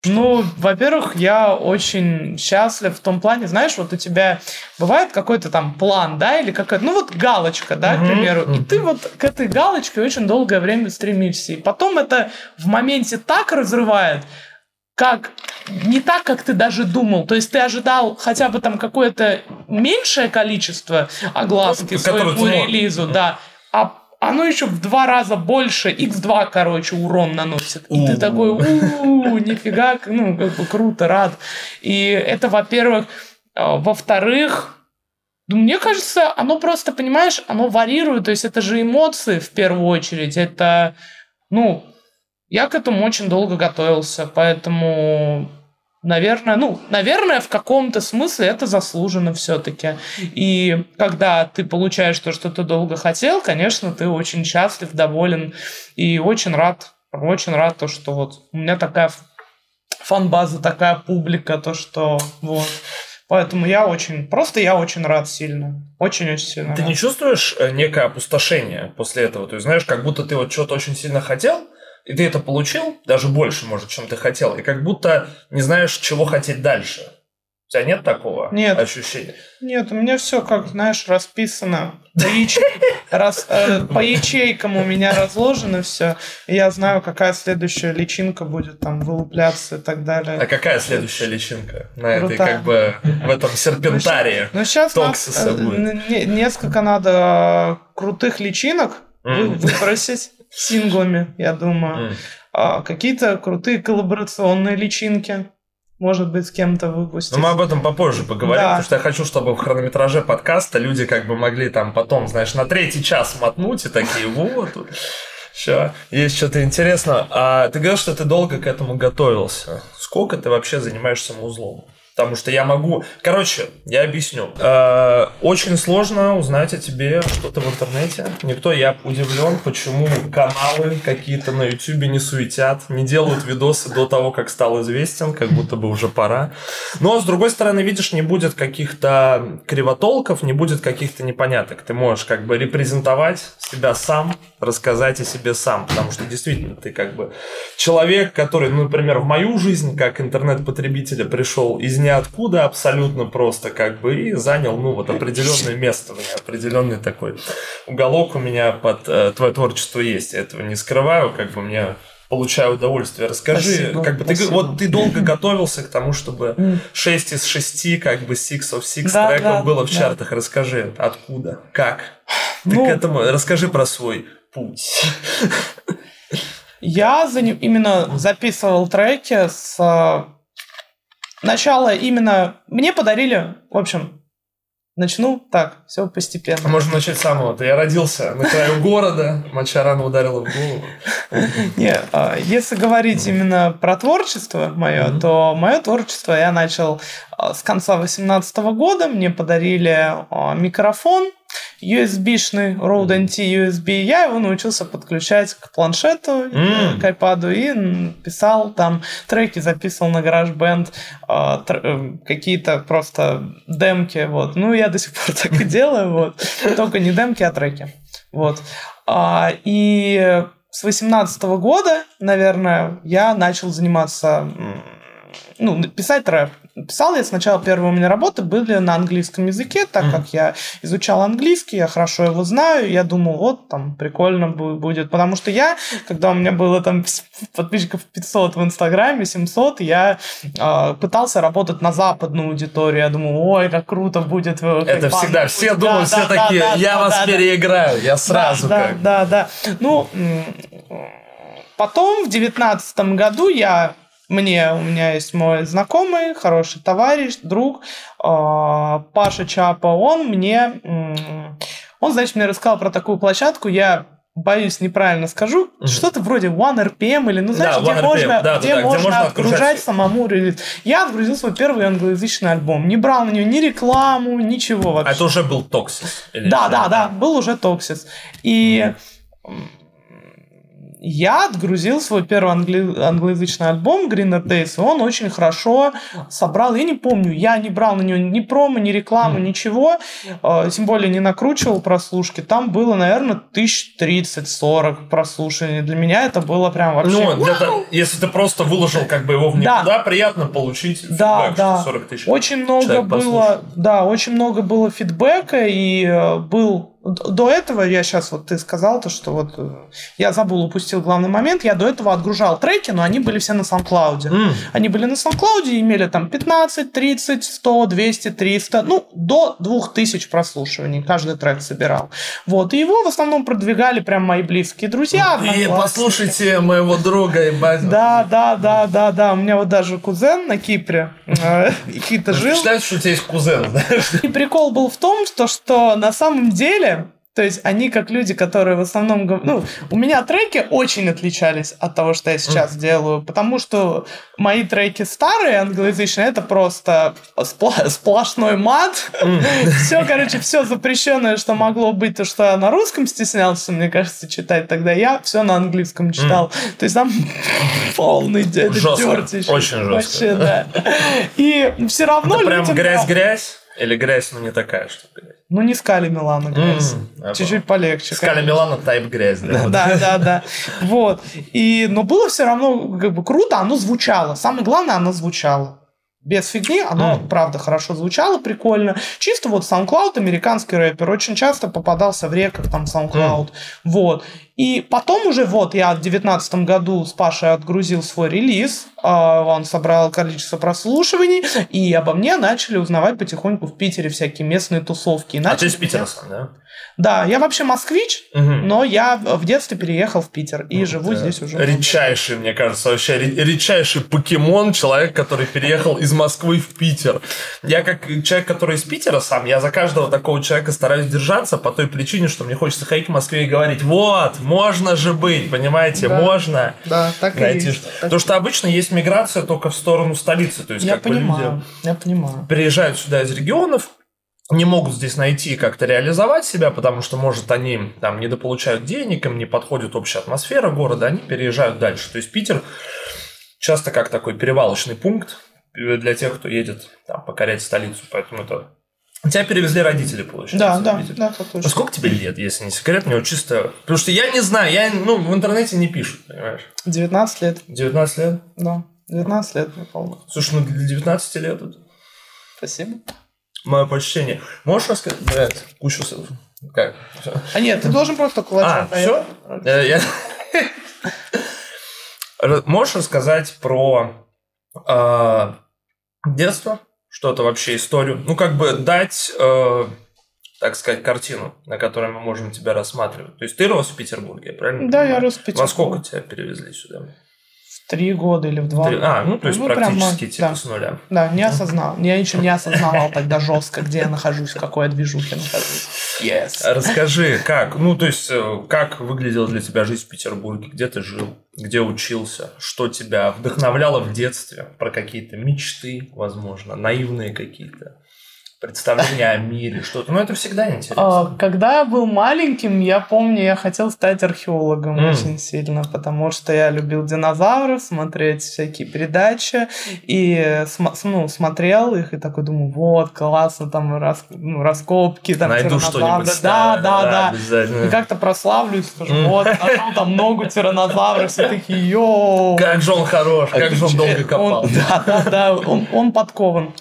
Ну, во-первых, я очень счастлив в том плане, знаешь, вот у тебя бывает какой-то там план, да, или какая-то, ну вот галочка, да, к примеру, и ты вот к этой галочке очень долгое время стремишься, и потом это в моменте так разрывает, как не так, как ты даже думал. То есть ты ожидал хотя бы там какое-то меньшее количество огласки своему релизу, да, а оно еще в 2 раза больше, x2, короче, урон наносит. И ты такой, нифига, ну, как бы круто, рад. И это, во-первых. Во-вторых, мне кажется, оно просто, понимаешь, оно варьирует. То есть это же эмоции в первую очередь. Это, ну, я к этому очень долго готовился, поэтому... Наверное, в каком-то смысле это заслуженно все-таки. И когда ты получаешь то, что ты долго хотел, конечно, ты очень счастлив, доволен и очень рад, то, что вот у меня такая фан-база, такая публика, то, что вот. Поэтому я очень рад сильно. Очень-очень сильно Ты рад. не чувствуешь некое опустошение после этого? То есть, знаешь, как будто ты вот что-то очень сильно хотел, и ты это получил, даже больше, может, чем ты хотел, и как будто не знаешь, чего хотеть дальше. У тебя нет такого ощущения? Нет, у меня все, как, знаешь, расписано. По ячейкам у меня разложено все. Я знаю, какая следующая личинка будет там вылупляться и так далее. А какая следующая личинка на этой, как бы, в этом серпентарии Токсиса будет? Несколько надо крутых личинок выбросить синглами, я думаю. Какие-то крутые коллаборационные личинки. Может быть, с кем-то выпустить. Но мы об этом попозже поговорим, потому что я хочу, чтобы в хронометраже подкаста люди как бы могли там потом, знаешь, на 3-й час мотнуть и такие, вот, все, есть что-то интересное. А ты говорил, что ты долго к этому готовился. Сколько ты вообще занимаешься музлом? Потому что я могу... Короче, я объясню. Очень сложно узнать о тебе что-то в интернете. Я удивлен, почему каналы какие-то на Ютубе не суетят, не делают видосы до того, как стал известен, как будто бы уже пора. Но, с другой стороны, видишь, не будет каких-то кривотолков, не будет каких-то непоняток. Ты можешь как бы репрезентовать себя сам, рассказать о себе сам. Потому что действительно ты как бы человек, который, ну, например, в мою жизнь, как интернет-потребителя, пришел из ниоткуда абсолютно просто как бы и занял, ну, вот определенное место у меня, определенный такой уголок у меня под твое творчество есть. Я этого не скрываю, как бы мне получаю удовольствие. Расскажи, спасибо, как бы ты долго готовился к тому, чтобы 6 из 6, как бы 6 of 6 треков было в чартах. Расскажи, откуда, как? Ты к этому, расскажи про свой путь. Я именно записывал треки с начала именно... Мне подарили, в общем, начну так, все постепенно. Можно начать с самого-то. Я родился на краю города, моча рано ударила в голову. Нет, если говорить именно про творчество мое, то мое творчество я начал с конца 2018 года. Мне подарили микрофон USB-шный, Rode NT USB. Я его научился подключать к планшету, к iPad, и писал там треки, записывал на GarageBand, какие-то просто демки. Вот. Ну, я до сих пор так и делаю. Вот. Только не демки, а треки. Вот. И с 2018 года, наверное, я начал заниматься, писать рэп. Писал я сначала, первые у меня работы были на английском языке, так как я изучал английский, я хорошо его знаю, я думал, вот, там, прикольно будет, потому что я, когда у меня было там подписчиков 500 в Инстаграме, 700, я пытался работать на западную аудиторию, я думал, ой, как круто будет. Это всегда, все думают, все такие, я вас переиграю, я сразу как. Да. Ну, потом в 2019 году у меня есть мой знакомый, хороший товарищ, друг, Паша Чапа, он, значит, мне рассказал про такую площадку, я боюсь, неправильно скажу, что-то вроде OneRPM или, где можно отгружать самому релиз. Я отгрузил свой первый англоязычный альбом, не брал на нее ни рекламу, ничего вообще. А это уже был Токсис? Да, был уже Токсис. И я отгрузил свой первый англоязычный альбом Greener Days, и он очень хорошо собрал. Я не помню, я не брал на него ни промо, ни рекламу, ничего, тем более не накручивал прослушки. Там было, наверное, 30-40 прослушиваний. Для меня это было прям вообще... если ты просто выложил как бы его в никуда, приятно получить фидбэк, что 40 тысяч очень много было, очень много было фидбэка, и был... До этого, я сейчас ты сказал, что я забыл, упустил главный момент, я до этого отгружал треки, но они были все на SoundCloud. Они были на SoundCloud и имели там 15, 30, 100, 200, 300, до 2000 прослушиваний каждый трек собирал. И его в основном продвигали прям мои близкие друзья. И послушайте моего друга и батю. Да, у меня даже кузен на Кипре какие-то жил. Считают, что у тебя есть кузен, знаешь? И прикол был в том, что на самом деле... То есть они как люди, которые в основном... у меня треки очень отличались от того, что я сейчас делаю, потому что мои треки старые, англоязычные, это просто сплошной мат. Все запрещенное, что могло быть, то, что я на русском стеснялся, мне кажется, читать, тогда я все на английском читал. То есть там полный дёртищ. Очень жестко. Вообще, да. И все равно... Это прям грязь-грязь? Или грязь, не такая, что грязь? Не Скали Милана грязь. Чуть-чуть полегче. Скали Милана тайп грязь. Да. Но было все равно круто, оно звучало. Самое главное, оно звучало. Без фигни, оно, правда, хорошо звучало, прикольно. Чисто SoundCloud, американский рэпер, очень часто попадался в реках там SoundCloud. И потом уже я в 2019 году с Пашей отгрузил свой релиз, он собрал количество прослушиваний, и обо мне начали узнавать потихоньку в Питере всякие местные тусовки. А ты из Питера сам, да? Да, я вообще москвич, но я в детстве переехал в Питер и живу здесь уже. Редчайший, мне кажется, вообще редчайший покемон, человек, который переехал из Москвы в Питер. Я как человек, который из Питера сам, я за каждого такого человека стараюсь держаться по той причине, что мне хочется ходить в Москве и говорить, можно же быть, понимаете, можно. Да, так и есть. Потому что обычно есть миграция только в сторону столицы, то есть я понимаю. Приезжают сюда из регионов, не могут здесь найти как-то реализовать себя, потому что, может, они там недополучают денег, им не подходит общая атмосфера города, они переезжают дальше. То есть Питер часто как такой перевалочный пункт для тех, кто едет там покорять столицу, поэтому это... Тебя перевезли родители, получается. Да, точно. Сколько тебе лет, если не секрет? Мне чисто... Потому что я не знаю, в интернете не пишут, понимаешь? 19 лет. 19 лет? Да, 19 лет, мне помню. Слушай, для 19 лет это... Спасибо. Мое почтение. Можешь рассказать? Блядь, кучу... Как? Всё. Нет, ты должен просто кулачок. Все? Можешь рассказать про детство? Что-то вообще, историю? Дать, так сказать, картину, на которой мы можем тебя рассматривать. То есть ты рос в Петербурге, правильно? Да, я рос в Петербурге. Во сколько тебя перевезли сюда? В 3 года или в 2. То есть практически с нуля. Да, не осознал. Я еще не осознавал тогда жестко, где я нахожусь, в какой я движухе нахожусь. Yes. Расскажи, как? Как выглядела для тебя жизнь в Петербурге? Где ты жил? Где учился? Что тебя вдохновляло в детстве? Про какие-то мечты, возможно, наивные какие-то представления о мире, что-то. Это всегда интересно. Когда я был маленьким, я помню, я хотел стать археологом очень сильно, потому что я любил динозавров, смотреть всякие передачи, и смотрел их, и такой думаю, классно, там раскопки, там найду что-нибудь. Да. И как-то прославлюсь, скажу, нашел там ногу тираннозавра, все такие, йоу. Как же он хорош, как же он долго копал. Да, он подкован.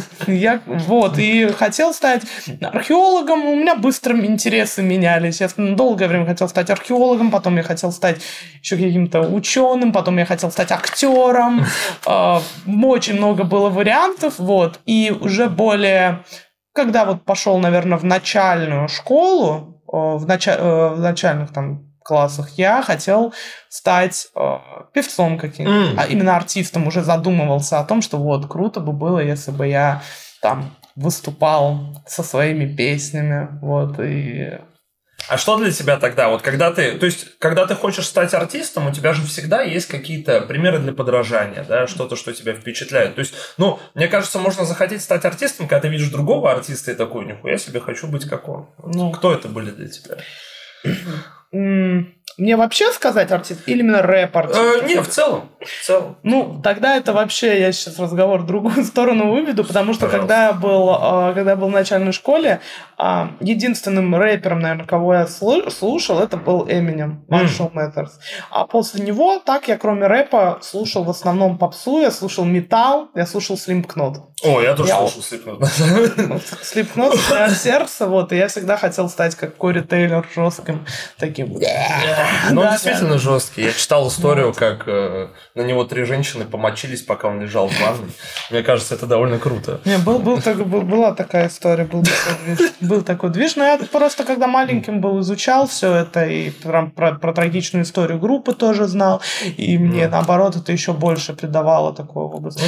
И хотел стать археологом, у меня быстро интересы менялись. Я долгое время хотел стать археологом, потом я хотел стать еще каким-то ученым, потом я хотел стать актером. Очень много было вариантов, И уже более... Когда пошел, наверное, в начальную школу, в начальных там классах, я хотел стать певцом каким-то, именно артистом. Уже задумывался о том, что круто бы было, если бы я там выступал со своими песнями, и... А что для тебя тогда? Когда ты хочешь стать артистом, у тебя же всегда есть какие-то примеры для подражания, да, что-то, что тебя впечатляет. То есть, мне кажется, можно захотеть стать артистом, когда ты видишь другого артиста и такой, нихуя себе, хочу быть как он. Кто это были для тебя? Мне вообще сказать артист или именно рэп-артист? Не, в целом. Ну, тогда это вообще, я сейчас разговор в другую сторону выведу, потому что когда я был в начальной школе, единственным рэпером, наверное, кого я слушал, это был Eminem, Marshall Mathers. А после него, так я кроме рэпа слушал в основном попсу, я слушал металл, я слушал Slipknot. О, я тоже слушал Slipknot. Slipknot у меня сердце, вот, и я всегда хотел стать как Кори Тейлор, жестким таким. Ну, он действительно жесткий. Я читал историю, как на него 3 женщины помочились, пока он лежал в ванной. Мне кажется, это довольно круто. Не, была такая история, был такой движ. Но я просто, когда маленьким был, изучал все это, и прям про трагичную историю группы тоже знал, и мне, наоборот, это еще больше придавало такой образ.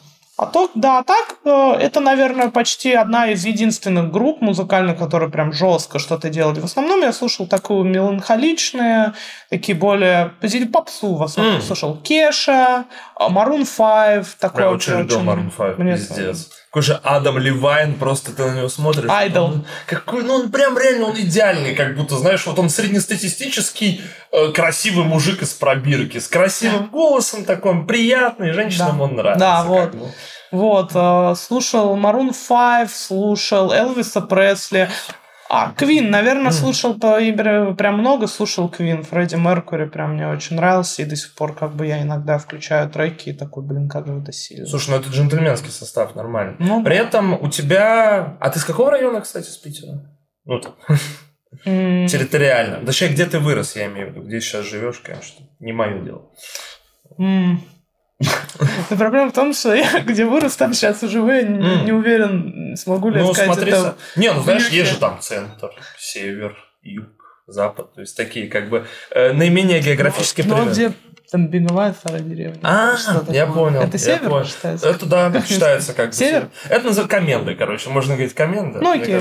Это, наверное, почти одна из единственных групп музыкальных, которые прям жестко что-то делали. В основном я слушал такую меланхоличные, такие более попсу. В основном слушал Кеша, Maroon 5. Я очень любил Maroon 5, пиздец. Какой же Адам Левайн, просто ты на него смотришь. Айдол. Он прям реально, он идеальный, как будто, знаешь, вот он среднестатистический красивый мужик из пробирки, с красивым голосом такой, приятный, женщинам он нравится. Да, вот. Слушал Maroon 5, слушал Элвиса Пресли. Квин, наверное, слушал прям много, слушал Квин. Фредди Меркьюри прям мне очень нравился, и до сих пор как бы я иногда включаю треки и такой, как же это сильно. Слушай, это джентльменский состав, нормально. При этом у тебя... А ты с какого района, кстати, с Питера? Территориально. Точнее, где ты вырос, я имею в виду. Где сейчас живешь, конечно. Не мое дело. Но проблема в том, что я где вырос, там сейчас живу, я не уверен, смогу ли я сказать это. Знаешь, есть же там центр, север, юг, запад, то есть такие как бы наименее географически примеры. Где там Беговая старая деревня. Я понял. Это север считается? Это, да, считается как бы север. Это называется Коменды, короче, можно говорить Коменды. Окей,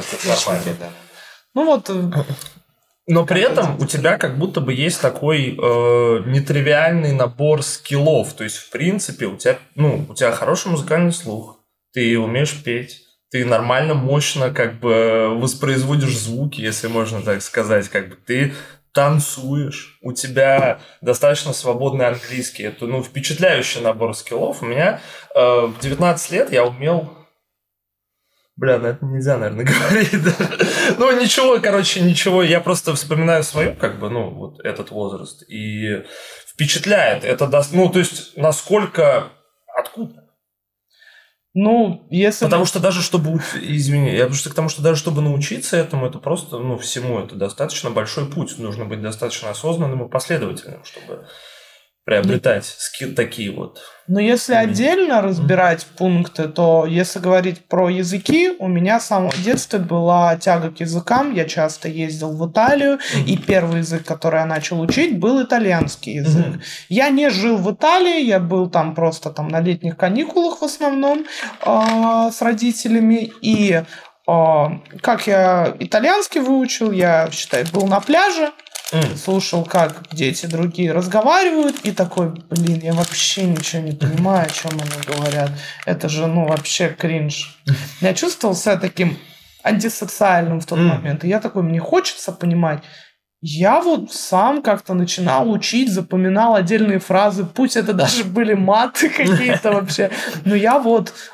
Но при этом у тебя как будто бы есть такой нетривиальный набор скиллов. То есть, в принципе, у тебя хороший музыкальный слух, ты умеешь петь, ты нормально, мощно как бы воспроизводишь звуки, если можно так сказать. Как бы ты танцуешь, у тебя достаточно свободный английский. Это впечатляющий набор скиллов. У меня в 19 лет я умел... это нельзя, наверное, говорить. Ничего. Я просто вспоминаю свою, этот возраст. И впечатляет. Это то есть, насколько... Откуда? Если... Потому что даже чтобы... Извини. Я к тому, что даже чтобы научиться этому, это просто, всему это достаточно большой путь. Нужно быть достаточно осознанным и последовательным, чтобы... приобретать такие вот. Но если отдельно разбирать пункты, то если говорить про языки, у меня с самого детства была тяга к языкам. Я часто ездил в Италию, и первый язык, который я начал учить, был итальянский язык. Я не жил в Италии, я был там просто на летних каникулах в основном с родителями. И как я итальянский выучил, я, считай, был на пляже, слушал, как дети другие разговаривают, и такой, я вообще ничего не понимаю, о чем они говорят. Это же, вообще кринж. Я чувствовал себя таким антисоциальным в тот момент. И я такой, мне хочется понимать. Я сам как-то начинал учить, запоминал отдельные фразы, пусть это даже были маты какие-то вообще. Но я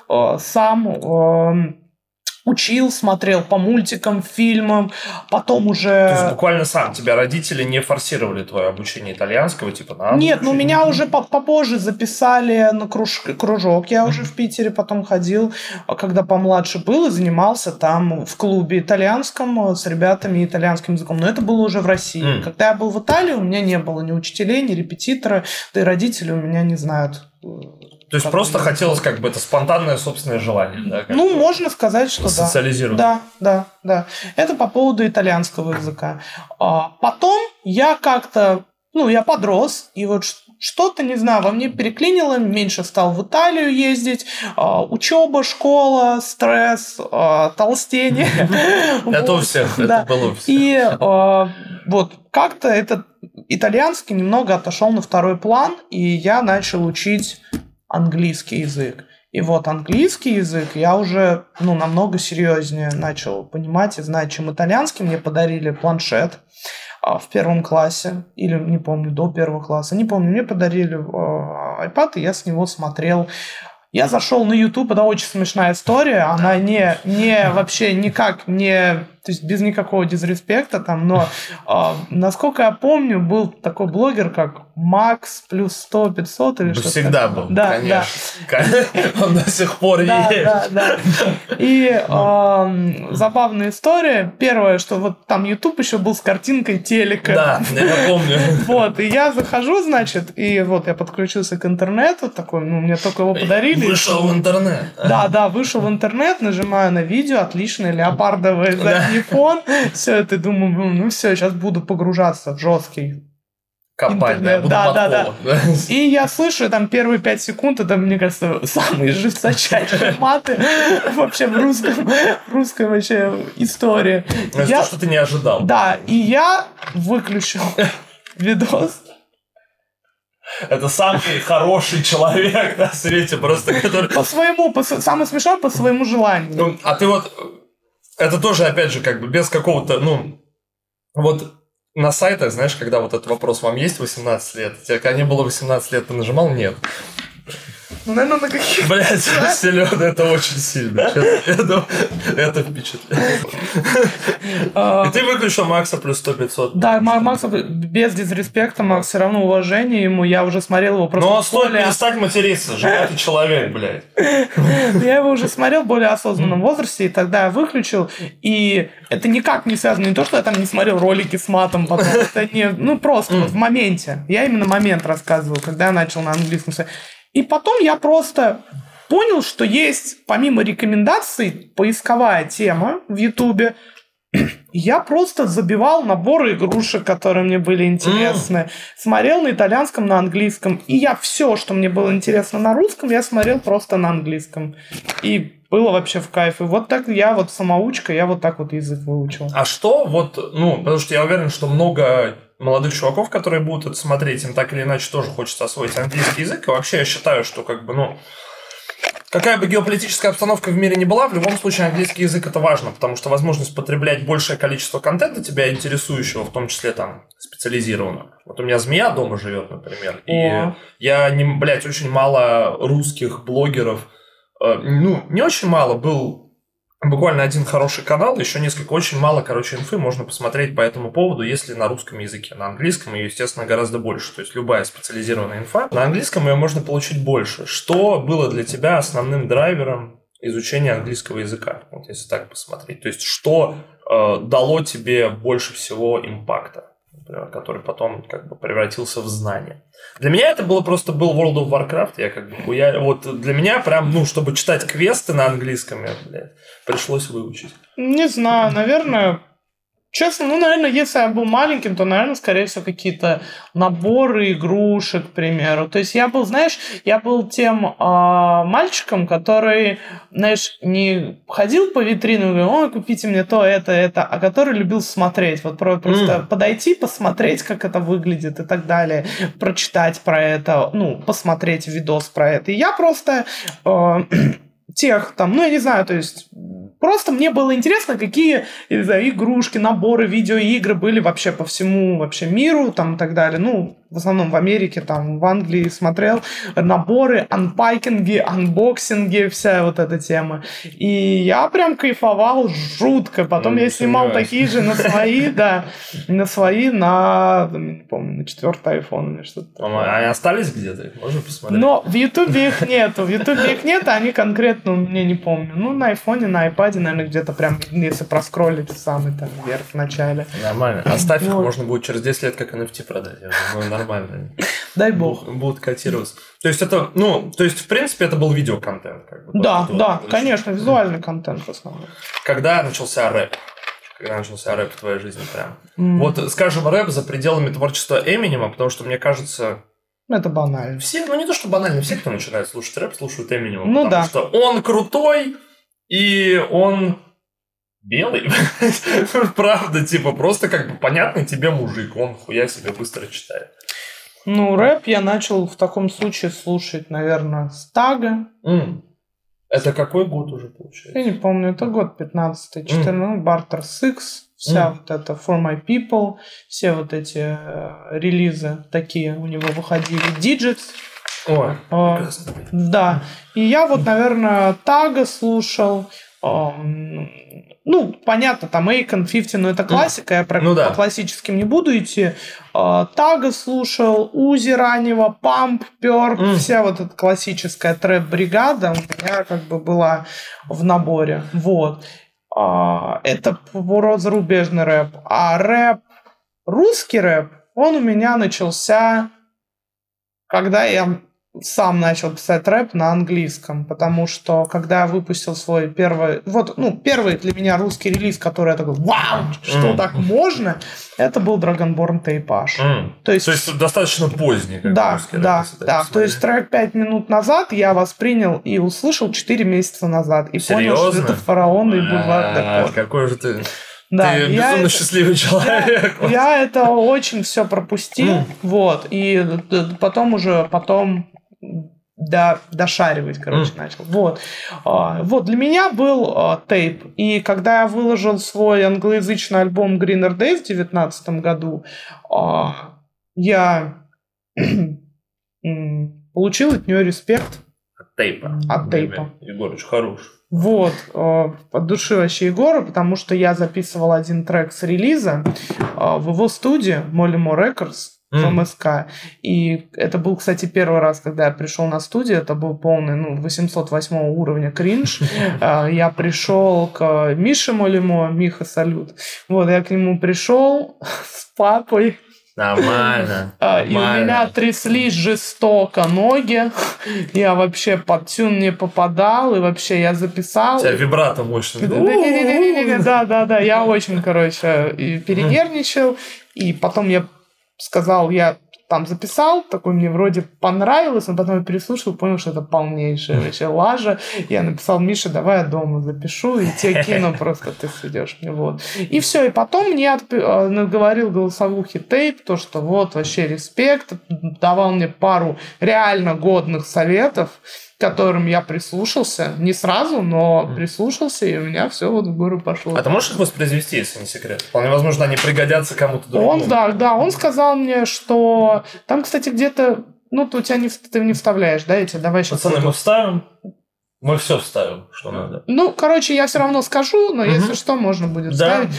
сам... учил, смотрел по мультикам, фильмам, потом уже... То есть буквально сам, тебя родители не форсировали твое обучение итальянского, надо? Нет, меня уже попозже записали на кружок, я уже в Питере потом ходил, когда помладше был, и занимался там в клубе итальянском с ребятами итальянским языком, но это было уже в России. Когда я был в Италии, у меня не было ни учителей, ни репетитора, да и родители у меня не знают... То есть просто хотелось это спонтанное собственное желание, да? Можно сказать, что да. Социализировать. Да. Это по поводу итальянского языка. Потом я как-то, я подрос, и что-то, не знаю, во мне переклинило, меньше стал в Италию ездить, учеба, школа, стресс, толстение. Это у всех, это было у всех. И как-то этот итальянский немного отошел на второй план, и я начал учить английский язык. И английский язык я уже намного серьезнее начал понимать и знать, чем итальянский. Мне подарили планшет. в первом классе, или, не помню, до первого класса, не помню, мне подарили iPad, и я с него смотрел. Я зашел на YouTube, это очень смешная история, она не вообще никак не, то есть без никакого дизреспекта там, но насколько я помню, был такой блогер, как Макс плюс 100 500 или что-то. Всегда был, да, конечно. Да. Он до сих пор есть. Да. И забавная история. Первое, что вот там YouTube еще был с картинкой телека. Да, я помню. Вот, и я захожу, значит, и вот я подключился к интернету, такой, мне только его подарили. Вышел в интернет. Да, вышел в интернет, нажимаю на видео, отличный леопардовый задний фон. Все это, думаю, все, сейчас буду погружаться в жесткий копать, интернет. Да. И я слышу, там первые 5 секунд, это, мне кажется, самые жесточайшие маты вообще в русской вообще истории. Это то, что ты не ожидал. Да, и я выключил видос. Это самый хороший человек на свете, просто который... Самое смешное, по своему желанию. А ты вот... Это тоже, опять же, как бы без какого-то, вот на сайтах, знаешь, когда вот этот вопрос, вам есть 18 лет? Тебе, когда не было 18 лет, ты нажимал? Нет. Наверное, на каких... Блядь, Селёна, это очень сильно. Это впечатляет. И ты выключил Макса плюс 100-500. Да, Макса без дизреспекта, Макс все равно уважение ему. Я уже смотрел его просто... Ну, стоит перестать материться, женатый человек, блядь. Я его уже смотрел в более осознанном возрасте, и тогда я выключил. И это никак не связано, не то, что я там не смотрел ролики с матом потом. Это не... просто в моменте. Я именно момент рассказывал, когда я начал на английском сказать. И потом я просто понял, что есть, помимо рекомендаций, поисковая тема в Ютубе. Я просто забивал наборы игрушек, которые мне были интересны. Смотрел на итальянском, на английском. И я все, что мне было интересно на русском, я смотрел просто на английском. И было вообще в кайф. И вот так я вот самоучка, я вот так вот язык выучил. А что вот, потому что я уверен, что много молодых чуваков, которые будут это смотреть, им так или иначе тоже хочется освоить английский язык. И вообще я считаю, что какая бы геополитическая обстановка в мире ни была, в любом случае английский язык это важно, потому что возможность потреблять большее количество контента тебя интересующего, в том числе там специализированного. Вот у меня змея дома живет, например, и я очень мало русских блогеров, не очень мало, был буквально один хороший канал, еще несколько, очень мало, инфы можно посмотреть по этому поводу, если на русском языке. На английском ее, естественно, гораздо больше. То есть любая специализированная инфа. На английском ее можно получить больше. Что было для тебя основным драйвером изучения английского языка? Вот если так посмотреть. То есть что дало тебе больше всего импакта, например, который потом превратился в знание? Для меня это был World of Warcraft. Вот для меня прям, чтобы читать квесты на английском, пришлось выучить. Не знаю, наверное... Честно, наверное, если я был маленьким, то, наверное, скорее всего, какие-то наборы игрушек, к примеру. То есть я был тем мальчиком, который, не ходил по витринам и говорил, купите мне то, это, а который любил смотреть. Вот просто подойти, посмотреть, как это выглядит и так далее, прочитать про это, посмотреть видос про это. И я просто тех там, я не знаю, то есть... Просто мне было интересно, какие игрушки, наборы, видеоигры были вообще по всему миру там, и так далее. В основном в Америке, там, в Англии смотрел наборы, анпакинги, анбоксинги, вся вот эта тема. И я прям кайфовал жутко. Потом я снимал такие же на свои, не помню, на 4-й iPhone или что-то. Они остались где-то? Можно посмотреть? Но в Ютубе их нету. Они конкретно у меня не помню. На айфоне, на iPad, наверное, где-то прям, если проскроллить самый там вверх в начале. Нормально. Оставь их, можно будет через 10 лет как NFT продать. Нормально. Дай бог. Будут котироваться. То есть это, в принципе, это был видеоконтент. Да, конечно, визуальный контент в основном. Когда начался рэп? Когда начался рэп в твоей жизни прям? Вот, скажем, рэп за пределами творчества Эминема, потому что, мне кажется... Это банально. Все, не то, что банально, все, кто начинает слушать рэп, слушают Эминема, потому что он крутой, и он... белый. Правда, просто понятный тебе мужик, он хуя себе быстро читает. Рэп я начал в таком случае слушать, наверное, с Тага. Это какой год уже получается? Я не помню, это год 15-й, 14-й, Barter Six. Вся вот эта For My People, все вот эти релизы такие у него выходили. Digits. Да. И я вот, наверное, Тага слушал. Ну, понятно, там Akon, 50, но это классика, я по классическим не буду идти. Тага слушал, Узи раннего, Памп, Пёрп, вся вот эта классическая трэп-бригада у меня как бы была в наборе. Вот. Это зарубежный рэп. А рэп, русский рэп, он у меня начался, когда я сам начал писать рэп на английском, потому что когда я выпустил свой первый, первый для меня русский релиз, который я такой, вау, что так можно, это был Dragonborn Tape H. То есть достаточно поздний. Да. То есть трек 5 минут назад я воспринял и услышал 4 месяца назад. И серьезно? Понял, что это Фараон и Бульвар Депо. Какой же ты... Да, ты безумно счастливый человек. Я это очень все пропустил. Вот. И потом дошаривать, начал. Вот, для меня был тейп. И когда я выложил свой англоязычный альбом Greener Days в 2019 году, я получил от нее респект. От тейпа. Егор очень хорош. Вот, от души вообще Егора, потому что я записывал один трек с релиза в его студии Mollymo Records в МСК. И это был, кстати, первый раз, когда я пришел на студию. Это был полный, 808 уровня кринж. Я пришел к Мише Mollymo, Миха, салют. Вот, я к нему пришел с папой. Нормально. И у меня тряслись жестоко ноги. Я вообще под тюн не попадал. И вообще я записал. У тебя вибрато мощный. Да. Я очень, перенервничал. И потом я сказал, я там записал, такой мне вроде понравилось, но потом я переслушал, понял, что это полнейшая вообще лажа. Я написал: Миша, давай я дома запишу, и тебе кину, просто ты сведешь мне. Вот. И все, и потом мне наговорил голосовухи тейп, то, что вот вообще респект, давал мне пару реально годных советов, к которым я прислушался. Не сразу, но прислушался, и у меня все вот в гору пошло. А ты можешь их воспроизвести, если не секрет? Вполне возможно, они пригодятся кому-то другому. Он сказал мне, что там, кстати, где-то, ты ты не вставляешь, да, эти, давай сейчас... Пацаны, мы вставим. Мы все вставим, что надо. Я все равно скажу, но если что, можно будет вставить.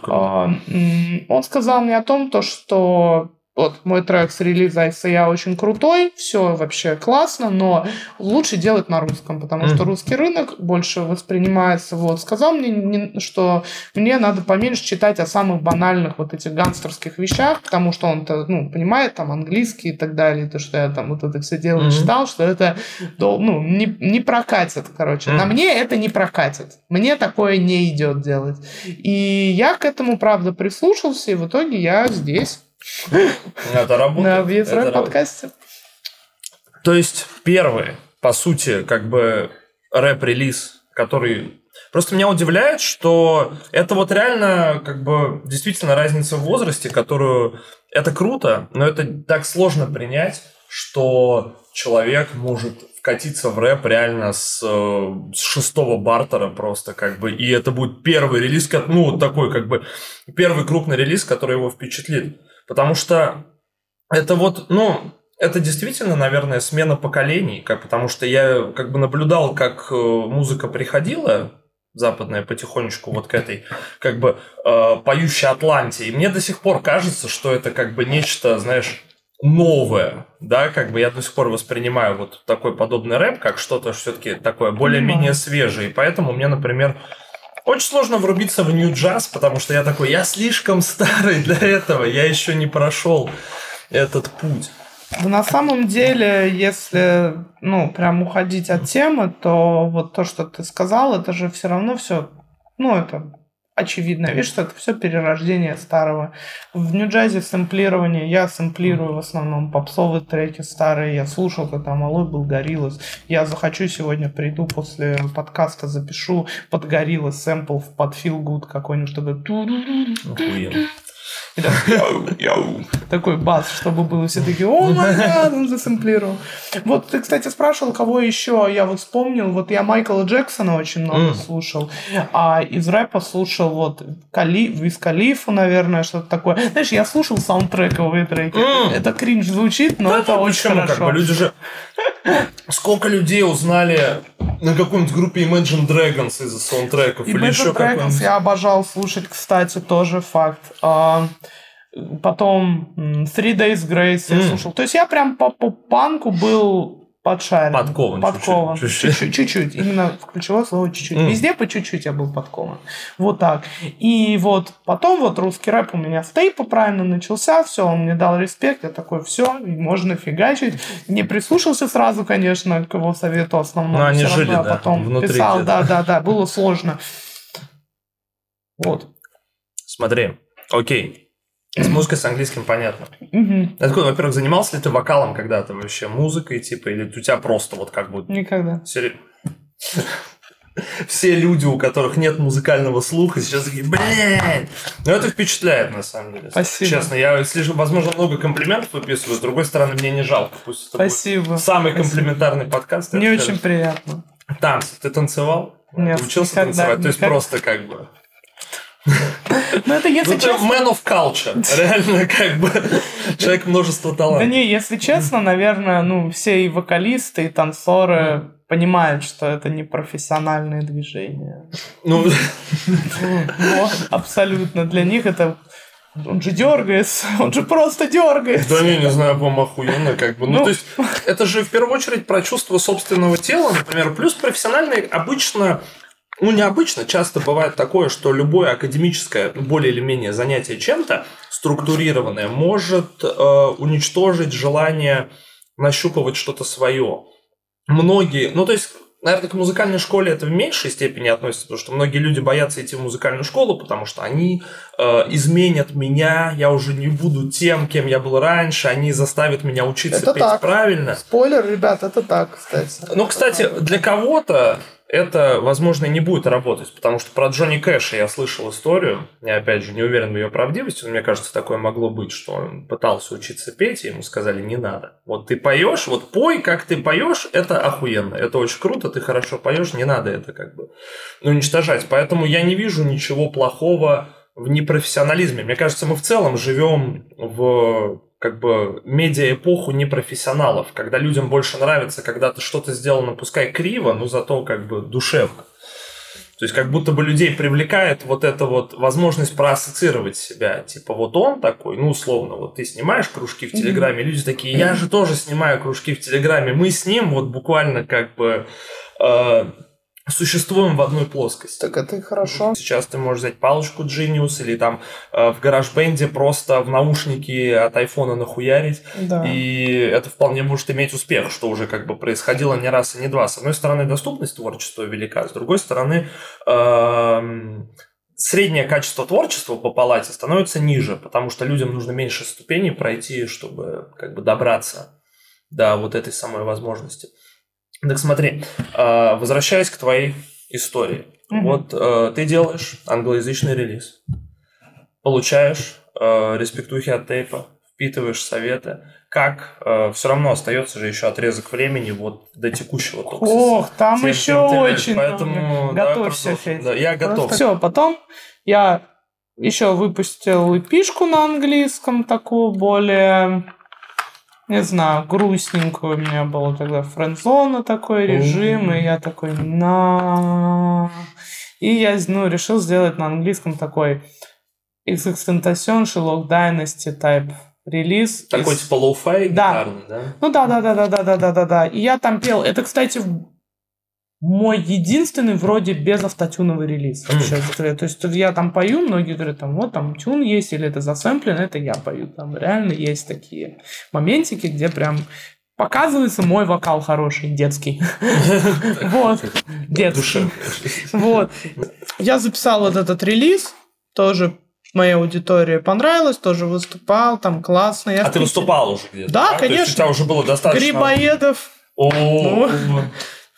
Он сказал мне о том, что вот мой трек с релиза ICA очень крутой, все вообще классно, но лучше делать на русском, потому что русский рынок больше воспринимается. Вот. Сказал мне, что мне надо поменьше читать о самых банальных вот этих гангстерских вещах, потому что он-то, понимает там английский и так далее, то, что я там вот это все дело читал, что это, не прокатит, короче. На мне это не прокатит. Мне такое не идет делать. И я к этому, правда, прислушался, и в итоге я здесь. Это работает. На VSRAM подкасте. То есть первый, по сути, рэп-релиз, который... Просто меня удивляет, что это вот реально действительно разница в возрасте, которую... Это круто, но это так сложно принять, что человек может вкатиться в рэп реально с 6-го бартера просто и это будет первый релиз, такой первый крупный релиз, который его впечатлит. Потому что это это действительно, наверное, смена поколений, потому что я наблюдал, как музыка приходила западная потихонечку вот к этой поющей Атланте, и мне до сих пор кажется, что это нечто, знаешь, новое, да, я до сих пор воспринимаю вот такой подобный рэп как что-то все-таки такое более-менее свежее, и поэтому мне, например, очень сложно врубиться в нью-джаз, потому что я слишком старый для этого, я еще не прошел этот путь. Да, на самом деле, если, прям уходить от темы, то вот то, что ты сказал, это же все равно все, это очевидная вещь, что это все перерождение старого. В нью-джазе сэмплирование, я сэмплирую в основном попсовые треки старые, я слушал, когда там Алой был Gorillaz. Я захочу сегодня, приду после подкаста, запишу под Gorillaz сэмпл под Feel Good какой-нибудь, чтобы... И так, такой бас, чтобы было все такие, о май гад, он засэмплировал. Вот ты, кстати, спрашивал, кого еще, я вот вспомнил, вот я Майкла Джексона очень много слушал, а из рэпа слушал вот Виз Калифу, наверное, что-то такое. Знаешь, я слушал саундтрековые треки. Это кринж звучит, но это очень хорошо. Как бы люди же... Сколько людей узнали на какой-нибудь группе Imagine Dragons из-за саундтреков? Или еще Dragons я обожал слушать, кстати, тоже факт. Потом Three Days Grace я слушал. То есть я прям по панку был подшарен. Подкован. Чуть-чуть. Именно ключевое слово чуть-чуть. Везде по чуть-чуть я был подкован. Вот так. И вот потом вот русский рэп у меня с тейпа правильно начался. Все, он мне дал респект. Я такой, все, можно фигачить. Не прислушался сразу, конечно, к его совету основному. Но они жили, да, потом внутри. Писал, да. Было сложно. Вот. Смотри, окей. С музыкой, с английским понятно. Откуда, во-первых, занимался ли ты вокалом когда-то вообще, музыкой, типа, или у тебя просто вот как бы... Никогда. Все люди, у которых нет музыкального слуха, сейчас такие, блядь! Ну, это впечатляет, на самом деле. Спасибо. Честно, я слишком, возможно, много комплиментов выписываю, с другой стороны, мне не жалко. Пусть это Спасибо. Самый комплиментарный подкаст. Мне очень приятно. Танцы. Ты танцевал? Нет, ты учился танцевать? То есть просто как бы... Ну, это если честно... Man of culture. Реально, как бы, человек множества талантов. Да не, если честно, наверное, все и вокалисты, и танцоры понимают, что это не профессиональные движения. Ну... Абсолютно. Для них это... Он же дергается, он же просто дергается. Да не знаю, по-моему, охуенно как бы. То есть, это же в первую очередь про чувство собственного тела, например. Плюс профессиональные обычно... необычно. Часто бывает такое, что любое академическое, более или менее занятие чем-то структурированное может уничтожить желание нащупывать что-то свое. Многие, то есть, наверное, к музыкальной школе это в меньшей степени относится, потому что многие люди боятся идти в музыкальную школу, потому что они изменят меня, я уже не буду тем, кем я был раньше, они заставят меня учиться это петь так. Правильно. Спойлер, ребят, это так, кстати. Кстати, для кого-то это, возможно, не будет работать, потому что про Джонни Кэша я слышал историю, я, опять же, не уверен в ее правдивости, но мне кажется, такое могло быть, что он пытался учиться петь, и ему сказали, не надо. Вот ты поешь, вот пой, как ты поешь, это охуенно, это очень круто, ты хорошо поешь, не надо это как бы уничтожать. Поэтому я не вижу ничего плохого в непрофессионализме. Мне кажется, мы в целом живем в... как бы медиа-эпоху непрофессионалов, когда людям больше нравится, когда ты что-то сделано, пускай криво, но зато как бы душевно. То есть как будто бы людей привлекает вот эта вот возможность проассоциировать себя. Типа вот он такой, условно, вот ты снимаешь кружки в Телеграме, люди такие, я же тоже снимаю кружки в Телеграме, мы с ним вот буквально как бы... существуем в одной плоскости. Так это и хорошо. Сейчас ты можешь взять палочку Genius или там в GarageBand просто в наушники от айфона нахуярить. Да. И это вполне может иметь успех, что уже как бы происходило не раз и не два. С одной стороны, доступность творчества велика, с другой стороны, среднее качество творчества по палате становится ниже, потому что людям нужно меньше ступеней пройти, чтобы как бы добраться до вот этой самой возможности. Так смотри, возвращаясь к твоей истории. Вот ты делаешь англоязычный релиз, получаешь респектухи от тейпа, впитываешь советы. Как все равно остается же еще отрезок времени вот до текущего токсиса. Ох, там еще очень поэтому много. Готовься, Федь. Да, я готов. Все, потом я еще выпустил эпишку на английском, такую более... Не знаю, грустненькую у меня было тогда френдзона такой режим, и я такой И я решил сделать на английском такой XXXTentacion, Sherlock Dynasty type релиз. Такой типа лоу-фай гитарный, да? Да. И я там пел. Это, кстати, мой единственный вроде без автотюновый релиз. То есть я там пою, многие говорят, вот там тюн есть, или это засэмплено, это я пою. Там реально есть такие моментики, где прям показывается мой вокал хороший, детский. Вот. Детский. Вот. Я записал вот этот релиз, тоже моей аудитории понравилось, тоже выступал, там классно. А ты выступал уже где-то? Да, конечно. То есть у тебя уже было достаточно... Грибоедов.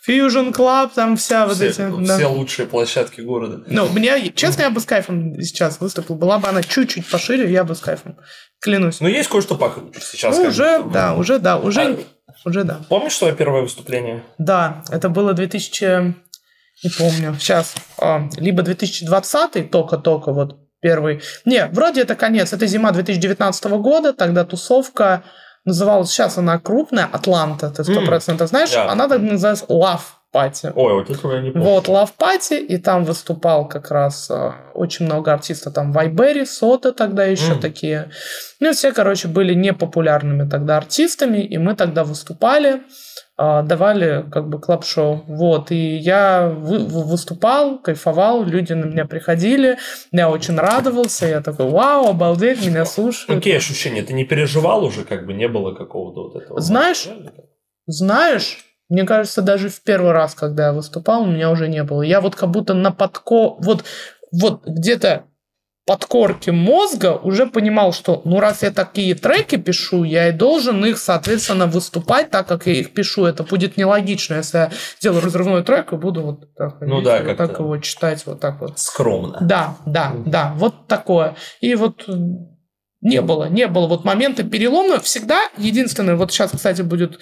Fusion Club, там вся вот эти... Все лучшие площадки города. Ну, мне, честно, я бы с кайфом сейчас выступил. Была бы она чуть-чуть пошире, я бы с кайфом. Клянусь. Ну, есть кое-что покруче сейчас. Ну, уже, да. Помнишь твое первое выступление? Да, это было 2000... Не помню. Сейчас. Либо 2020 только вот первый. Не, вроде это конец. Это зима 2019 года. Тогда тусовка называлась... Сейчас она крупная. Атланта. Ты 100% знаешь? Да. Она тогда называлась Love Party. Ой, вот этого я не помню. Вот, Love Party. И там выступал как раз очень много артистов. Там Вайбери, Сота тогда еще такие. Ну, все, короче, были непопулярными тогда артистами. И мы тогда выступали. Давали как бы клаб-шоу. Вот. И я выступал, кайфовал, люди на меня приходили, я очень радовался, я такой, вау, обалдеть, меня слушают. Какие ощущения? Ты не переживал уже, как бы не было какого-то вот этого? Знаешь, мне кажется, даже в первый раз, когда я выступал, у меня уже не было. Я вот как будто на вот где-то подкорке мозга уже понимал, что ну раз я такие треки пишу, я и должен их, соответственно, выступать так, как я их пишу. Это будет нелогично, если я сделаю разрывной трек и буду вот так, вот так его читать, вот так вот. Скромно. Да, вот такое. И вот не было вот момента перелома. Всегда единственное, вот сейчас, кстати, будет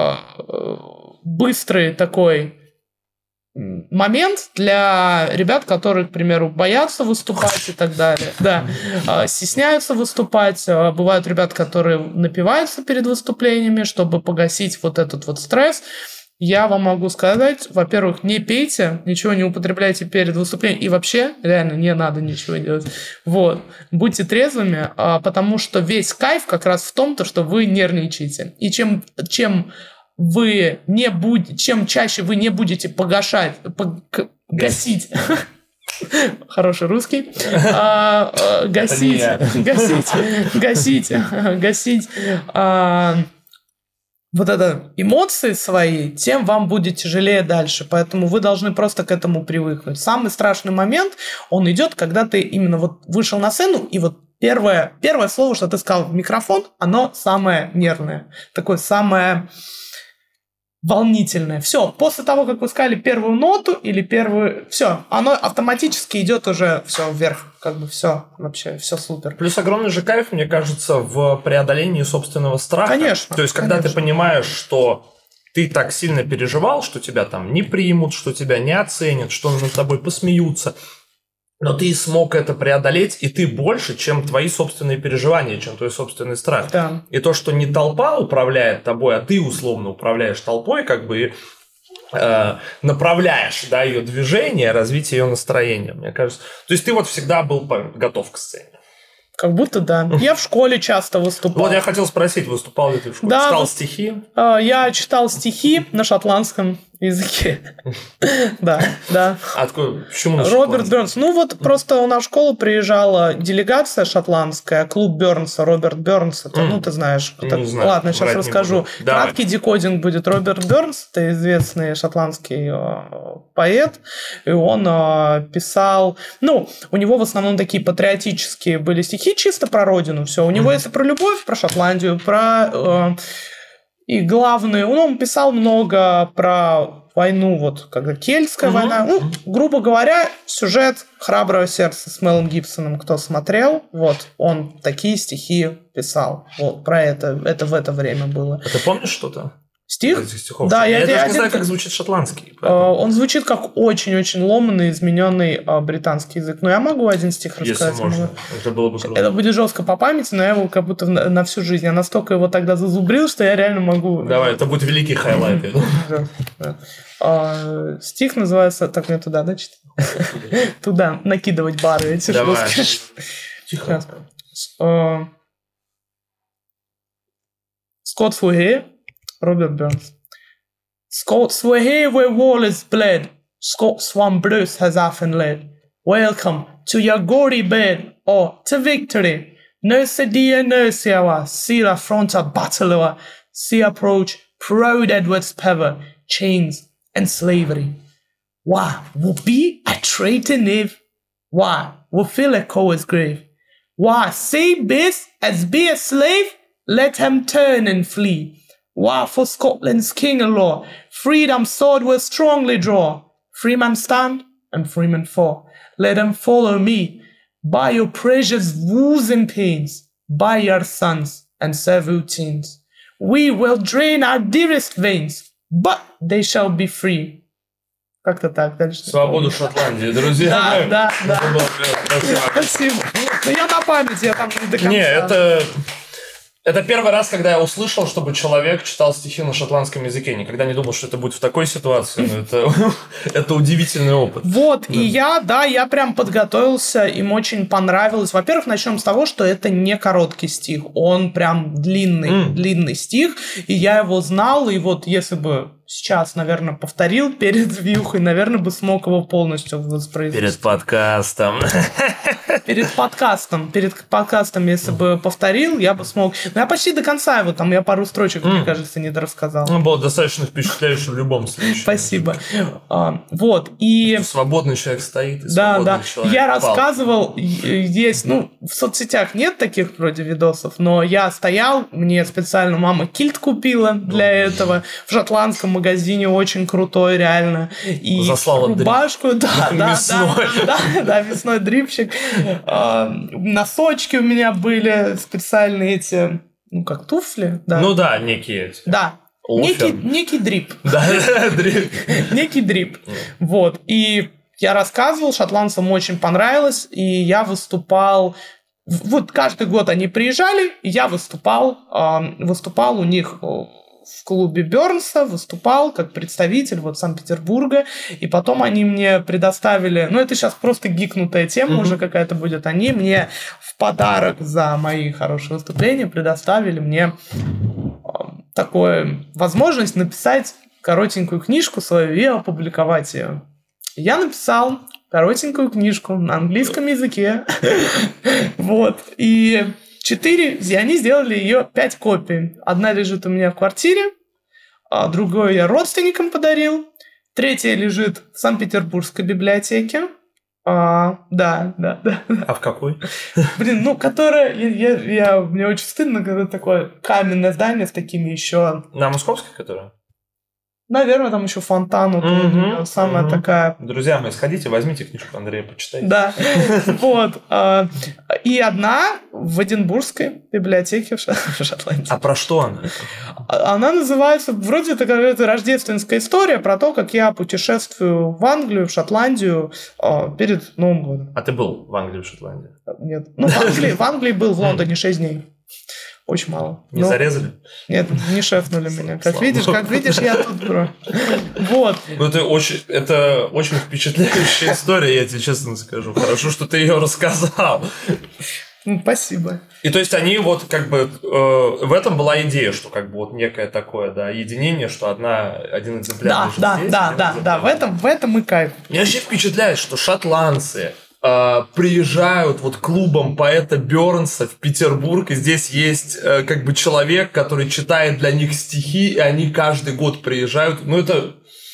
быстрый такой момент для ребят, которые, к примеру, боятся выступать и так далее. Да, стесняются выступать. Бывают ребята, которые напиваются перед выступлениями, чтобы погасить вот этот вот стресс. Я вам могу сказать, во-первых, не пейте, ничего не употребляйте перед выступлением. И вообще, реально, не надо ничего делать. Вот. Будьте трезвыми, потому что весь кайф как раз в том, что вы нервничаете. И чем чаще вы не будете гасить, хороший русский, гасить вот это эмоции свои, тем вам будет тяжелее дальше. Поэтому вы должны просто к этому привыкнуть. Самый страшный момент, он идет, когда ты именно вот вышел на сцену, и вот первое слово, что ты сказал в микрофон, оно самое нервное. Такое самое волнительное. Все, после того, как вы сказали первую ноту или все, оно автоматически идет уже все вверх. Как бы все, вообще, все супер. Плюс огромный же кайф, мне кажется, в преодолении собственного страха. Конечно. То есть, когда ты понимаешь, что ты так сильно переживал, что тебя там не примут, что тебя не оценят, что над тобой посмеются, но ты смог это преодолеть, и ты больше, чем твои собственные переживания, чем твой собственный страх. Да. И то, что не толпа управляет тобой, а ты условно управляешь толпой, как бы направляешь, да, ее движение, развитие ее настроения, мне кажется. То есть ты вот всегда был готов к сцене. Как будто да. Я в школе часто выступал. Вот я хотел спросить, выступал ли ты в школе? Да, читал стихи? Я читал стихи на шотландском языке. Да. Откуда? Почему? Роберт Бернс. Ну вот просто у нас в школу приезжала делегация шотландская, клуб Бернса, Роберт Бернс. Это, ну ты знаешь. Ладно, сейчас расскажу. Краткий декодинг будет. Роберт Бернс, это известный шотландский поэт, и он писал... Ну, у него в основном такие патриотические были стихи, чисто про родину. Все. У него если про любовь, про Шотландию, про... И главное, он писал много про войну, вот когда Кельтская война. Ну, грубо говоря, сюжет «Храброго сердца» с Мелом Гибсоном, кто смотрел, вот, он такие стихи писал. Вот, про это в это время было. А ты помнишь что-то? Стих? Да, я даже не знаю, как звучит шотландский. Он звучит как очень-очень ломанный, измененный британский язык. Но я могу один стих рассказать. Если можно. Это было бы круто. Это будет жестко по памяти, но я его как будто на всю жизнь. Я настолько его тогда зазубрил, что я реально могу... Давай, это будет великий хайлайт. Стих называется... Так, мне туда, да, читать? Туда накидывать бары эти жесткие. Тихо. Scots were here. Robert Burns. Scots were here where Wallace bled. Scots won Bruce has often led. Welcome to your gory bed, or to victory. Nurse dear, nurse our, see the front of battle, see approach proud Edward's power, chains and slavery. Why, will be a traitor knave? Why, will fill a coward's grave? Why, say this as be a slave? Let him turn and flee. War for Scotland's king and law. Freedom's sword will strongly draw. Freemen stand and freemen fall. Let them follow me. Buy your precious woes and pains. Buy your sons and serve your teens. We will drain our dearest veins, but they shall be free. Как-то так дальше. Свободу Шотландии, друзья. Да. Спасибо. Но я на память, я там не до конца. Не, это первый раз, когда я услышал, чтобы человек читал стихи на шотландском языке. Никогда не думал, что это будет в такой ситуации, но это удивительный опыт. Вот, да. И я прям подготовился, им очень понравилось. Во-первых, начнем с того, что это не короткий стих, он прям длинный стих, и я его знал, и вот если бы сейчас, наверное, повторил перед вьюхой, наверное, бы смог его полностью воспроизвести. Перед подкастом. Перед подкастом, если бы повторил, я бы смог. Но я почти до конца его, там я пару строчек, мне кажется, не дорассказал. Он был достаточно впечатляющий в любом случае. Спасибо. Вот, и... Свободный человек стоит, и свободный человек я рассказывал, есть, в соцсетях нет таких вроде видосов, но я стоял, мне специально мама кильт купила для этого, в шотландском магазине очень крутой, реально. И заслала рубашку, мясной дрипчик. Носочки у меня были специальные эти, как туфли. Да. Ну да, некие. Да. Некий дрип. Да, дрип. Некий дрип. Вот. И я рассказывал, шотландцам очень понравилось, и я выступал. Вот каждый год они приезжали, и я выступал у них в клубе Бёрнса, выступал как представитель Санкт-Петербурга, и потом они мне предоставили, это сейчас просто гикнутая тема уже какая-то будет, они мне в подарок за мои хорошие выступления предоставили мне такую возможность написать коротенькую книжку свою и опубликовать ее. Я написал коротенькую книжку на английском языке, и 4, они сделали ее 5 копий. Одна лежит у меня в квартире, а другую я родственникам подарил, 3 лежит в Санкт-Петербургской библиотеке. Да. А в какой? Которая... Мне очень стыдно, когда такое каменное здание с такими еще... На Московской, которая? Наверное, там еще фонтан, самая такая... Друзья мои, сходите, возьмите книжку Андрея, почитайте. Да, вот. И одна в Эдинбургской библиотеке в Шотландии. А про что она? Она называется, вроде это какая-то рождественская история про то, как я путешествую в Англию, в Шотландию перед Новым годом. А ты был в Англии, в Шотландии? Нет. В Англии был, в Лондоне 6 дней. Очень мало. Не зарезали? Нет, не шефнули меня. Как видишь, я тут, бро. Вот. Это очень впечатляющая история, я тебе честно скажу. Хорошо, что ты ее рассказал. Спасибо. И то есть они в этом была идея, что некое такое, единение, что один экземпляр лежит здесь. Да, в этом и кайф. Меня вообще впечатляет, что шотландцы приезжают клубом поэта Бёрнса в Петербург, и здесь есть человек, который читает для них стихи, и они каждый год приезжают. Это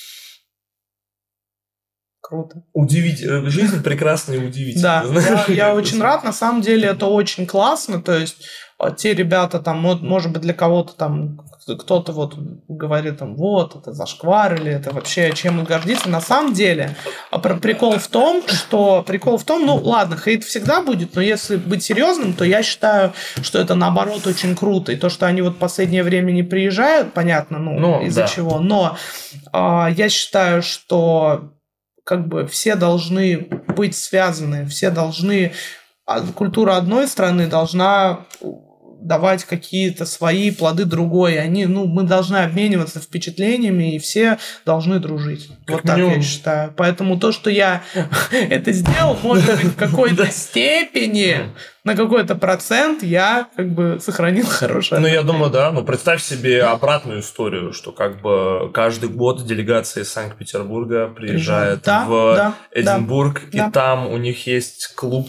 круто. Удивительно. Жизнь прекрасная и удивительная. Да, я очень рад. На самом деле это очень классно. То есть те ребята там, может быть, для кого-то там кто-то говорит там, это зашквар, или это вообще чем и гордиться. На самом деле прикол в том, ладно, хейт всегда будет, но если быть серьезным, то я считаю, что это наоборот очень круто. И то, что они в последнее время не приезжают, понятно, из-за чего. Но я считаю, что все должны быть связаны, все должны... Культура одной страны должна давать какие-то свои плоды другой. Мы должны обмениваться впечатлениями, и все должны дружить. Так я считаю. Поэтому то, что я это сделал, может быть, в какой-то степени, на какой-то процент я сохранил хорошее. Я думаю, да. Представь себе обратную историю, что каждый год делегация из Санкт-Петербурга приезжает в Эдинбург, и там у них есть клуб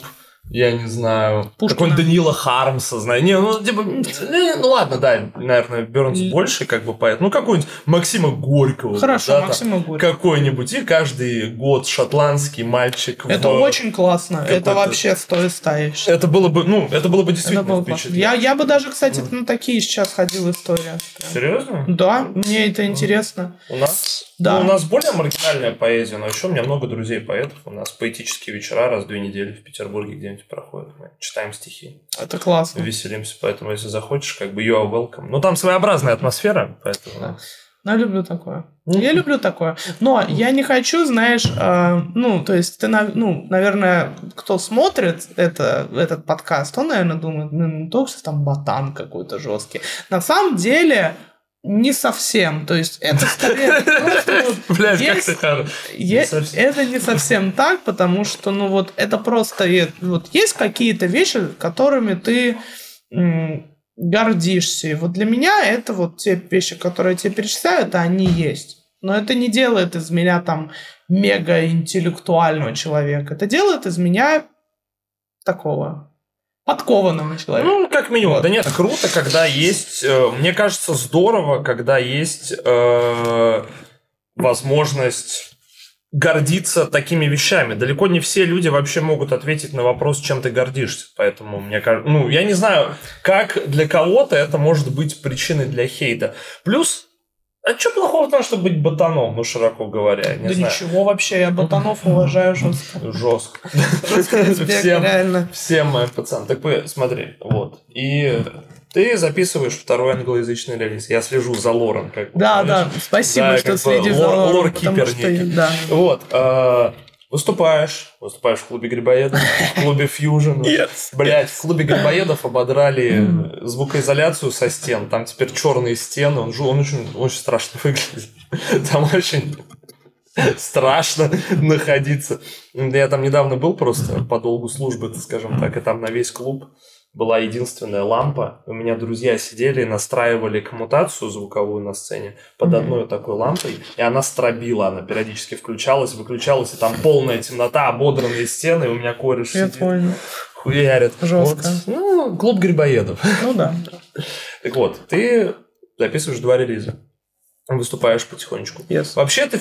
я не знаю, Пушкина. какой-нибудь Даниила Хармса, знаю. Не, ну, типа, ну ладно, да, наверное, Бернс больше как бы поэт. Ну, какой-нибудь Максима Горького. Хорошо, да, Максима Горького. Какой-нибудь. И каждый год шотландский мальчик. Это очень классно. Это вообще стоит ставить. Это было бы действительно впечатляюще. Я бы даже, кстати, на такие сейчас ходил истории. Серьезно? Да, мне это интересно. У нас? Да. Ну, у нас более маргинальная поэзия, но еще у меня много друзей-поэтов. У нас поэтические вечера раз в 2 недели в Петербурге где-нибудь проходят. Мы читаем стихи. Это классно. Веселимся, поэтому, если захочешь, как бы you are welcome. Ну, там своеобразная атмосфера, поэтому... Да. Ну, я люблю такое. Я люблю такое. Но я не хочу, знаешь, то есть ты, наверное, кто смотрит этот подкаст, он, наверное, думает, ну, только там ботан какой-то жесткий. На самом деле... Не совсем, то есть это скорее Блядь, как ты хорош. Это не совсем так, потому что, это просто есть какие-то вещи, которыми ты гордишься. И вот для меня это вот те вещи, которые я тебе перечисляю, это они есть. Но это не делает из меня там мега-интеллектуального человека. Это делает из меня такого... подкованного человека. Ну, как минимум. Вот. Да нет, круто, когда есть... Мне кажется, здорово, когда есть возможность гордиться такими вещами. Далеко не все люди вообще могут ответить на вопрос, чем ты гордишься. Поэтому, мне кажется... Ну, я не знаю, как для кого-то это может быть причиной для хейта. Плюс... А что плохого в том, чтобы быть ботаном, широко говоря? Не знаю. Ничего вообще, я ботанов уважаю жестко. Жестко. Реально. Всем моим пацанам. Так смотри, вот. И ты записываешь второй англоязычный релиз. Я слежу за лором. Да, спасибо, что следишь за лором. Лор-кипер некий. Вот. Выступаешь в клубе Грибоедов, в клубе Fusion. Блять, в клубе Грибоедов ободрали звукоизоляцию со стен. Там теперь черные стены. Он очень страшно выглядит. Там очень страшно находиться. Я там недавно был просто по долгу службы, скажем так, и там на весь клуб была единственная лампа. У меня друзья сидели и настраивали коммутацию звуковую на сцене под одной такой лампой, и она стробила, она периодически включалась, выключалась, и там полная темнота, ободранные стены, и у меня кореш сидит. Я понял. Хуярит. Жестко. Вот. Клуб Грибоедов. Ну да. Так вот, ты записываешь 2 релиза. Выступаешь потихонечку. Yes. Вообще это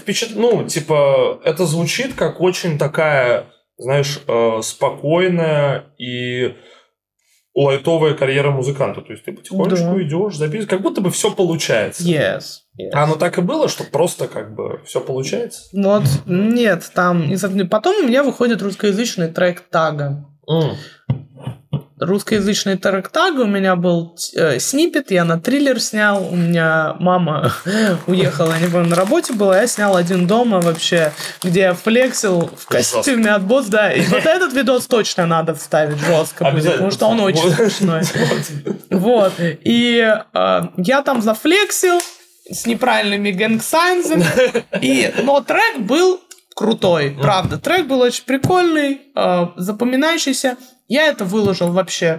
это звучит как очень такая, знаешь, спокойная и лайтовая карьера музыканта. То есть ты потихонечку идешь, записываешь, как будто бы все получается. Yes. А оно так и было, что просто как бы все получается? Вот, нет, там... Потом у меня выходит русскоязычный трек «Тага». Русскоязычный трек «Тага», у меня был сниппет, я на триллер снял, у меня мама уехала, не помню, на работе была, я снял один дома вообще, где я флексил в костюме от Босс, да, и вот этот видос точно надо вставить жестко, потому что он очень смешной. Вот, и я там зафлексил с неправильными гэнгсайнзами, но трек был крутой, правда, трек был очень прикольный, запоминающийся. Я это выложил вообще.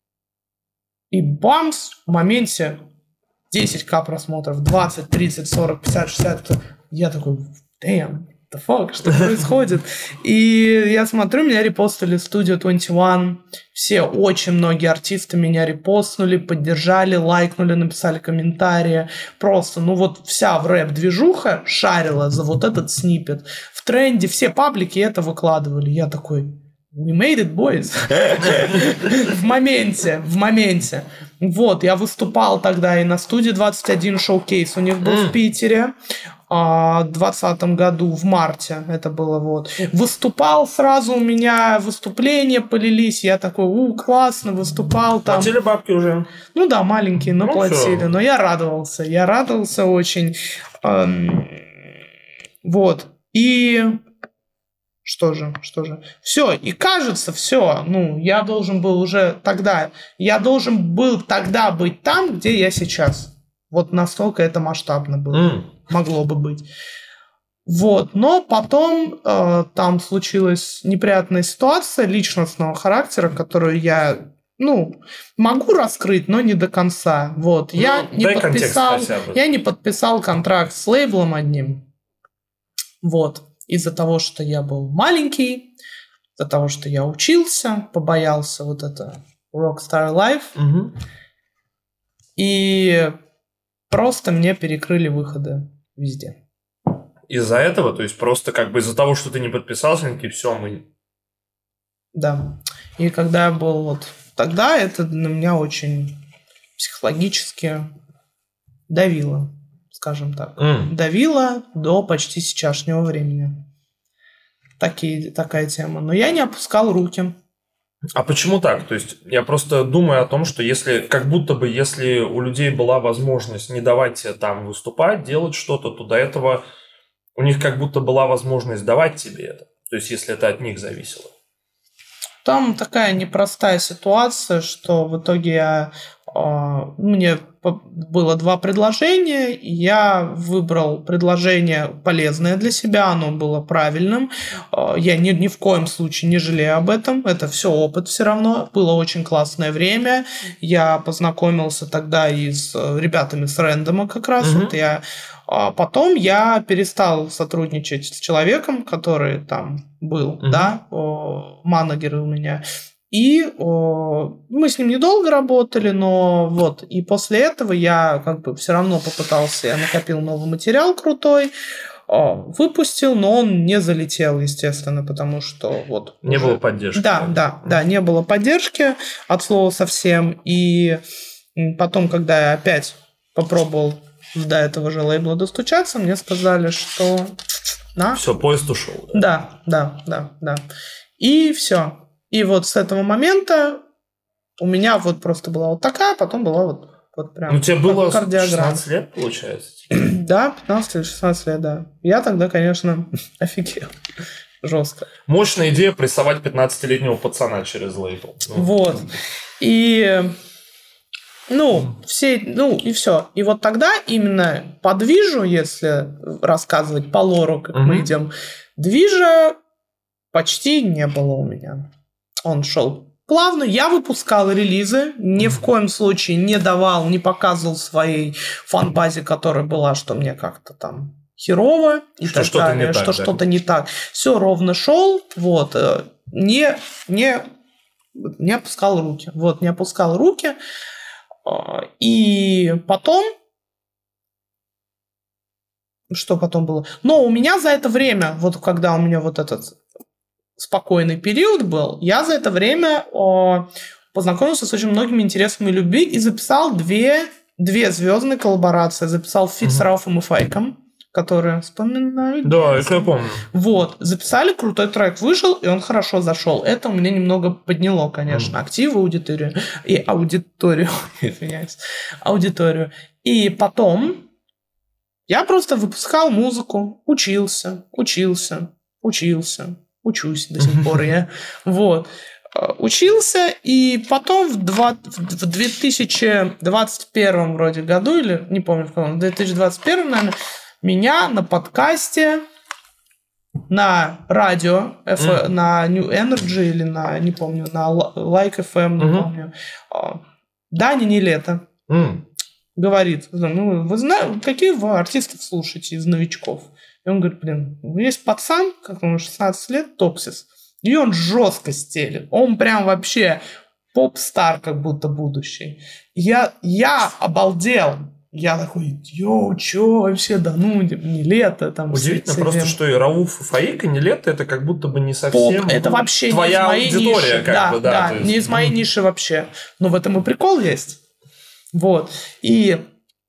И бамс, в моменте 10к просмотров, 20, 30, 40, 50, 60. Я такой, damn, the fuck, что происходит? И я смотрю, меня репостили Studio 21. Все, очень многие артисты меня репостнули, поддержали, лайкнули, написали комментарии. Просто, вся в рэп-движуха шарила за вот этот сниппет. В тренде все паблики это выкладывали. Я такой... We made it, boys. В моменте. Вот, я выступал тогда и на студии 21 шоу-кейс у них был в Питере в 2020 году, в марте это было вот. Выступал сразу, у меня выступления полились, я такой, классно, выступал там. Платили бабки уже? Ну да, маленькие, но платили, но я радовался очень. Вот, и... Что же? Все, и кажется, все. Я должен был тогда быть там, где я сейчас. Вот настолько это масштабно было. Могло бы быть. Вот, но потом там случилась неприятная ситуация личностного характера, которую я, могу раскрыть, но не до конца. Вот, я не подписал контракт с лейблом одним. Вот. Из-за того, что я был маленький, из-за того, что я учился, побоялся вот это Rockstar Life. И просто мне перекрыли выходы везде. Из-за этого? То есть просто как бы из-за того, что ты не подписался, они такие, все, мы... Да. И когда я был вот тогда, это на меня очень психологически давило, скажем так. Давило до почти сейчасшнего времени. Такая тема. Но я не опускал руки. А почему так? То есть я просто думаю о том, что если, как будто бы, если у людей была возможность не давать тебе там выступать, делать что-то, то до этого у них как будто была возможность давать тебе это. То есть если это от них зависело. Там такая непростая ситуация, что в итоге мне было 2 предложения, и я выбрал предложение полезное для себя, оно было правильным. Я ни в коем случае не жалею об этом, это все опыт все равно. Было очень классное время, я познакомился тогда и с ребятами с Рэндома как раз. Потом я перестал сотрудничать с человеком, который там был, менеджер у меня. И мы с ним недолго работали, но вот. И после этого я как бы все равно попытался, я накопил новый материал крутой, выпустил, но он не залетел, естественно, потому что вот... Не было поддержки. Да, не было поддержки от слова совсем. И потом, когда я опять попробовал до этого же лейбла достучаться, мне сказали, что... Все, поезд ушел. Да. И все. И вот с этого момента у меня вот просто была вот такая, потом была вот прям... Ну, тебе было 16 лет, получается? Да, 15 или 16 лет, да. Я тогда, конечно, офигел. Жестко. Мощная идея прессовать 15-летнего пацана через лейбл. Вот. И... и все. И вот тогда именно по движу, если рассказывать по лору, как мы идем, движа почти не было у меня. Он шел плавно. Я выпускал релизы, ни в коем случае не давал, не показывал своей фан-базе, которая была, что мне как-то там херово и так далее, что что-то не так. Все ровно шел, вот. Не опускал руки. Вот, не опускал руки. И потом... Что потом было? Но у меня за это время, вот когда у меня вот этот спокойный период был, я за это время познакомился с очень многими интересными людьми и записал две звездные коллаборации. Записал фит с Рауфом и Фейком, которые вспоминают. Да, это я помню. Вот. Записали, крутой трек вышел, и он хорошо зашел. Это у меня немного подняло, конечно, активы, аудиторию. Извиняюсь. Аудиторию. И потом я просто выпускал музыку, учился. Учусь до сих пор я. Вот. Учился, и потом в 2021 вроде году, или не помню в каком, в 2021, наверное, меня на подкасте, на радио, на New Energy или на, не помню, на Like FM, не помню, Даня Нилето говорит, вы знаете, какие вы артистов слушаете из новичков? И он говорит, есть пацан, как ему 16 лет, Токсис, и он жестко стелит. Он прям вообще поп-стар, как будто будущий. Я обалдел. Я такой, чё вообще, Нилето там. Удивительно просто, что и Рауф, и Фаик, и Нилето, это как будто бы не совсем поп, это вообще твоя не из моей аудитория. Ниши. Да, не из моей ниши вообще. Но в этом и прикол есть. Вот. И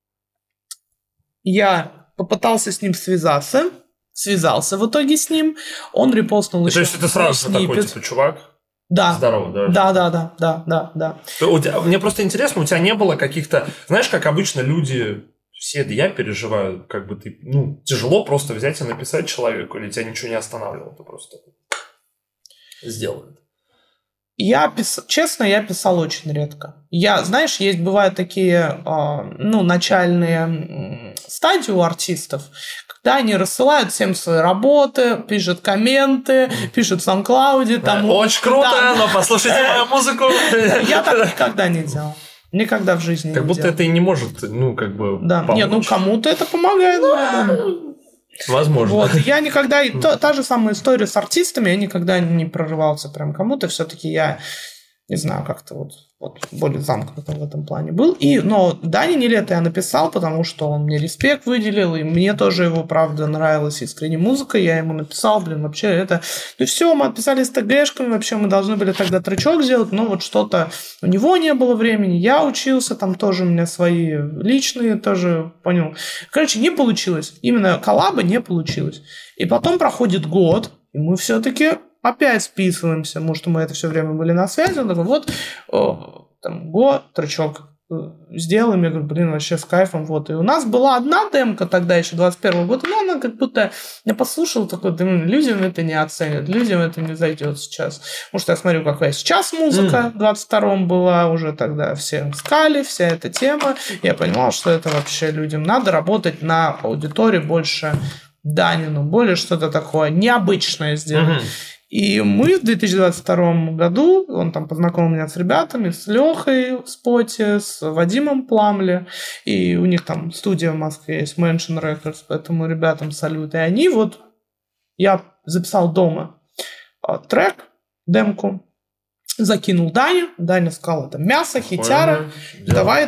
я попытался с ним связался в итоге с ним. Он репостнул еще. То есть это сразу такой, типа, чувак? Да. Здорово, да? Да. Мне просто интересно, у тебя не было каких-то... Знаешь, как обычно люди... Все, да я переживаю, как бы ты... тяжело просто взять и написать человеку, или тебя ничего не останавливало, ты просто сделал это. Честно, я писал очень редко. Бывают такие, начальные стадии у артистов, когда они рассылают всем свои работы, пишут комменты, пишут в SoundCloud. Очень круто, но послушайте мою музыку. Я так никогда не делал. Никогда в жизни не делал. Как будто это и не может, Да, кому-то это помогает. Возможно. Вот, я никогда... Та же самая история с артистами, я никогда не прорывался прям кому-то. Все-таки я, не знаю, как-то вот более замкнутым в этом плане был. Но Дане Нилетто я написал, потому что он мне респект выделил, и мне тоже его, правда, нравилась искренне музыка. Я ему написал, вообще это... Ну все, мы отписались с ТГшками, вообще мы должны были тогда тречок сделать, но вот что-то у него не было времени, я учился, там тоже у меня свои личные, тоже понял. Короче, не получилось. Именно коллаба не получилось. И потом проходит год, и мы все-таки... опять списываемся, может, мы это все время были на связи, он такой, вот, там, год, тречок сделаем, я говорю, вообще с кайфом, вот, и у нас была одна демка тогда, еще 21 года, но она как будто, я послушал, такой, людям это не оценят, людям это не зайдет сейчас, потому что я смотрю, какая сейчас музыка, в 22-м была уже тогда, все скали, вся эта тема, я понимал, что это вообще людям надо работать на аудитории больше Данину, более что-то такое необычное сделать. И мы в 2022 году, он там познакомил меня с ребятами, с Лехой в споте, с Вадимом Пламли, и у них там студия в Москве есть, Mansion Records, поэтому ребятам салют. И они вот, я записал дома трек, демку, закинул Дане, Даня сказал, это мясо, хитяра, давай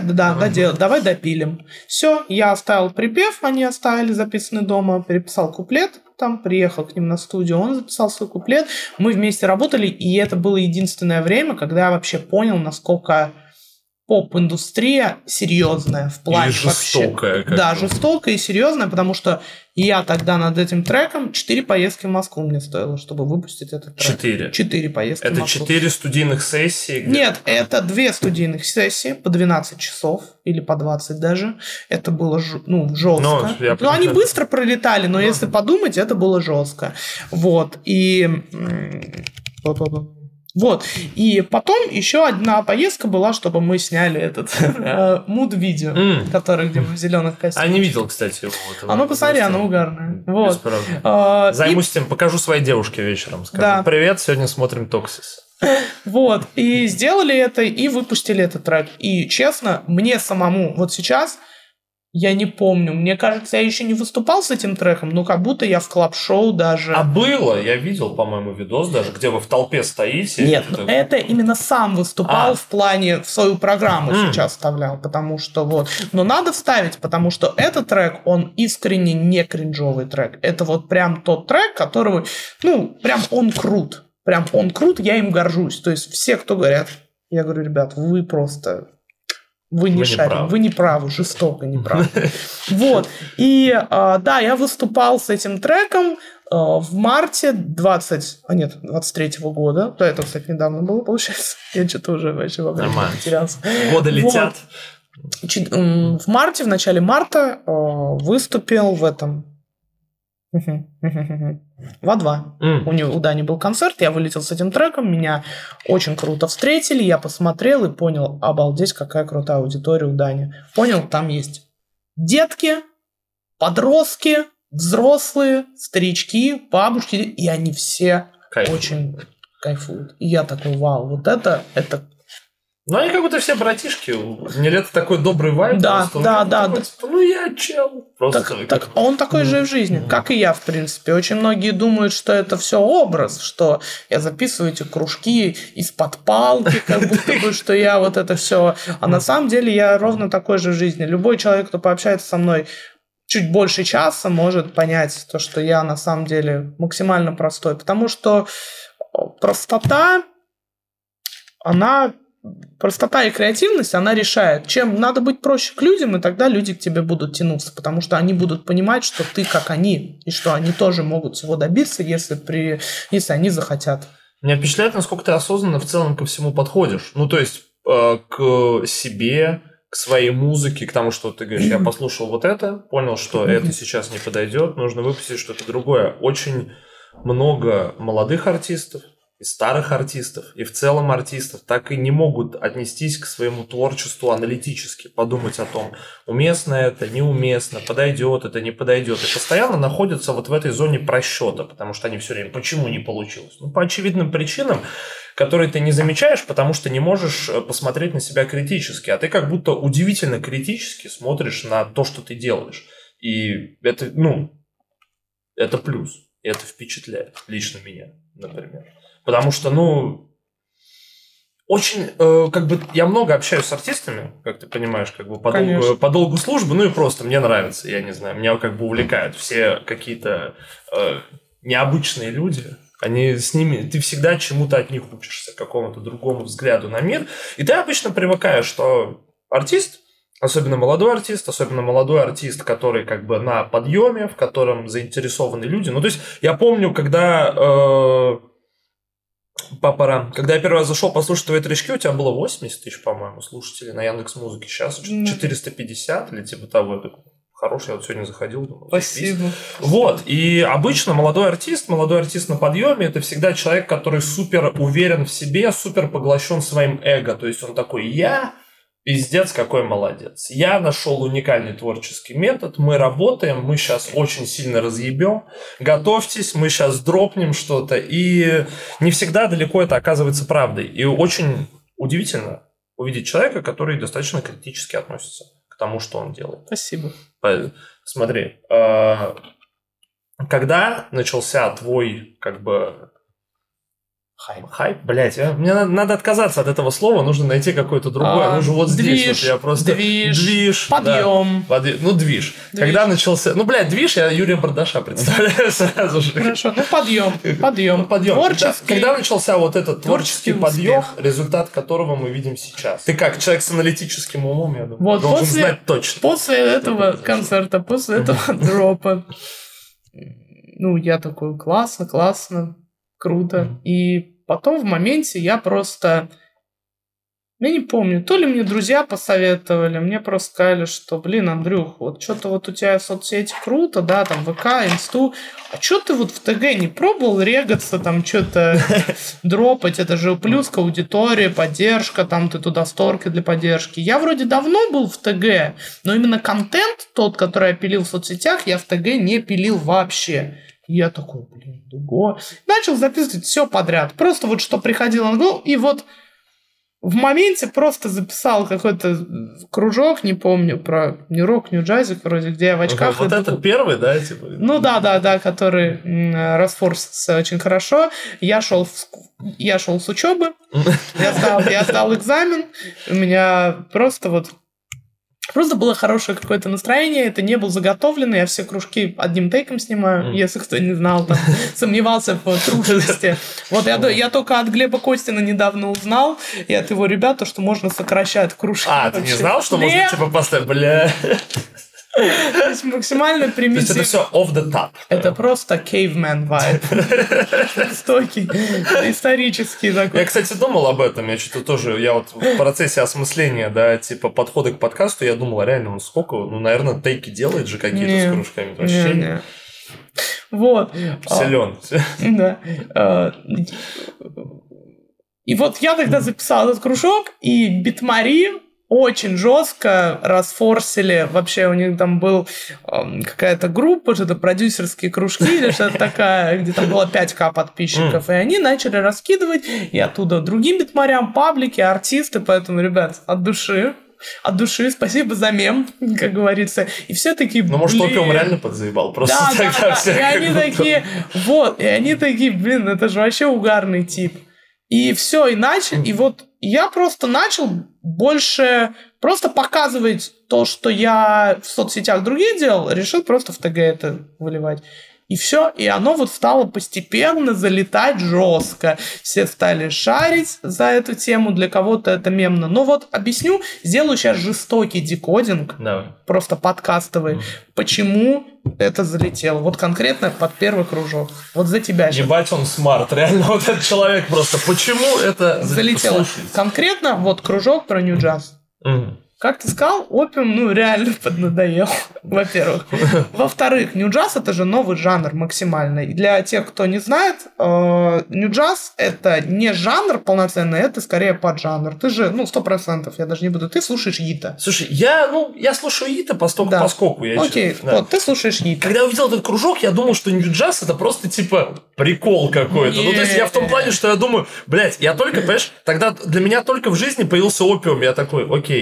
допилим. Все, я оставил припев, они оставили записанный дома, переписал куплет, там приехал к ним на студию, он записал свой куплет, мы вместе работали, и это было единственное время, когда я вообще понял, насколько поп-индустрия серьезная в плане жестокая. Вообще. Да, жестокая и серьезная, потому что я тогда над этим треком 4 поездки в Москву мне стоило, чтобы выпустить этот трек. 4 поездки это в Москву. 4 студийных сессии? Нет, это 2 студийных сессии по 12 часов или по 20 даже. Это было жестко. Они быстро пролетали, но если подумать, это было жестко. Вот. И потом еще одна поездка была, чтобы мы сняли этот муд-видео, где мы в зеленых костюмах. А не видел, кстати, его. Оно, посмотри, оно угарное. Вот. Займусь тем, покажу своей девушке вечером. Скажу, да. Привет, сегодня смотрим Токсис. Вот, и сделали это, и выпустили этот трек. И, честно, мне самому, вот сейчас... Я не помню. Мне кажется, я еще не выступал с этим треком, но как будто я в клаб-шоу даже... А было? Я видел, по-моему, видос даже, где вы в толпе стоите. Нет, это именно сам выступал в плане, в свою программу сейчас вставлял, потому что вот... Но надо вставить, потому что этот трек, он искренне не кринжовый трек. Это вот прям тот трек, которого... прям он крут. Прям он крут, я им горжусь. То есть все, кто говорят... Я говорю, ребят, вы просто... Вы не шарите, вы не правы, жестоко не правы. Вот. И да, я выступал с этим треком в марте 23-го года. Да, это, кстати, недавно было, получается. Я что-то уже вообще во времени потерялся. Годы летят. В марте, в начале марта выступил в этом... В А2. У Дани был концерт, я вылетел с этим треком, меня очень круто встретили, я посмотрел и понял, обалдеть, какая крутая аудитория у Дани. Понял, там есть детки, подростки, взрослые, старички, бабушки, и они все очень кайфуют. И я такой, вау, вот это... Ну, они как будто все братишки. Нилетто такой добрый вайб. Да. Я чел. Так он такой же и в жизни, как и я, в принципе. Очень многие думают, что это все образ, что я записываю эти кружки из-под палки, как будто бы, что я вот это все. А на самом деле я ровно такой же в жизни. Любой человек, кто пообщается со мной чуть больше часа, может понять то, что я на самом деле максимально простой. Потому что простота и креативность, она решает. Чем надо быть проще к людям, и тогда люди к тебе будут тянуться, потому что они будут понимать, что ты как они, и что они тоже могут всего добиться, если они захотят. Меня впечатляет, насколько ты осознанно в целом ко всему подходишь. То есть к себе, к своей музыке, к тому, что ты говоришь, я послушал вот это, понял, что это сейчас не подойдет, нужно выпустить что-то другое. Очень много молодых артистов, и старых артистов, и в целом артистов так и не могут отнестись к своему творчеству аналитически, подумать о том, уместно это, неуместно, подойдет это, не подойдет. И постоянно находятся вот в этой зоне просчета, потому что они все время, почему не получилось? По очевидным причинам, которые ты не замечаешь, потому что не можешь посмотреть на себя критически, а ты как будто удивительно критически смотришь на то, что ты делаешь. И это, это плюс. И это впечатляет. Лично меня, например. Потому что, очень, я много общаюсь с артистами, как ты понимаешь, по долгу службы, и просто мне нравится, я не знаю, меня увлекают все какие-то необычные люди. Они с ними, ты всегда чему-то от них учишься, какому-то другому взгляду на мир. И ты обычно привыкаешь, что артист, особенно молодой артист, который на подъеме, в котором заинтересованы люди. То есть я помню, когда я первый раз зашел послушать твои тречки, у тебя было 80 тысяч, по-моему, слушателей на Яндекс.Музыке. Сейчас 450 или типа того. Хороший, я сегодня заходил. Думаю, спасибо. И обычно молодой артист на подъеме, это всегда человек, который супер уверен в себе, супер поглощен своим эго. То есть он такой, я пиздец какой молодец. Я нашел уникальный творческий метод, мы работаем, мы сейчас очень сильно разъебем. Готовьтесь, мы сейчас дропнем что-то. И не всегда далеко это оказывается правдой. И очень удивительно увидеть человека, который достаточно критически относится к тому, что он делает. Спасибо. Смотри, когда начался твой, хайп, блять, мне надо отказаться от этого слова, нужно найти какое-то другое, оно же вот здесь. Движ, я просто... Движ, подъем. Да, движ. Когда начался... движ, я Юрия Бардаша представляю сразу же. Хорошо, подъем. Творческий. Когда начался вот этот творческий подъем, результат которого мы видим сейчас. Ты как человек с аналитическим умом, я думаю, должен знать точно. После этого концерта, после этого дропа, я такой, классно. Круто. И потом в моменте я просто... Я не помню, то ли мне друзья посоветовали, мне просто сказали, что, Андрюх, что-то у тебя в соцсети круто, да, там ВК, Инсту, а что ты в ТГ не пробовал регаться, там что-то дропать, это же плюс к аудитории, поддержка, там ты туда сторки для поддержки. Я вроде давно был в ТГ, но именно контент тот, который я пилил в соцсетях, я в ТГ не пилил вообще. Я такой, дуго. Начал записывать все подряд. Просто что приходило на голову. И в моменте просто записал какой-то кружок, не помню, про Нью-Рок, Нью-Джазик вроде, где я в очках. Вот это первый, да? Типа? Да, который расфорсился очень хорошо. Я шел с учебы, я сдал экзамен, у меня просто было хорошее какое-то настроение, это не был заготовлено, я все кружки одним тейком снимаю, если кто не знал, сомневался в трушности. Я только от Глеба Костина недавно узнал, и от его ребят, что можно сокращать кружки. Ты не знал, что можно поставить, бля... То есть максимально примитивно. То есть это все off the top. Это просто caveman vibe. Жестокий, исторический такой. Я, кстати, думал об этом. Я что-то тоже, в процессе осмысления, подхода к подкасту, я думал, реально, он сколько, наверное, тейки делает же какие-то с кружками. Вообще. Вот. Силен. Да. И я тогда записал этот кружок, и Битмари очень жестко расфорсили. Вообще у них там был какая-то группа, что-то продюсерские кружки или что-то такая, где там было 5К подписчиков. И они начали раскидывать, и оттуда другим битмарям, паблики, артисты. Поэтому, ребят, от души, спасибо за мем, как говорится. И все такие, может, Опиум реально подзаебал. Просто да. И они такие, это же вообще угарный тип. И все, и начали, и я просто начал больше просто показывать то, что я в соцсетях другие делал, решил просто в ТГ это выливать. И все, и оно стало постепенно залетать жестко. Все стали шарить за эту тему, для кого-то это мемно. Но объясню, сделаю сейчас жестокий декодинг, просто подкастовый, почему это залетело. Конкретно под первый кружок. За тебя. Ебать, он смарт, реально, этот человек просто. Почему это залетело? Конкретно кружок про нью-джаз. Как ты сказал, Опиум, реально поднадоел, во-первых. Во-вторых, нью-джаз — это же новый жанр максимально. И для тех, кто не знает, нью-джаз — это не жанр полноценный, это скорее поджанр. Ты же, 100%, я даже не буду. Ты слушаешь Йита. Слушай, я слушаю Йита поскольку. Окей, ты слушаешь Йита. Когда я увидел этот кружок, я думал, что нью-джаз — это просто, прикол какой-то. То есть я в том плане, что я думаю, я только, понимаешь, тогда для меня только в жизни появился Опиум. Я такой, окей, это я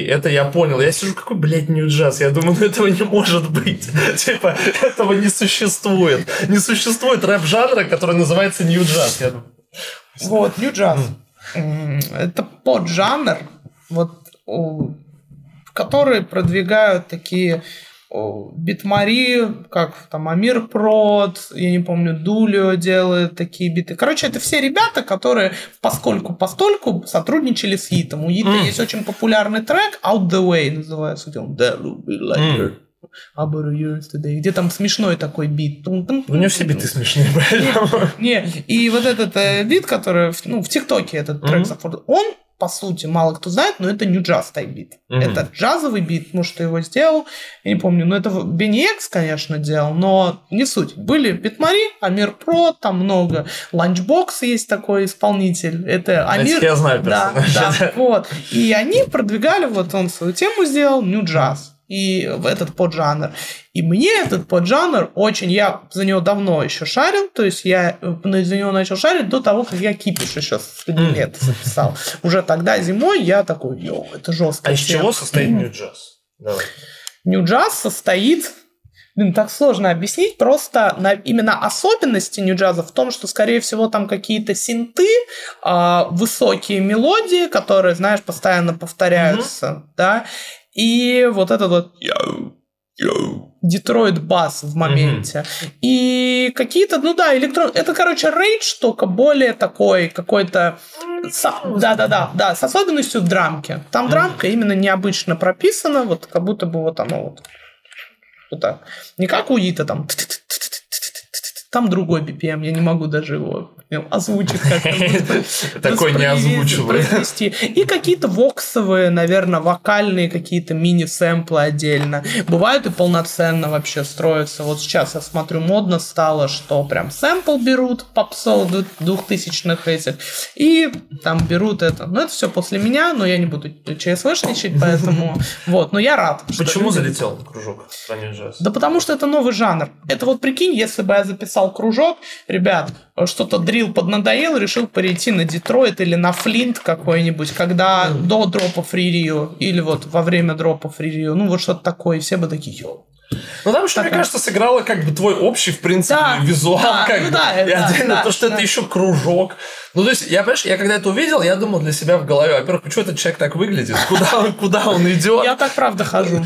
понял. Я сижу, какой, блядь, нью-джаз? Я думаю, ну этого не может быть. Типа, этого не существует. Не существует рэп-жанра, который называется нью-джаз. Вот, нью-джаз. Это поджанр, вот, которые продвигают такие битмари, как там Амир Прод, я не помню, Дулио делает такие биты. Короче, это все ребята, которые постольку сотрудничали с Йитом. У Йита есть очень популярный трек Out the Way называется, где он где там смешной такой бит. У него все биты смешные. Не, и вот этот бит, который в ТикТоке этот трек, он, по сути, мало кто знает, но это нью-джаз тайп-бит. Это джазовый бит, может, кто его сделал, я не помню, но это Бенни Экс, конечно, делал, но не суть. Были битмари, Амир Про, там много. Ланчбокс есть такой исполнитель. Это Амир. Я знаю персонажа. Да, вот. И они продвигали, вот он свою тему сделал, нью-джаз. И в этот поджанр. И мне этот поджанр очень... Я за него давно еще шарил, то есть я за него начал шарить до того, как я Кипиш еще с лет записал. Уже тогда зимой я такой, это жестко. А из чего состоит нью-джаз? Нью-джаз состоит... так сложно объяснить, просто именно особенности нью-джаза в том, что, скорее всего, там какие-то синты, высокие мелодии, которые, знаешь, постоянно повторяются, да, и вот этот вот Детройт бас в моменте. И какие-то, это, короче, рейдж, только более такой какой-то... Да, с особенностью драмки. Там драмка именно необычно прописана, вот как будто бы вот оно вот так. Не как у Йита там... Там другой BPM, я не могу даже его озвучить как-то. Такой не озвучивай. И какие-то воксовые, наверное, вокальные какие-то мини-сэмплы отдельно. Бывают и полноценно вообще строятся. Вот сейчас я смотрю, модно стало, что прям сэмпл берут попсов 2000-х этих, и там берут это. Но это все после меня, но я не буду ЧСВшничать, поэтому вот. Но я рад. Почему залетел кружок про нью-джаз? Да потому что это новый жанр. Это вот прикинь, если бы я записал кружок, ребят, что-то дрил поднадоел, решил перейти на Детройт или на Флинт какой-нибудь, когда до дропа Free Rio, или вот во время дропа Free Rio, вот что-то такое, и все бы такие, Ну, там еще, мне кажется, сыграло как бы твой общий, в принципе, визуал, и отдельно то, что это еще кружок. Ну, то есть, я когда это увидел, я думал для себя в голове, во-первых, почему этот человек так выглядит, куда он идет. Я так правда хожу.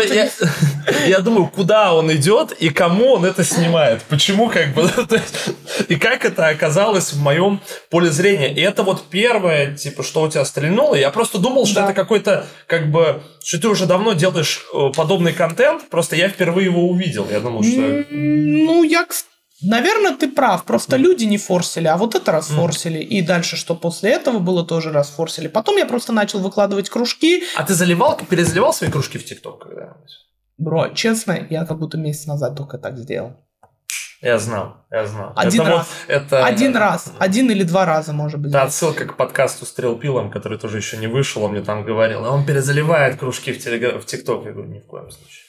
Я думаю, куда он идет и кому он это снимает. Почему как бы... И как это оказалось в моем поле зрения. И это вот первое, типа, что у тебя стрельнуло. Я просто думал, что это какой-то, как бы, что ты уже давно делаешь подобный контент, просто я впервые его увидел. Я думал, что... Наверное, ты прав, просто люди не форсили, а вот это расфорсили. И дальше, что после этого было, тоже расфорсили. Потом я просто начал выкладывать кружки. А ты перезаливал свои кружки в ТикТок когда-нибудь? Бро, честно, я как будто месяц назад только так сделал. Я знал. Один раз. Один или два раза, может быть. Да, отсылка к подкасту с Трилпилом, который тоже еще не вышел, он мне там говорил. А он перезаливает кружки в ТикТок. Я говорю, ни в коем случае.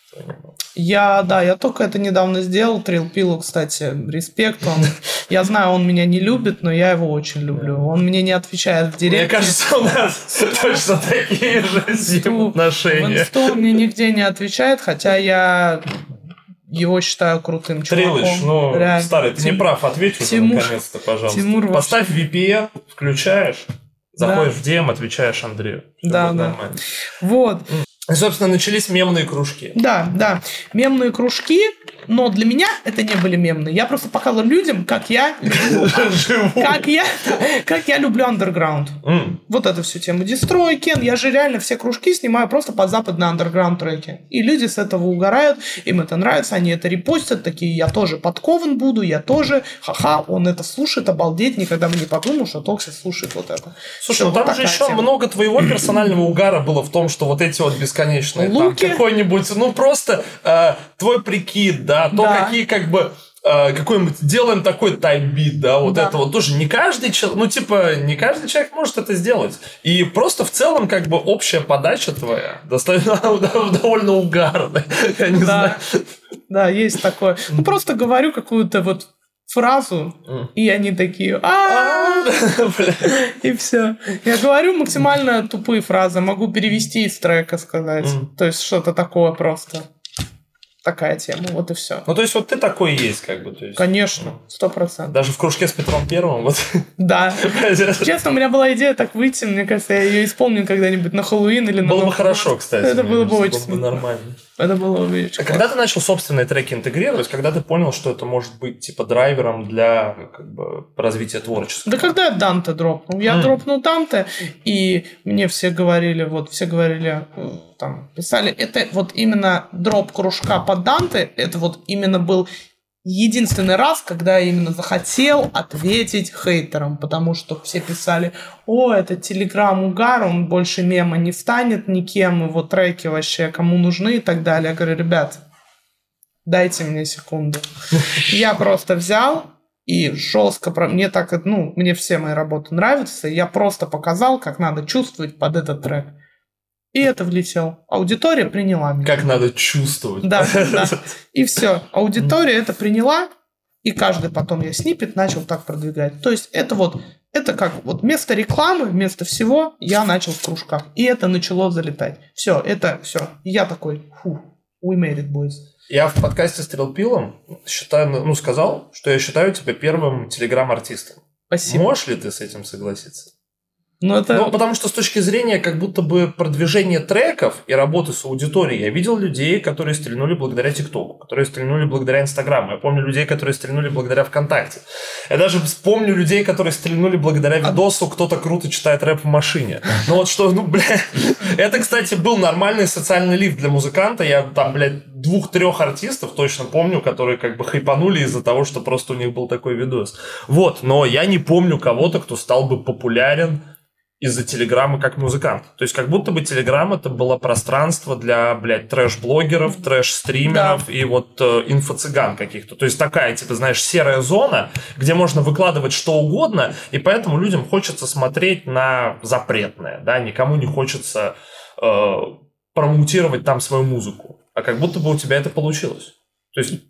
Я только это недавно сделал. Трилпилу, кстати, респект. Я знаю, он меня не любит, но я его очень люблю. Он мне не отвечает в директе. Мне кажется, у нас точно такие же отношения. В инсту мне нигде не отвечает, хотя я его считаю крутым чуваком. Трилыч, старый, ты не прав, ответь уже наконец-то, пожалуйста. Поставь VPN, включаешь, заходишь в DM, отвечаешь Андрею. Да. Вот. И, собственно, начались мемные кружки. Да. Мемные кружки, но для меня это не были мемные. Я просто показывал людям, как я люблю андерграунд. Вот эту всю тему. Дестрой, Кен. Я же реально все кружки снимаю просто под западные андерграунд треки. И люди с этого угорают, им это нравится, они это репостят, такие, я тоже подкован буду, я тоже, ха-ха, он это слушает, обалдеть, никогда бы не подумал, что Токсис слушает вот это. Слушай, там же еще много твоего персонального угара было в том, что вот эти вот бесконечные луки. Там, какой-нибудь, просто твой прикид, да, какие как бы какой-нибудь делаем такой тайп-бит, да, это вот тоже не каждый человек, не каждый человек может это сделать. И просто в целом как бы общая подача твоя достаточно довольно угарная. Я не знаю. Да, есть такое. Просто говорю какую-то вот фразу, и они такие, И все. Я говорю максимально тупые фразы. Могу перевести из трека сказать. То есть что-то такое просто. Такая тема, вот и все. Ну, то есть, вот ты такой есть, как бы. То есть... Конечно, 100%. Даже в кружке с Петром Первым, вот. Да. Честно, у меня была идея так выйти, мне кажется, я ее исполню когда-нибудь на Хэллоуин или на... Было бы хорошо, кстати. Это было бы очень смешно. Нормально. Это было бы очень когда ты начал собственные треки интегрировать, когда ты понял, что это может быть, типа, драйвером для, как бы, развития творчества? Да когда я Данте дропнул. Я дропнул Данте, и мне все говорили, там, писали, это вот именно дроп кружка под Данте, это вот именно был единственный раз, когда я именно захотел ответить хейтерам, потому что все писали: о, это телеграм-угар, он больше мема не станет никем, его треки вообще кому нужны и так далее. Я говорю: ребят, дайте мне секунду. Я просто взял и жестко, мне все мои работы нравятся, я просто показал, как надо чувствовать под этот трек. И это влетело. Аудитория приняла меня. Как надо чувствовать. Да. И все. Аудитория это приняла, и каждый потом я сниппет начал так продвигать. То есть это как вместо рекламы, вместо всего я начал в кружках. И это начало залетать. Все. Я такой, we made it, boys. Я в подкасте с Трилпилом сказал, что я считаю тебя первым телеграм-артистом. Спасибо. Можешь ли ты с этим согласиться? Ну, потому что с точки зрения как будто бы продвижения треков и работы с аудиторией, я видел людей, которые стрельнули благодаря ТикТоку, которые стрельнули благодаря Инстаграму. Я помню людей, которые стрельнули благодаря ВКонтакте. Я даже вспомню людей, которые стрельнули благодаря видосу «Кто-то круто читает рэп в машине». Это, кстати, был нормальный социальный лифт для музыканта. Я там, 2-3 артистов точно помню, которые как бы хайпанули из-за того, что просто у них был такой видос. Но я не помню кого-то, кто стал бы популярен из-за Телеграма как музыкант. То есть, как будто бы Телеграм это было пространство для, трэш-блогеров, трэш-стримеров и инфо-цыган каких-то. То есть, такая, серая зона, где можно выкладывать что угодно, и поэтому людям хочется смотреть на запретное, да, никому не хочется промоутировать там свою музыку. А как будто бы у тебя это получилось. То есть...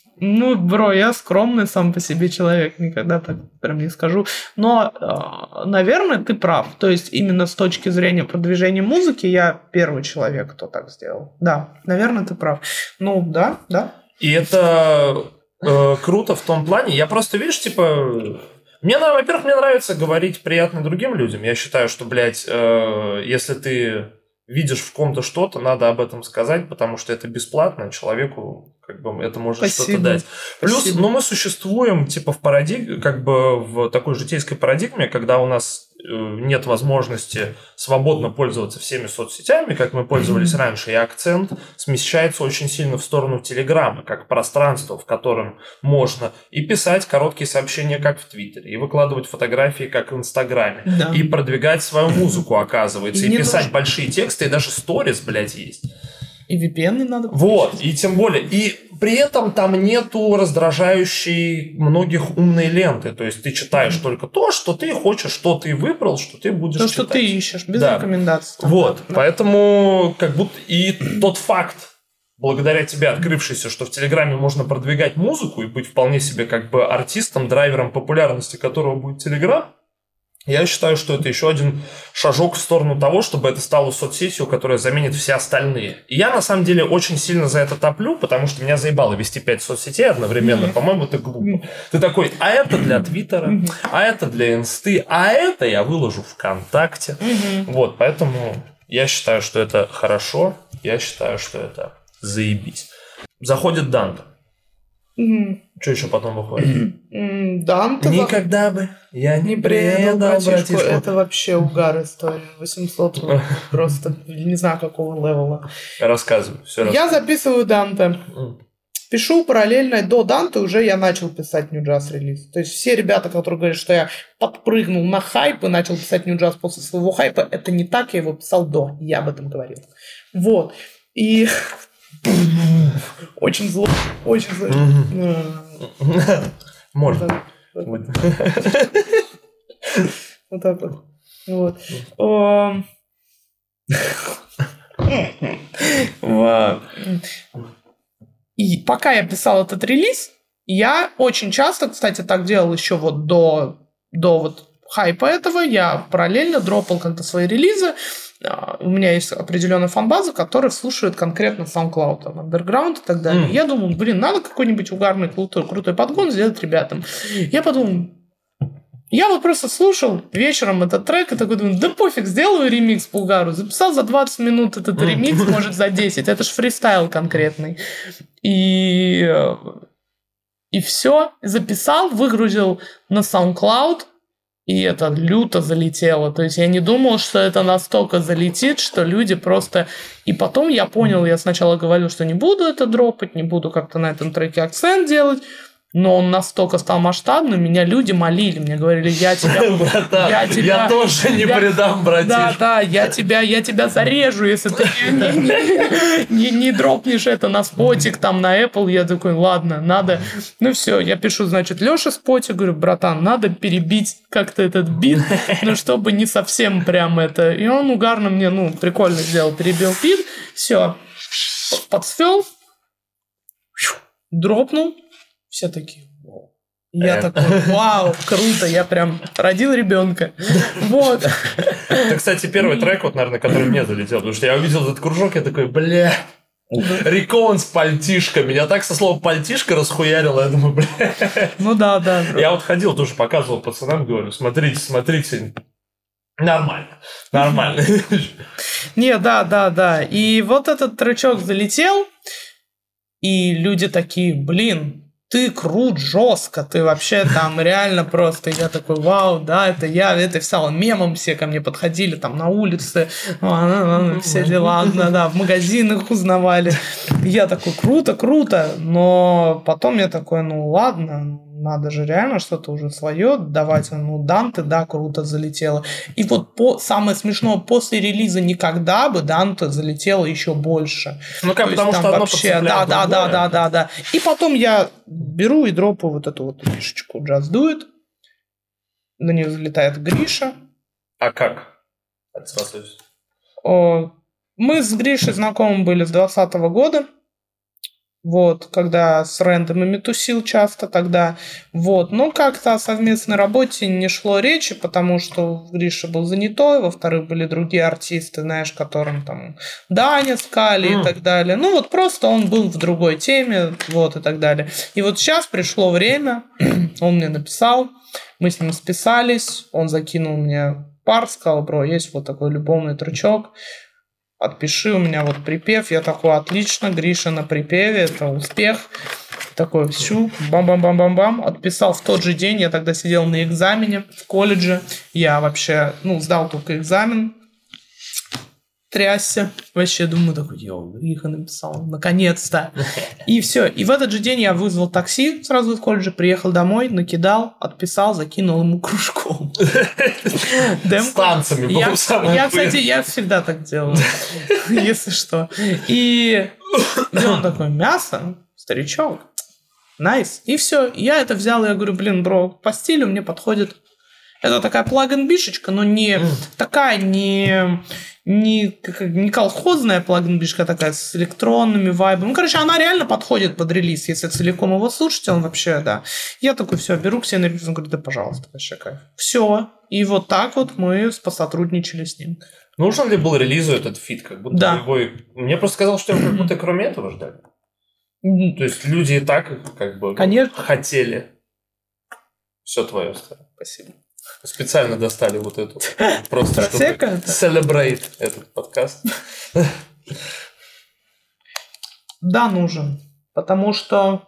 я скромный сам по себе человек, никогда так прям не скажу. Но, наверное, ты прав. То есть, именно с точки зрения продвижения музыки я первый человек, кто так сделал. Да, наверное, ты прав. Да. И это круто в том плане. Я просто, видишь, во-первых, мне нравится говорить приятно другим людям. Я считаю, что, если ты видишь в ком-то что-то, надо об этом сказать, потому что это бесплатно, человеку это может что-то дать. Плюс, мы существуем в парадигме, в такой житейской парадигме, когда у нас нет возможности свободно пользоваться всеми соцсетями, как мы пользовались раньше, и акцент смещается очень сильно в сторону Телеграма, как пространства, в котором можно и писать короткие сообщения, как в Твиттере, и выкладывать фотографии, как в Инстаграме, и продвигать свою музыку, оказывается, и писать большие тексты, и даже сторис, есть. И VPN надо. И тем более. И при этом там нету раздражающей многих умной ленты. То есть ты читаешь только то, что ты хочешь, что ты выбрал, что ты будешь читать. То, что ты ищешь, без рекомендаций. Поэтому как будто и тот факт, благодаря тебе открывшийся, что в Телеграме можно продвигать музыку и быть вполне себе артистом, драйвером популярности которого будет Телеграм, я считаю, что это еще один шажок в сторону того, чтобы это стало соцсетью, которая заменит все остальные. И я, на самом деле, очень сильно за это топлю, потому что меня заебало вести 5 соцсетей одновременно. По-моему, это глупо. Ты такой, а это для Твиттера, а это для Инсты, а это я выложу ВКонтакте. Поэтому я считаю, что это хорошо, я считаю, что это заебись. Заходит Данте. Что еще потом выходит? Данте. Никогда бы я не предал братишку. Это вообще угар история. 800 просто не знаю какого левела. Рассказывай. Я записываю Данте. Пишу параллельно. До Данте уже я начал писать New Jazz релиз. То есть все ребята, которые говорят, что я подпрыгнул на хайп и начал писать New Jazz после своего хайпа, это не так, я его писал до. Я об этом говорил. И... Очень зло. Можно. Вот так вот. И пока я писал этот релиз, я очень часто, кстати, так делал еще до хайпа этого я параллельно дропал как-то свои релизы. У меня есть определенная фан-база, которая слушает конкретно SoundCloud, там, Underground и так далее. Я думал, надо какой-нибудь угарный, крутой подгон сделать ребятам. Я подумал, я вот просто слушал вечером этот трек и такой думаю, да пофиг, сделаю ремикс по угару. Записал за 20 минут этот ремикс, может за 10. Это ж фристайл конкретный. И все, записал, выгрузил на SoundCloud, и это люто залетело. То есть я не думал, что это настолько залетит, что люди просто... И потом я понял, я сначала говорил, что не буду это дропать, не буду как-то на этом треке акцент делать, но он настолько стал масштабным, меня люди молили, мне говорили, я тоже не предам, братишка. Да, я тебя зарежу, если ты не дропнешь это на спотик, там, на Apple. Я такой, ладно, надо. Ну все, я пишу, значит, Лёше спотик, говорю, братан, надо перебить как-то этот бит, ну, чтобы не совсем прям это. И он угарно мне, прикольно сделал, перебил бит, все, подсвел, дропнул. Все такие, я такой, вау, круто, я прям родил ребенка. Вот. Это, кстати, первый трек, вот, наверное, который мне залетел, потому что я увидел этот кружок, я такой, Рекон с пальтишко. Меня так со слова пальтишко расхуярило, я думаю, Ну да. Я вот ходил, тоже показывал пацанам, говорю, смотрите. Нормально. Не, да. И вот этот тречок залетел, и люди такие, ты крут жестко, ты вообще там реально просто, я такой, вау, да, это я, это писал мемом, все ко мне подходили там на улице, все дела, да, в магазинах узнавали. Я такой, круто, но потом я такой, ладно, надо же реально что-то уже свое давать. Данте, да, круто залетело. И вот самое смешное, после релиза никогда бы Данте залетело еще больше. Потому что вообще, да. И потом я беру и дропаю вот эту вот фишечку Just Do It. На нее залетает Гриша. А как? Мы с Гришей знакомы были с 2020 года. Вот, когда с рэндомами тусил часто тогда. Вот, но как-то о совместной работе не шло речи, потому что Гриша был занятой, во-вторых, были другие артисты, знаешь, которым там Даня Скали и так далее. Вот просто он был в другой теме, вот, и так далее. И вот сейчас пришло время, он мне написал, мы с ним списались, он закинул мне пар, сказал, есть вот такой любовный трючок, отпиши, у меня вот припев. Я такой, отлично, Гриша на припеве, это успех. Такой, бам-бам-бам-бам-бам. Отписал в тот же день, я тогда сидел на экзамене в колледже. Я вообще, сдал только экзамен. Трясся. Вообще, думаю, такой, Гриша написал, наконец-то. И все. И в этот же день я вызвал такси сразу из колледжа, приехал домой, накидал, отписал, закинул ему кружком. С танцами. Я, кстати, я всегда так делаю, если что. И он такой, мясо, старичок, найс. И все. Я это взял, я говорю, бро, по стилю мне подходит. Это такая плагин-бишечка, но не такая, не колхозная плагин-бишка такая с электронными вайбами. Она реально подходит под релиз, если целиком его слушать, он вообще, да. Я такой, все, беру к себе на релиз, он говорит, да, пожалуйста, вообще кайф. Все. И вот так вот мы посотрудничали с ним. Нужен ли был релизу этот фит? Как будто да. Мне просто казалось, что его как будто кроме этого ждали. То есть люди и так хотели. Все твое. Спасибо. Специально достали вот эту. Просто чтобы celebrate этот подкаст. Да, нужен. Потому что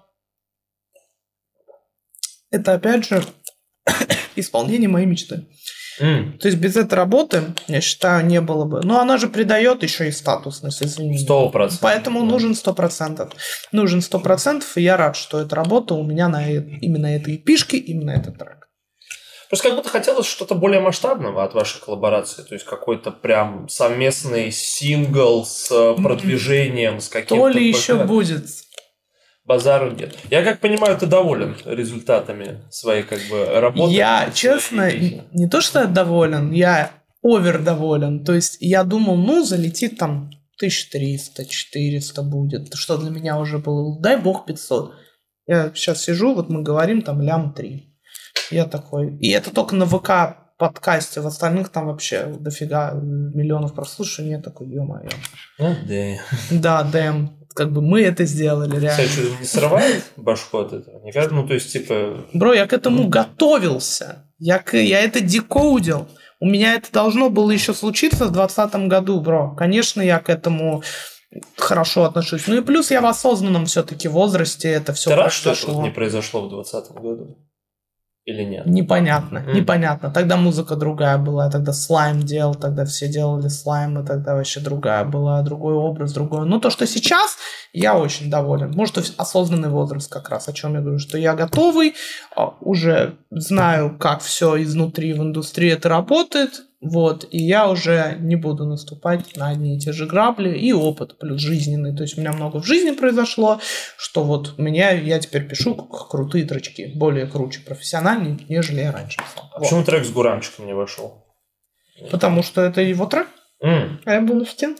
это, опять же, исполнение моей мечты. То есть без этой работы, я считаю, не было бы. Но она же придает еще и статусность, извините. 100%. Поэтому нужен 100%. Нужен 100%, и я рад, что эта работа у меня на именно этой эпишке, именно этот трек. Просто как будто хотелось что-то более масштабного от вашей коллаборации. То есть какой-то прям совместный сингл с продвижением, с каким-то... То ли еще будет. Базару нет. Я как понимаю, ты доволен результатами своей работы? Я, честно, не то что я доволен, я овердоволен. То есть я думал, залетит там 1300-400 будет, что для меня уже было, дай бог 500. Я сейчас сижу, вот мы говорим, там 3 лям. Я такой... И это только на ВК подкасте, в остальных там вообще дофига миллионов прослушиваний. Я такой, ё-моё. Да, дэм. Как бы мы это сделали, реально. Кстати, не срывает башку от этого? Не кажется? Ну, то есть, типа... Бро, я к этому готовился. Я это декодил. У меня это должно было еще случиться в 2020 году, бро. Конечно, я к этому хорошо отношусь. Ну и плюс я в осознанном все-таки возрасте это все произошло. Ты рад, что это не произошло в 2020 году? Или нет? Непонятно. Тогда музыка другая была, тогда слайм делал, тогда все делали слаймы, тогда вообще другая была, другой образ, другой. Ну, то, что сейчас, я очень доволен. Может, осознанный возраст как раз, о чем я говорю, что я готовый, уже знаю, как все изнутри в индустрии это работает, вот, и я уже не буду наступать на одни и те же грабли, и опыт плюс жизненный. То есть у меня много в жизни произошло, что вот я теперь пишу крутые тречки, более круче, профессиональнее, нежели я раньше писал. А почему трек с Гурамчиком не вошел? Потому что это его трек, а я был на фитин.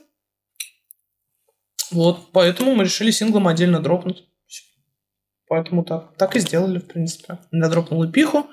Вот, поэтому мы решили синглом отдельно дропнуть. Поэтому так и сделали, в принципе. Я дропнул эпиху,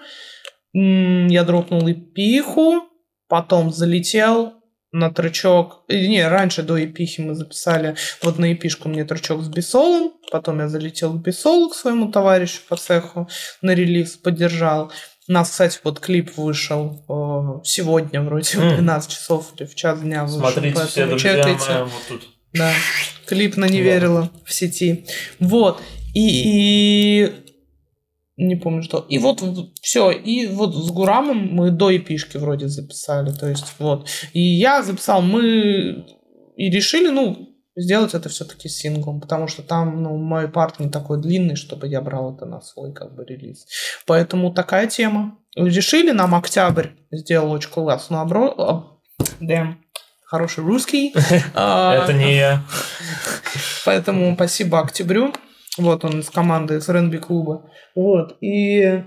потом залетел на тречок. Не, раньше до эпихи мы записали вот на эпишку мне тречок с бисолом. Потом я залетел к бисолу, к своему товарищу по цеху, на релиз поддержал. У нас, кстати, вот клип вышел сегодня вроде в 12 часов или в час дня вышел. Смотрите все, друзья мои, вот тут. Да, клип на «Неверила» в сети. Вот. И не помню что. И вот все. И вот с Гурамом мы до эпишки вроде записали. То есть вот. И я записал, мы и решили, сделать это все-таки синглом, потому что там, мой парт не такой длинный, чтобы я брал это на свой как бы релиз. Поэтому такая тема. Решили, нам Октябрь сделал очень классную хороший русский. Это не я. Поэтому спасибо Октябрю. Вот он из команды, из РНБ клуба. Вот. И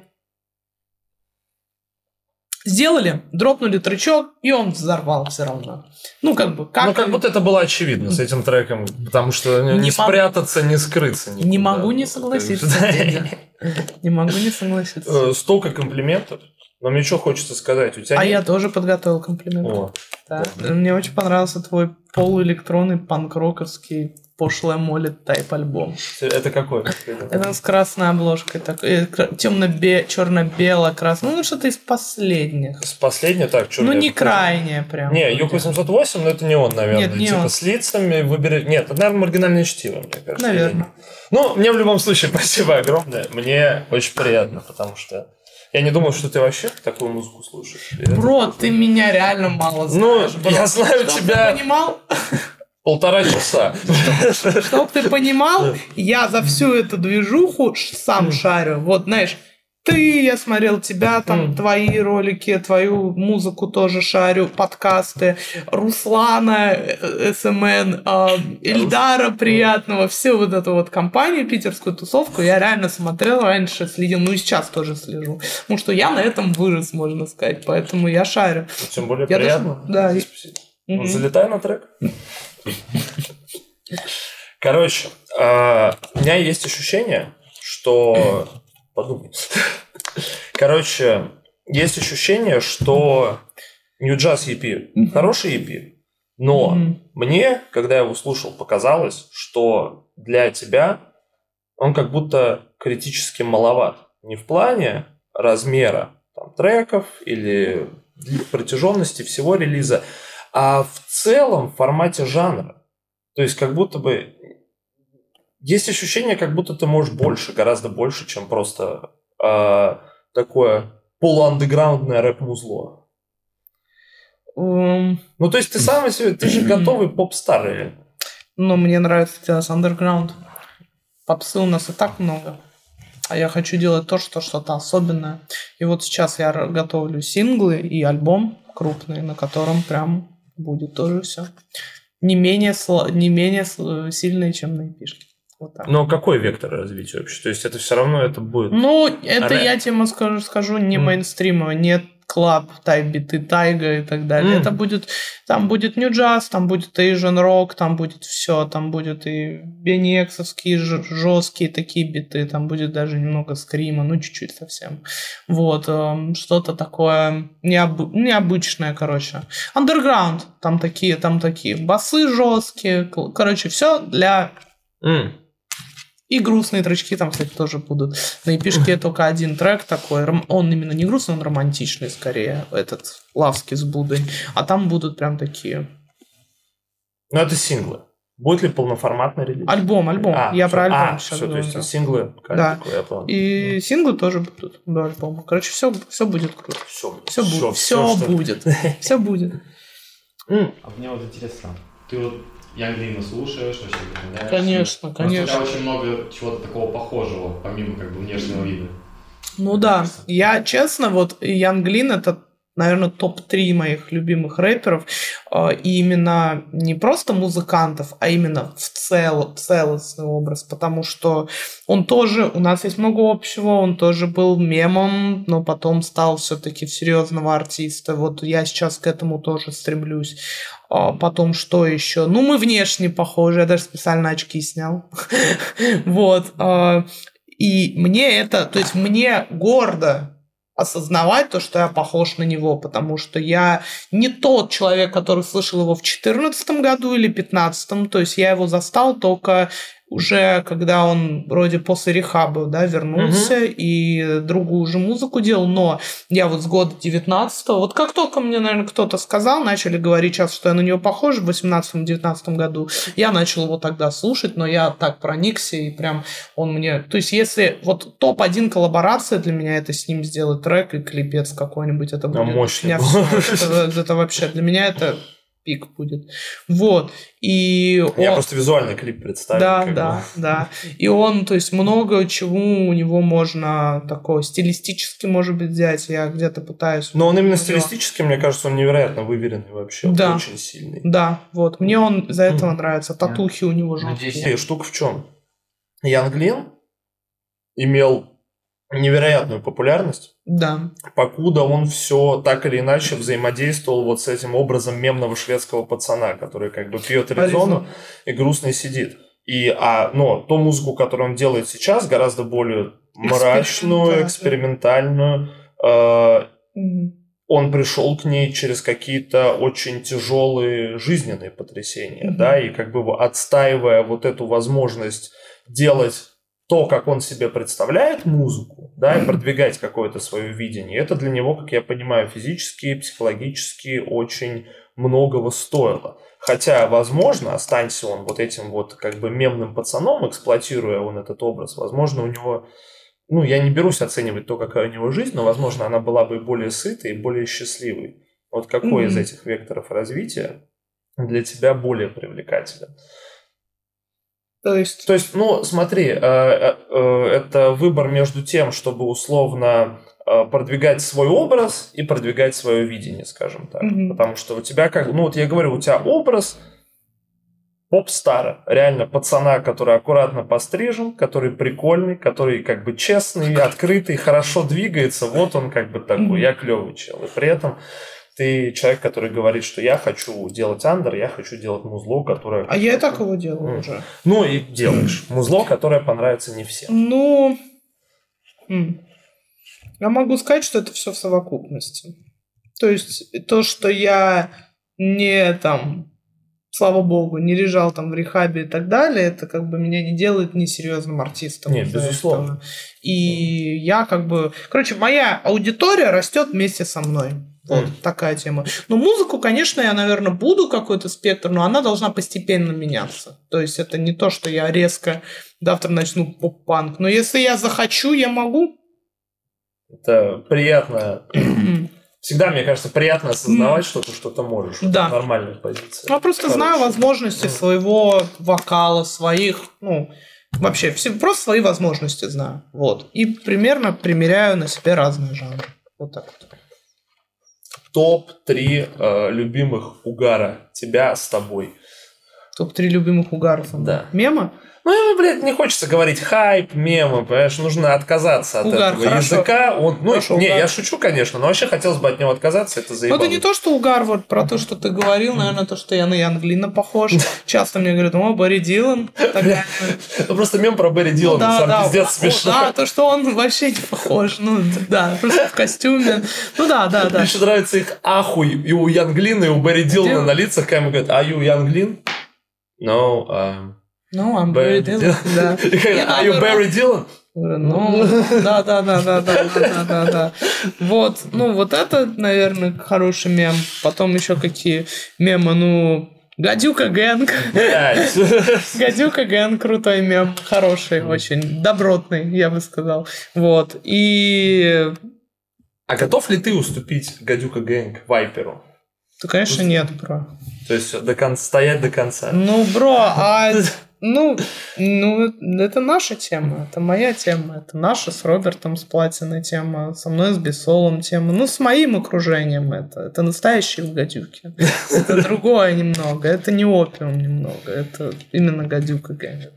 сделали, дропнули тречок, и он взорвал все равно. Как будто это было очевидно с этим треком, потому что не спрятаться, не скрыться. Никуда. Не могу не согласиться. Не могу не согласиться. Столько комплиментов. Но мне что хочется сказать? У тебя я тоже подготовил комплимент. Мне очень понравился твой полуэлектронный панк-роковский пошлая молит тайп альбом. Это какой? Это с красной обложкой. Черно-бело, красное. Что-то из последних. Из последних? Так, что не крайнее прям. Не, Юг 808, но это не он, наверное. Нет, не он. С лицами выберет. Нет, это, наверное, маргинальное чтиво, мне кажется. Наверное. Мне в любом случае спасибо огромное. Мне очень приятно, потому что я не думал, что ты вообще такую музыку слушаешь. Бро, ты меня реально мало знаешь. Я знаю тебя. Ты понимал? 1,5 часа. Чтоб ты понимал, я за всю эту движуху сам шарю. Вот, знаешь, я смотрел тебя, там, твои ролики, твою музыку тоже шарю, подкасты, Руслана, СМН, Ильдара приятного, всю вот эту вот компанию, питерскую тусовку я реально смотрел раньше, следил, и сейчас тоже слежу. Потому что я на этом вырос, можно сказать, поэтому я шарю. Тем более приятно. Да. Залетай на трек. Короче, у меня есть ощущение, что... Подумай. Короче, есть ощущение, что New Jazz EP хороший EP, но мне, когда я его слушал, показалось, что для тебя он как будто критически маловат. Не в плане размера треков или протяженности всего релиза, а в целом в формате жанра. То есть как будто бы есть ощущение, как будто ты можешь больше, гораздо больше, чем просто такое полуандеграундное рэп-музло. То есть ты сам ты же готовый поп-стар реально. Мне нравится делать андерграунд. Попсы у нас и так много. А я хочу делать что-то особенное. И вот сейчас я готовлю синглы и альбом крупный, на котором прям будет тоже все. Не менее сильные, чем на эпишке. Вот так. Но какой вектор развития вообще? То есть это все равно это будет... я тебе скажу, не мейнстримово, нет клаб, тайп-биты, тайга и так далее. Это будет, там будет нью-джаз, там будет Asian рок, там будет все, там будет и бенексовские жесткие такие биты, там будет даже немного скрима, ну чуть-чуть совсем. Вот, что-то такое необычное, короче. Underground, там такие басы жесткие, короче, все для... И грустные тречки там, кстати, тоже будут. На эпишке только один трек такой. Он именно не грустный, он романтичный скорее. Этот Лавский с Будой. А там будут прям такие... Ну, это синглы. Будет ли полноформатный релиз? Альбом. Я про альбом сейчас все, говорю. то есть синглы. Да. И синглы тоже будут до альбома. Короче, все будет круто. Все будет. А мне вот интересно, ты вот Young Glina слушаешь, вообще вдохновляешься? Конечно. У тебя очень много чего-то такого похожего, помимо как бы внешнего вида. Ну да, я честно, вот Young Glina это, наверное, топ-3 моих любимых рэперов. И именно не просто музыкантов, а именно в целостный образ, потому что он тоже, у нас есть много общего, он тоже был мемом, но потом стал все-таки серьезного артиста. Вот я сейчас к этому тоже стремлюсь. Потом что еще? Ну, мы внешне похожи, я даже специально очки снял. Вот. И мне гордо осознавать то, что я похож на него, потому что я не тот человек, который слышал его в 2014 году или 2015, то есть я его застал только уже когда он вроде после рехаба, да, вернулся и другую уже музыку делал, но я вот с года 19-го, вот как только мне, наверное, кто-то сказал, начали говорить сейчас, что я на него похож в 18-19 году, я начал его тогда слушать, но я так проникся, и прям он мне... То есть если вот топ-1 коллаборация для меня, это с ним сделать трек и клипец какой-нибудь, это будет... Мощно. Это вообще, для меня это... пик будет. Вот. И я просто визуальный клип представил. Да. И он, то есть, много чего у него можно такого стилистически, может быть, взять. Я где-то пытаюсь... Но он именно стилистически, мне кажется, он невероятно выверенный вообще. Да. Очень сильный. Да, вот. Мне он из-за этого нравится. Татухи у него жесткие. Штука в чем? Young Glin имел невероятную популярность, да, покуда он все так или иначе взаимодействовал вот с этим образом мемного шведского пацана, который как бы пьет Аризону и грустно сидит. Но ту музыку, которую он делает сейчас, гораздо более мрачную, экспериментальную. Он пришел к ней через какие-то очень тяжелые жизненные потрясения, да, и как бы отстаивая вот эту возможность делать то, как он себе представляет музыку, да, и продвигать какое-то свое видение, это для него, как я понимаю, физически и психологически очень многого стоило. Хотя, возможно, останься он вот этим вот как бы мемным пацаном, эксплуатируя он этот образ, возможно, у него, я не берусь оценивать то, какая у него жизнь, но, возможно, она была бы более сытой и более счастливой. Вот какой из этих векторов развития для тебя более привлекателен? То есть, смотри, это выбор между тем, чтобы условно продвигать свой образ и продвигать свое видение, скажем так. Потому что у тебя я говорю, у тебя образ поп-стара, реально пацана, который аккуратно пострижен, который прикольный, который как бы честный, открытый, хорошо двигается, вот он как бы такой, я клевый чел. И при этом ты человек, который говорит, что я хочу делать андер, я хочу делать музло, которое... А я и так его делаю уже. Ну и делаешь. Музло, которое понравится не всем. Я могу сказать, что это все в совокупности. То есть то, что я не слава богу, не лежал в рехабе и так далее, это как бы меня не делает несерьезным артистом. Нет, безусловно. И я моя аудитория растет вместе со мной. Вот такая тема. Но музыку, конечно, я, наверное, буду какой-то спектр, но она должна постепенно меняться. То есть это не то, что я резко завтра начну поп-панк. Но если я захочу, я могу. Это приятно. Всегда, мне кажется, приятно осознавать, что ты что-то можешь. Да. Нормальная позиция. Я просто знаю возможности своего вокала, своих, вообще, просто свои возможности знаю. Вот. И примерно примеряю на себе разные жанры. Вот так вот. Топ-3 любимых угара тебя с тобой. Топ-3 любимых угаров. Да. Мема? Ну, ему, блядь, не хочется говорить хайп, мемы, понимаешь, нужно отказаться от угар, этого хорошо. языка. Хорошо, не, угар. я шучу, конечно, но вообще хотелось бы от него отказаться, это заебало. Ну, это не то, что угар, вот про то, что ты говорил, наверное, то, что я на Янглина похож. Часто мне говорят, о, Барри Дилан. Ну, просто мем про Барри Дилана, сам пиздец смешно. Да, то, что он вообще не похож. Ну, да, просто в костюме. Ну, да. Мне еще нравится их ахуй и у Янглина, и у Барри Дилана на лицах, когда ему говорят, are you Янглин? No, I'm Barry Dillon, да. Are you Barry Dillon? Ну, да. Вот, ну, вот это, наверное, хороший мем. Потом еще какие мемы, Гадюка Гэнг. Гадюка Гэнг, крутой мем. Хороший, очень добротный, я бы сказал. Вот, и... А готов ли ты уступить Гадюка Гэнг Вайперу? Да, конечно, нет, бро. То есть стоять до конца? Ну, бро, это наша тема, это моя тема, это наша с Робертом, с Платиной тема, со мной с Бесолом тема, с моим окружением это настоящие гадюки. Это другое немного, это не опиум немного, это именно гадюка Гэнг.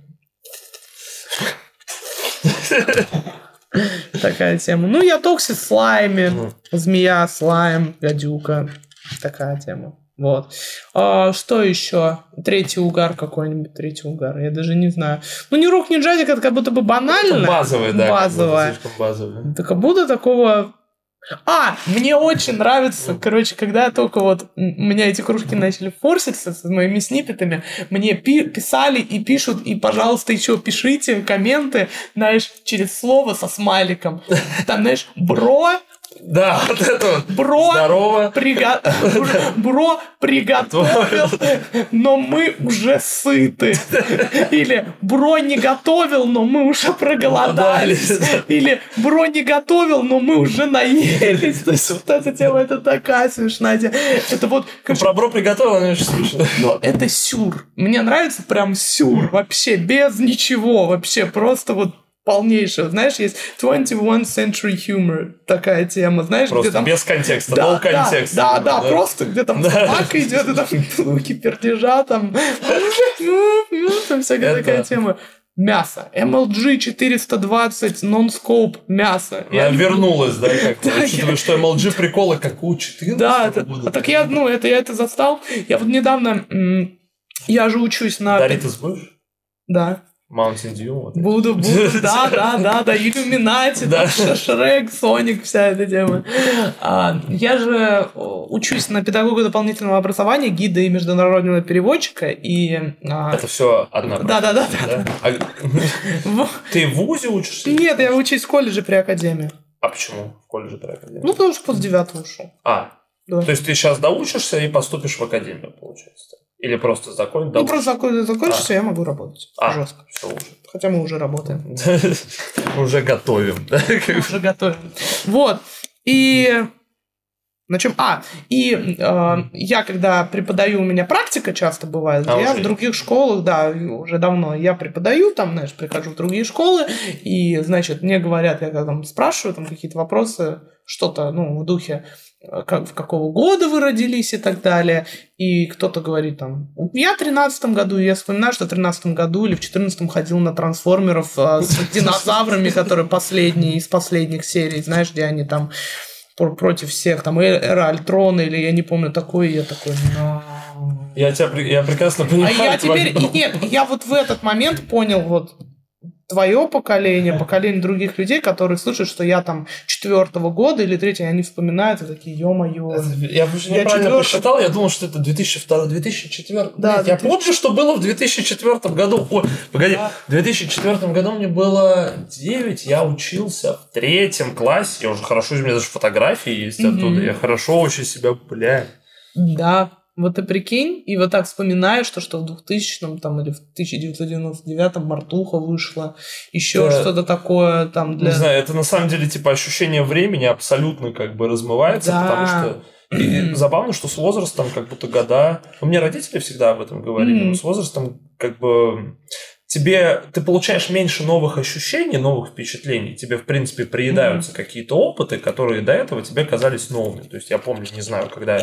Такая тема. Я Токсис Слайми, змея, слайм, гадюка, такая тема. Вот. Что еще? Третий угар какой-нибудь, я даже не знаю. Не рок, не джазик, это как будто бы банально. Это базовый, да. Базовое. Слишком базовый. Это как будто такого... мне очень нравится, когда только у меня эти кружки начали форситься с моими сниппетами, мне писали и пишут, и, пожалуйста, еще пишите комменты, знаешь, через слово со смайликом. Там, знаешь, бро... Да, вот это вот. Бро, здорово. Бро приготовил, но мы уже сыты. Или бро не готовил, но мы уже проголодались. Или бро не готовил, но мы уже наелись. То есть вот эта тема, это такая смешная тема. Это вот... Про бро приготовил, она очень смешно. Но это сюр. Мне нравится прям сюр. Вообще без ничего. Вообще просто вот полнейшего. Знаешь, есть 21st Century Humor, такая тема, знаешь, просто где там... без контекста, no контекст. Да, просто где там собака идет, и там луки пердежа, там всякая такая тема. Мясо. MLG 420 non-scope мясо. Я вернулась, да, как-то. Учитывая, что MLG приколы как у 14. Да, так я это застал. Я вот недавно... Я же учусь на... Доритос будешь? Да. Mountain Dew. Вот буду, да, Иллюминати, Шрек, Соник, вся эта тема. Я же учусь на педагога дополнительного образования, гида и международного переводчика, и... Это все одна. Да. Ты в ВУЗе учишься? Нет, я учусь в колледже при академии. А почему в колледже при академии? Потому что после 9 ушел. Да. То есть ты сейчас доучишься и поступишь в академию, получается? Или просто закончишь? Просто закончишься, я могу работать. Жестко. Все уже. Хотя мы уже работаем. Уже готовим. Уже готовим. Вот. И... На чем? Я когда преподаю, у меня практика часто бывает, я в других школах, да, уже давно я преподаю, там, знаешь, прихожу в другие школы, и, значит, мне говорят, я там спрашиваю, там какие-то вопросы, что-то, в духе, в какого года вы родились и так далее, и кто-то говорит там, я в 13-м году, и я вспоминаю, что в 13-м году или в 14-м ходил на трансформеров с динозаврами, которые последние из последних серий, знаешь, где они там против всех, там, эра Альтрона, или я не помню, такой, и я такой, Я прекрасно понимаю. А я теперь, я вот в этот момент понял, вот, твое поколение других людей, которые слышат, что я там 4-го года или 3-го, они вспоминают и такие, ё-моё. Я неправильно посчитал, я думал, что это 2002, 2004. Да, я помню, что было в 2004 году. Ой, погоди, в 2004 году мне было 9, я учился в 3 классе, я уже хорошо, у меня даже фотографии есть оттуда, я хорошо очень себя, Да. Вот ты прикинь, и вот так вспоминаешь, что в 2000-м там, или в 1999-м Мартуха вышла, еще что-то такое там для... Не знаю, это на самом деле типа ощущение времени абсолютно как бы размывается, потому что и забавно, что с возрастом как будто года... У меня родители всегда об этом говорили, но с возрастом как бы... Ты получаешь меньше новых ощущений, новых впечатлений, тебе, в принципе, приедаются какие-то опыты, которые до этого тебе казались новыми. То есть я помню, не знаю, когда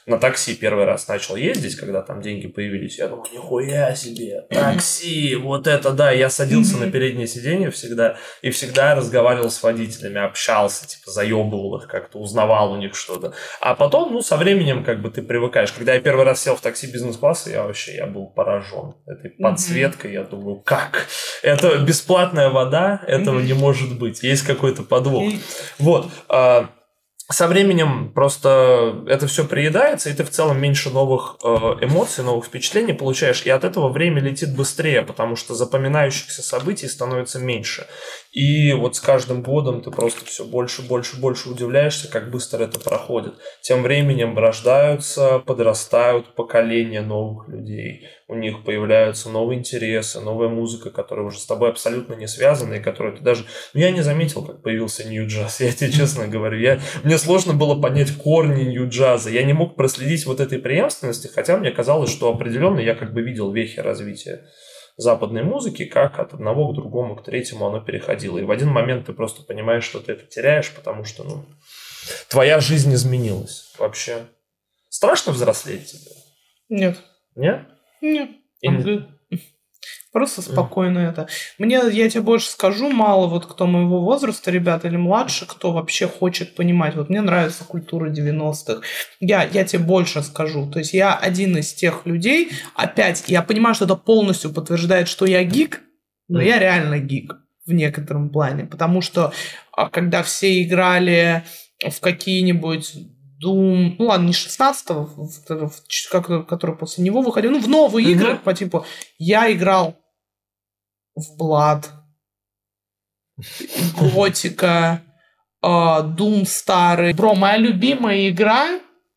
на такси первый раз начал ездить, когда там деньги появились, я думал, нихуя себе, такси, вот это да. Я садился на переднее сиденье всегда и всегда разговаривал с водителями, общался, типа заебывал их как-то, узнавал у них что-то. А потом, со временем как бы ты привыкаешь. Когда я первый раз сел в такси бизнес-класса, я был поражен этой подсветкой. Я думаю, как? Это бесплатная вода? Этого не может быть. Есть какой-то подвох. Вот. Со временем просто это все приедается, и ты в целом меньше новых эмоций, новых впечатлений получаешь, и от этого время летит быстрее, потому что запоминающихся событий становится меньше. И вот с каждым годом ты просто все больше удивляешься, как быстро это проходит. Тем временем рождаются, подрастают поколения новых людей. У них появляются новые интересы, новая музыка, которая уже с тобой абсолютно не связана, и которую ты даже... я не заметил, как появился нью-джаз, я тебе честно говорю. Мне сложно было понять корни нью-джаза. Я не мог проследить вот этой преемственности, хотя мне казалось, что определенно я как бы видел вехи развития западной музыки, как от одного к другому, к третьему оно переходило. И в один момент ты просто понимаешь, что ты это теряешь, потому что, твоя жизнь изменилась вообще. Страшно взрослеть тебе? Нет. Нет? Нет. Просто спокойно это. Я тебе больше скажу, мало вот кто моего возраста, ребята, или младше, кто вообще хочет понимать. Вот мне нравится культура 90-х. Я тебе больше скажу. То есть я один из тех людей, опять, я понимаю, что это полностью подтверждает, что я гик, но я реально гик в некотором плане. Потому что когда все играли в какие-нибудь... Doom, не 16-го, который после него выходил, в новые игры по типу. Я играл в Blood, Готика, Doom старый. Бро, моя любимая игра,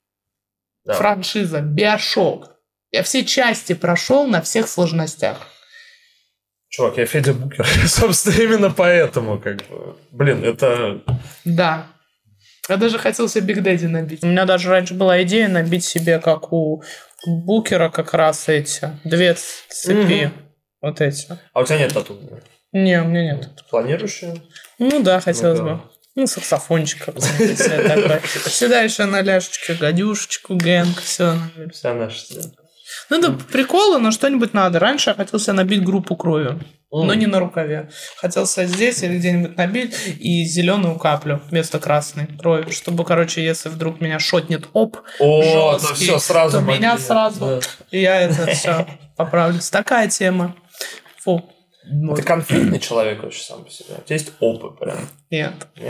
франшиза BioShock. Я все части прошел на всех сложностях. Чувак, я Федя Букер. Собственно, именно поэтому, это... Да. Я даже хотел себе Big Daddy набить. У меня даже раньше была идея набить себе, как у Букера, как раз эти 2 цепи. Вот эти. А у тебя нет тату? Не, у меня нет. Планируешь? Да, хотелось бы. Саксофончик какой-нибудь такой. Сюда еще на ляшечке гадюшечку, гэнг, все. Вся наша. Это приколы, но что-нибудь надо. Раньше я хотел себе набить группу крови. Но не на рукаве. Хотел себе здесь или где-нибудь набить и зеленую каплю вместо красной крови. Чтобы, если вдруг меня шотнет жесткий, все сразу. То меня сразу. И я это все поправлюсь. Такая тема. Фу. Ты конфликтный человек вообще сам по себе. У тебя есть опыт прям? Нет.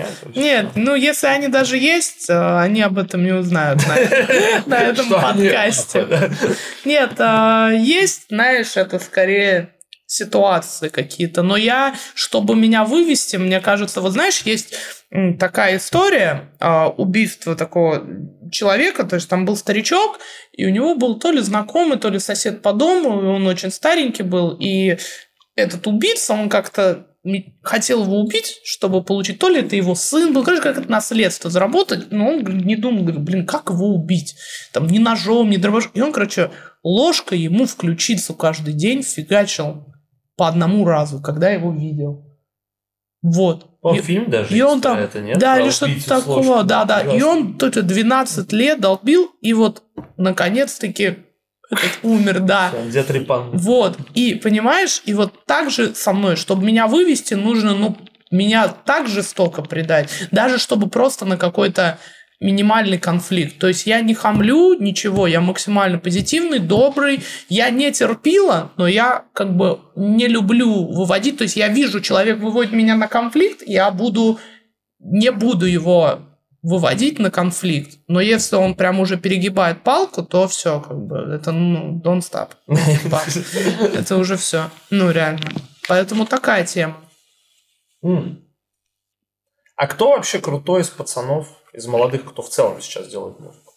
Если они даже есть, они об этом не узнают на этом подкасте. Нет, есть, знаешь, это скорее ситуации какие-то. Но чтобы меня вывести, мне кажется, вот знаешь, есть такая история убийства такого человека, то есть там был старичок, и у него был то ли знакомый, то ли сосед по дому, и он очень старенький был, и этот убийца, он как-то хотел его убить, чтобы получить, то ли это его сын был, как это наследство заработать, но он не думал, говорит, как его убить? Там ни ножом, ни дробашом. И он, ложкой ему в ключицу каждый день фигачил по одному разу, когда его видел. Вот. Фильм даже и он там, это, нет? Да, или что-то такого, да. И он 12 лет долбил, и вот, наконец-таки, умер, да. Дед Репан. Вот. И, понимаешь, и вот так же со мной, чтобы меня вывести, нужно, меня так жестоко предать, даже чтобы просто на какой-то минимальный конфликт. То есть я не хамлю, ничего, я максимально позитивный, добрый, я не терпила, но я не люблю выводить, то есть я вижу, человек выводит меня на конфликт, я не буду его выводить на конфликт, но если он прям уже перегибает палку, то все, это, don't stop. Это уже все, реально. Поэтому такая тема. А кто вообще крутой из пацанов, из молодых, кто в целом сейчас делает музыку?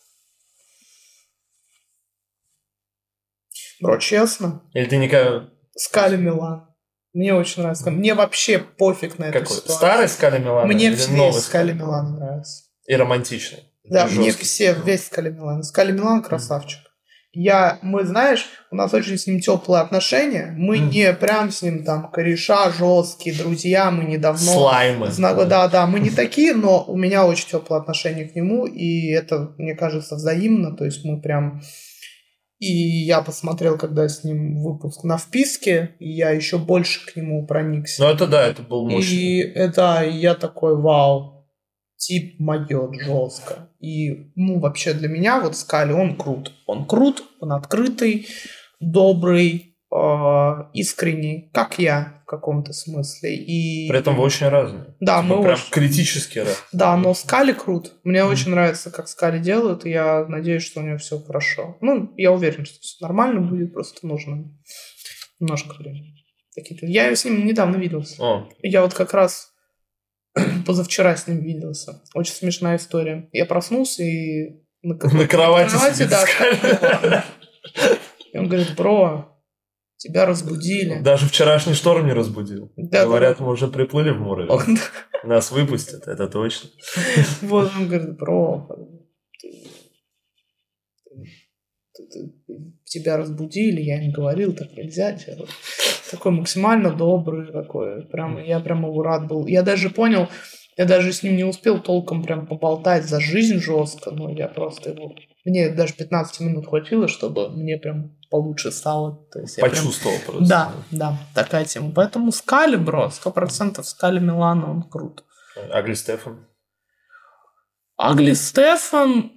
Бро, честно? Или ты никогда... Скали Милан. Мне очень нравится. Мне вообще пофиг на эту ситуацию. Старый Скали Милан? Мне весь Скали Милан нравится. И романтичный. Да, мне весь Скали Милан. Скали Милан красавчик. Мы, знаешь, у нас очень с ним теплые отношения. Мы не прям с ним там кореша жесткие, друзья, мы недавно... Слаймы. Да, мы не такие, но у меня очень теплые отношения к нему, и это, мне кажется, взаимно. То есть мы прям... И я посмотрел, когда с ним выпуск на вписке, и я еще больше к нему проникся. Ну, это был мощный. И я такой, вау, тип моет жестко. И, вообще для меня вот Скали, он крут. Он крут, он открытый, добрый, искренний, как я в каком-то смысле. И... При этом вы очень разные. Да, мы прям очень... критически разные. Да, но Скали крут. Мне очень нравится, как Скали делают, и я надеюсь, что у него все хорошо. Я уверен, что все нормально будет, просто нужно немножко времени. Я с ним недавно виделся. Я вот как раз позавчера с ним виделся. Очень смешная история. Я проснулся и на кровати да. И он говорит, бро, тебя разбудили. Даже вчерашний шторм не разбудил. Да, говорят, мы уже приплыли в море. Нас выпустят, это точно. Вот он говорит, бро, тебя разбудили, я им говорил, так нельзя делать. Такой максимально добрый такой. Я прям его рад был. Я даже понял, я даже с ним не успел толком прям поболтать за жизнь жестко, но я просто его... Мне даже 15 минут хватило, чтобы мне прям получше стало. То есть почувствовал просто. Да, такая тема. Поэтому Скали, бро, 100% Скали Милана, он крут. Агли Стефан? Агли Стефан...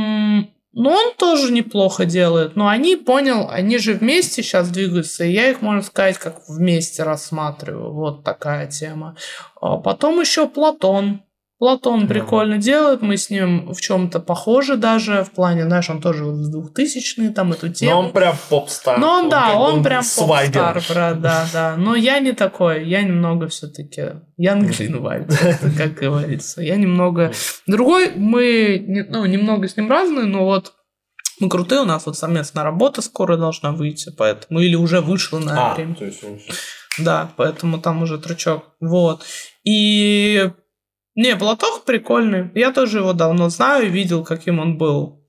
он тоже неплохо делает. Но они же вместе сейчас двигаются, и я их, можно сказать, как вместе рассматриваю. Вот такая тема. А потом еще Платон. Платон прикольно делает, мы с ним в чем-то похожи даже, в плане, знаешь, он тоже в 2000-е, там эту тему. Но он прям поп-стар. Он прям поп-стар, брат, да. Но я не такой, я немного все-таки Young Green Vibe, как говорится. Я немного другой, мы немного с ним разные, но вот мы крутые, у нас вот совместная работа скоро должна выйти, поэтому, или уже вышла на время. То есть да, поэтому там уже тречок. Вот. И... Платок прикольный. Я тоже его давно знаю, видел, каким он был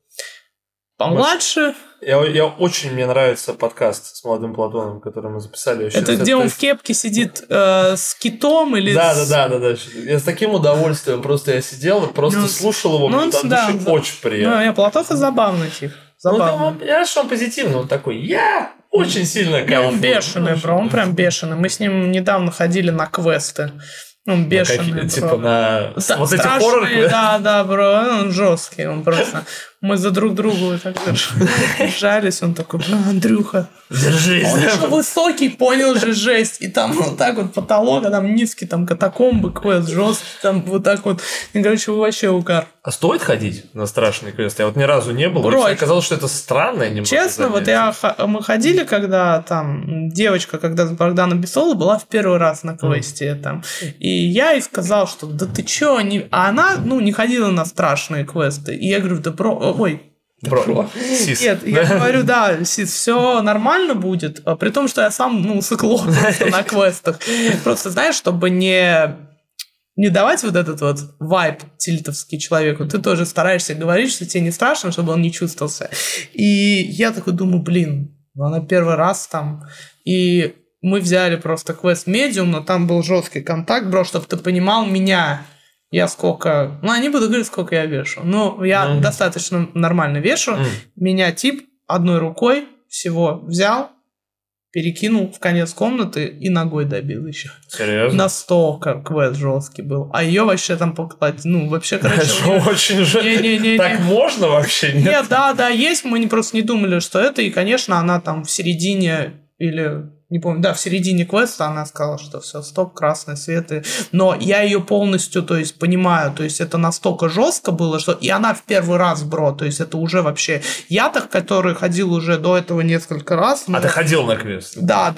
помладше. Мне нравится подкаст с молодым Платоном, который мы записали. Это где он в кепке сидит с китом или... Да. Я с таким удовольствием я сидел и просто слушал его. Мне очень приятно. Платов забавный тип. Забавный. Я что он позитивный, он такой, я очень сильно кайфую. Он бешеный, бро, он прям бешеный. Мы с ним недавно ходили на квесты. Он бешеный, типа на вот эти хорроры. Да, бро, он жесткий, он просто... Мы за друг друга так держались, он такой, Андрюха, держись. Он еще высокий, понял же, жесть. И там вот так вот потолок, а там низкий, там катакомбы, квест жесткий, там вот так вот. И, короче, вообще угар. А стоит ходить на страшный квест? Я вот ни разу не был. Мне казалось, что это странное немного. Честно, мы ходили, когда там девочка, когда с Богданом Бесоло была в первый раз на квесте там. И я ей сказал, что да ты чё, а она, не ходила на страшные квесты. И я говорю, да бро, Сис. Нет, я говорю, да, Сис, все нормально будет, при том, что я сам, сыкло на квестах. Просто, знаешь, чтобы не давать вот этот вот вайб тильтовский человеку, ты тоже стараешься говорить, что тебе не страшно, чтобы он не чувствовался. И я такой думаю, она первый раз там, и мы взяли просто квест медиум, но там был жесткий контакт, бро, чтобы ты понимал меня. Я сколько... не буду говорить, сколько я вешу. Но я достаточно нормально вешу. Меня тип одной рукой всего взял, перекинул в конец комнаты и ногой добил еще. Серьезно? Настолько квест жесткий был. А ее вообще там покладь. Вообще, короче... Очень же... Так можно вообще? Нет, да, есть. Мы просто не думали, что это. И, конечно, она там в середине или... Не помню, в середине квеста она сказала, что все, стоп, красный свет. Но я ее полностью, то есть, понимаю, то есть, это настолько жестко было, что и она в первый раз, бро, то есть, это уже вообще... Я-то, который ходил уже до этого несколько раз... А ты ходил на квест? Да.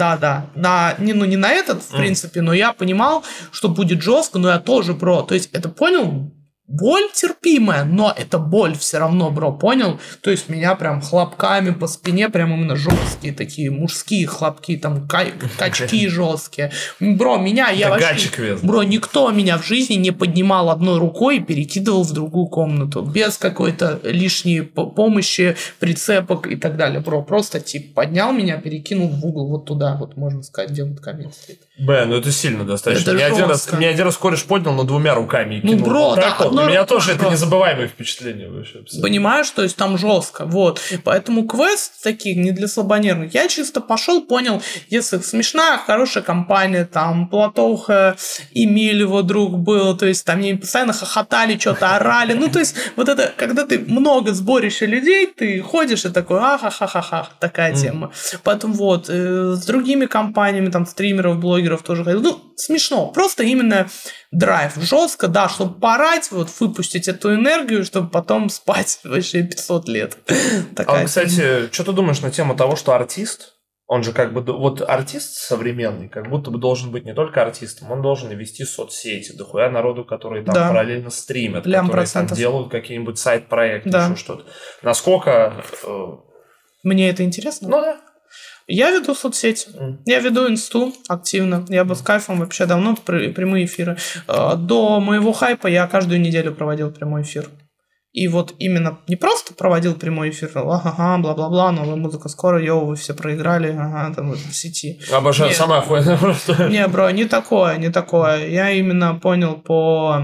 Не на этот, в принципе, но я понимал, что будет жестко, но я тоже, бро. То есть, это понял... боль терпимая, но это боль все равно, бро, понял? То есть меня прям хлопками по спине, прям именно жесткие такие, мужские хлопки, там, качки жесткие. Бро, я вообще... Бро, никто меня в жизни не поднимал одной рукой и перекидывал в другую комнату. Без какой-то лишней помощи, прицепок и так далее. Бро, просто тип поднял меня, перекинул в угол вот туда, вот можно сказать, где вот камень стоит. Ну это сильно достаточно. Меня один раз кореш поднял, но 2 руками и кинул. Ну, бро, да, у меня тоже это незабываемое впечатление вообще. Понимаешь, то есть там жестко, вот. Поэтому квест такие не для слабонервных. Я чисто пошел, понял, если смешная, хорошая компания, там Платоха, Эмиль его друг был, то есть там они постоянно хохотали, что-то орали. Ну, то есть вот это, когда ты много сборища людей, ты ходишь и такой, ха-ха-ха-ха, такая тема. Поэтому вот, с другими компаниями, там, стримеров, блогеров тоже ходил. Ну, смешно, просто именно драйв жестко, да, чтобы порать, вот, выпустить эту энергию, чтобы потом спать вообще 500 лет. Кстати, что ты думаешь на тему того, что артист, он же как бы, вот артист современный, как будто бы должен быть не только артистом, он должен и вести соцсети, дохуя народу, которые там параллельно стримят, которые там делают какие-нибудь сайт-проекты, еще что-то. Насколько... Мне это интересно? Ну да. Я веду соцсети, я веду инсту активно, я бы с кайфом вообще давно прямые эфиры. До моего хайпа я каждую неделю проводил прямой эфир. И вот именно не просто проводил прямой эфир, бла-бла-бла, новая музыка скоро, вы все проиграли, там в сети. Обожаю, самая хуйня просто. Не, бро, не такое. Я именно понял по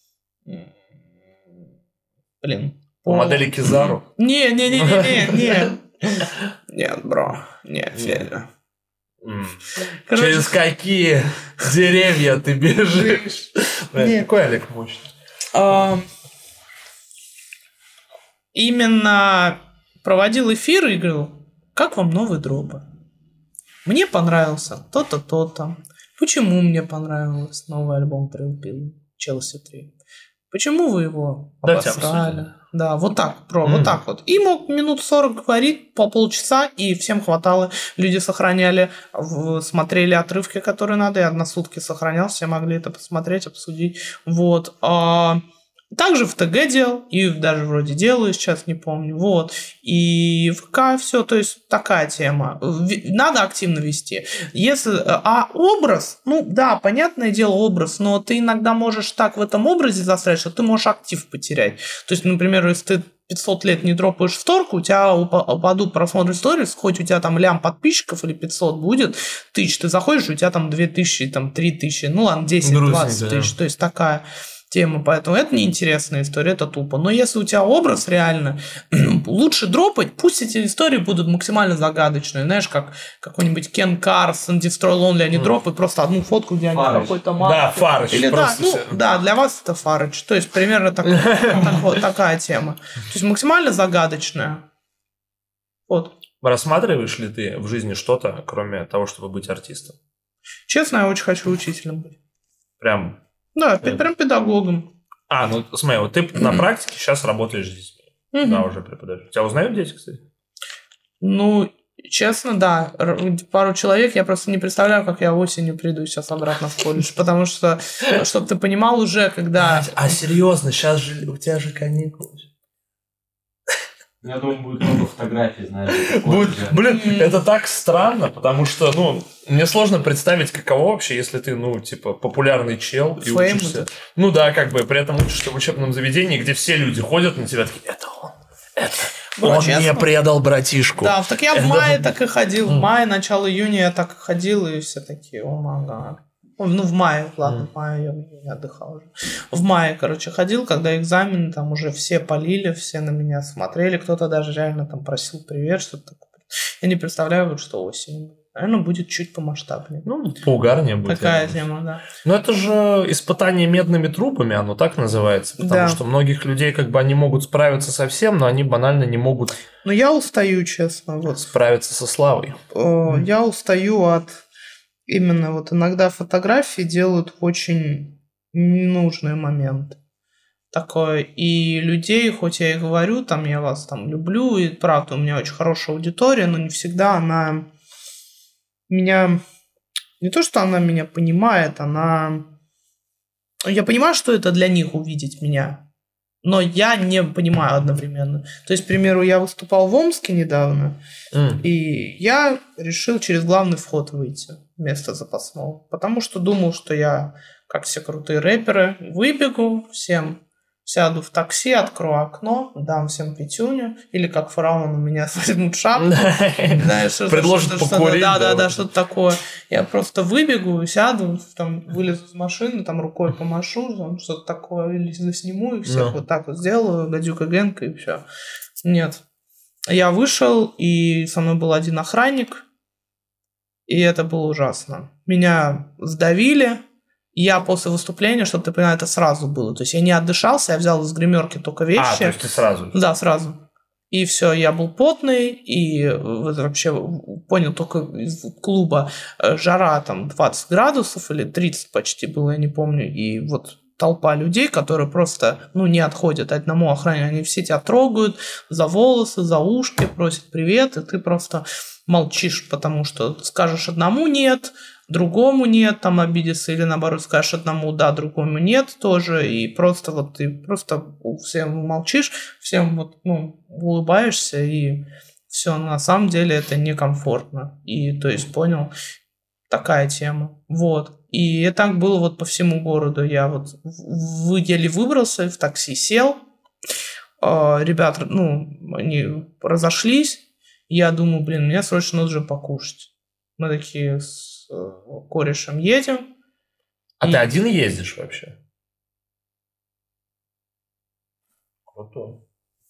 модели Кизару? Не. Нет, бро. Нет, Федя. Через какие деревья ты бежишь? Какой Олег мощный. Именно проводил эфир и говорил, как вам новые дропы? Мне понравился то-то, то-то. Почему мне понравилось новый альбом Трилпил, Челси 3? Почему вы его обосрали? Да, вот так, вот так вот. И мог минут 40 говорить, по полчаса, и всем хватало. Люди сохраняли, смотрели отрывки, которые надо, и 1 сутки сохранял, все могли это посмотреть, обсудить. Вот. Также в ТГ делал, и даже вроде делаю, сейчас не помню, вот, и ВК, все, то есть такая тема. Надо активно вести. Если, образ, ну да, понятное дело, образ, но ты иногда можешь так в этом образе застрять, что ты можешь актив потерять. То есть, например, если ты 500 лет не дропаешь сторку, у тебя упадут просмотры сторис, хоть у тебя там лям подписчиков или 500 будет, тысяч, ты заходишь, у тебя там 2000, там 3000, ну ладно, 10-20 тысяч, то есть такая тема, поэтому это неинтересная история, это тупо. Но если у тебя образ реально, лучше дропать, пусть эти истории будут максимально загадочные, знаешь, как какой-нибудь Кен Карсон, Destroy Lonely, они дропают просто одну фотку, где они какой-то мат. Да, Фарыч. Или да, для вас это Фарыч, то есть примерно такая тема. То есть максимально загадочная. Вот. Рассматриваешь ли ты в жизни что-то, кроме того, чтобы быть артистом? Честно, я очень хочу учителем быть. Прям... Да, прям педагогом. Ну смотри, вот ты на практике сейчас работаешь с детьми. Да, уже преподаешь. Тебя узнают дети, кстати? Ну, честно, да. Пару человек, я просто не представляю, как я осенью приду сейчас обратно в колледж. Потому что, чтобы ты понимал уже, когда... серьезно, сейчас же у тебя же каникулы. Я думаю, будет много фотографий, знаешь. Блин, это так странно, потому что, мне сложно представить, каково вообще, если ты, популярный чел и учишься. Ну да, как бы, при этом учишься в учебном заведении, где все люди ходят на тебя, такие, это он, он мне предал братишку. Да, так я в мае так и ходил, в мае, начало июня я так и ходил, и все такие, о май гад. В мае, ладно, в мае я не отдыхал уже. В мае, ходил, когда экзамен, там уже все полили, все на меня смотрели, кто-то даже реально там просил привет, что-то такое. Я не представляю, что осенью. Наверное, будет чуть помасштабнее. Поугарнее будет. Такая тема, да. Но это же испытание медными трубами, оно так называется, потому что многих людей, они могут справиться со всем, но они банально не могут... я устаю, честно. Справиться со славой. Я устаю от... Именно иногда фотографии делают в очень ненужный момент. Такое. И людей, хоть я и говорю, я вас люблю, и правда, у меня очень хорошая аудитория, но не всегда она меня... Не то, что она меня понимает, она... Я понимаю, что это для них увидеть меня. но я не понимаю одновременно. То есть, к примеру, я выступал в Омске недавно, и я решил через главный вход выйти вместо запасного, потому что думал, что я, как все крутые рэперы, выбегу всем, сяду в такси, открою окно, дам всем пятюню, или как фараон у меня возьмут шапку. Предложат покурить. Да, что-то такое. Я просто выбегу, сяду, там, вылезу из машины, там рукой помашу, там, что-то такое, или засниму, и всех вот так вот сделаю, гадюка Генка, и все. Нет. Я вышел, и со мной был один охранник, и это было ужасно. Меня сдавили. Я после выступления, чтобы ты понимал, это сразу было. То есть я не отдышался, я взял из гримерки только вещи. То есть ты сразу? Да, сразу. И все, я был потный, и вообще понял только из клуба жара там 20 градусов или 30 почти было, я не помню. И вот толпа людей, которые просто, не отходят одному охране, они все тебя трогают за волосы, за ушки, просят привет, и ты просто молчишь, потому что скажешь одному нет, другому нет, там обидеться, или наоборот скажешь одному да, другому нет тоже, и просто вот ты просто всем молчишь, всем вот, улыбаешься, и все, на самом деле это некомфортно. И, то есть, понял, такая тема. Вот. И так было вот по всему городу. Я вот еле выбрался, в такси сел, ребята, они разошлись, я думаю, мне срочно нужно покушать. Мы такие с корешем едем. Ты один ездишь вообще? Круто.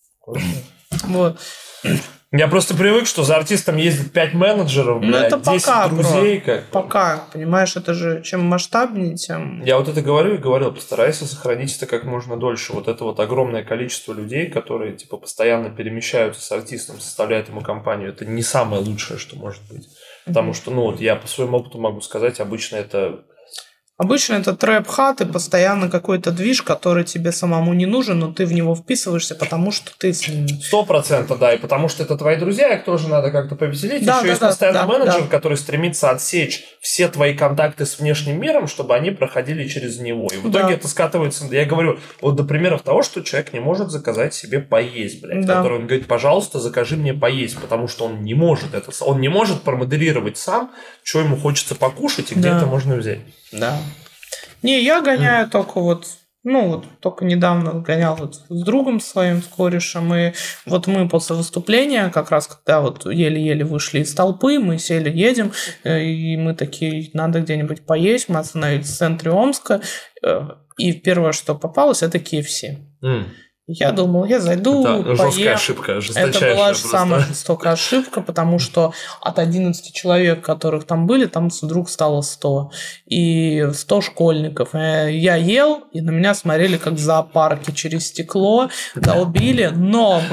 Вот. Я просто привык, что за артистом ездит 5 менеджеров, это 10 пока, друзей. Пока, понимаешь, это же чем масштабнее, тем... Я вот это говорю и говорил, постарайся сохранить это как можно дольше. Вот это вот огромное количество людей, которые типа постоянно перемещаются с артистом, составляют ему компанию, это не самое лучшее, что может быть. Потому что, я по своему опыту могу сказать, обычно это трэп-хат и постоянно какой-то движ, который тебе самому не нужен, но ты в него вписываешься, потому что ты с ним... 100%, да, и потому что это твои друзья, их тоже надо как-то повеселить. Еще есть постоянный менеджер, который стремится отсечь все твои контакты с внешним миром, чтобы они проходили через него. И в итоге это скатывается... Я говорю, вот до примеров того, что человек не может заказать себе поесть, который он говорит, пожалуйста, закажи мне поесть, потому что он не может это... Он не может промоделировать сам, что ему хочется покушать и где это можно взять. Да. Не, я гоняю только только недавно гонял с другом своим, с корешем, и вот мы после выступления, как раз когда вот еле-еле вышли из толпы, мы сели, едем, и мы такие, надо где-нибудь поесть, мы остановились в центре Омска, и первое, что попалось, это KFC. Я думал, я зайду, это жесткая ошибка, жесточайшая. Это была самая жестокая ошибка, потому что от 11 человек, которых там были, там вдруг стало 100. И 100 школьников. Я ел, и на меня смотрели как в зоопарке через стекло, долбили, но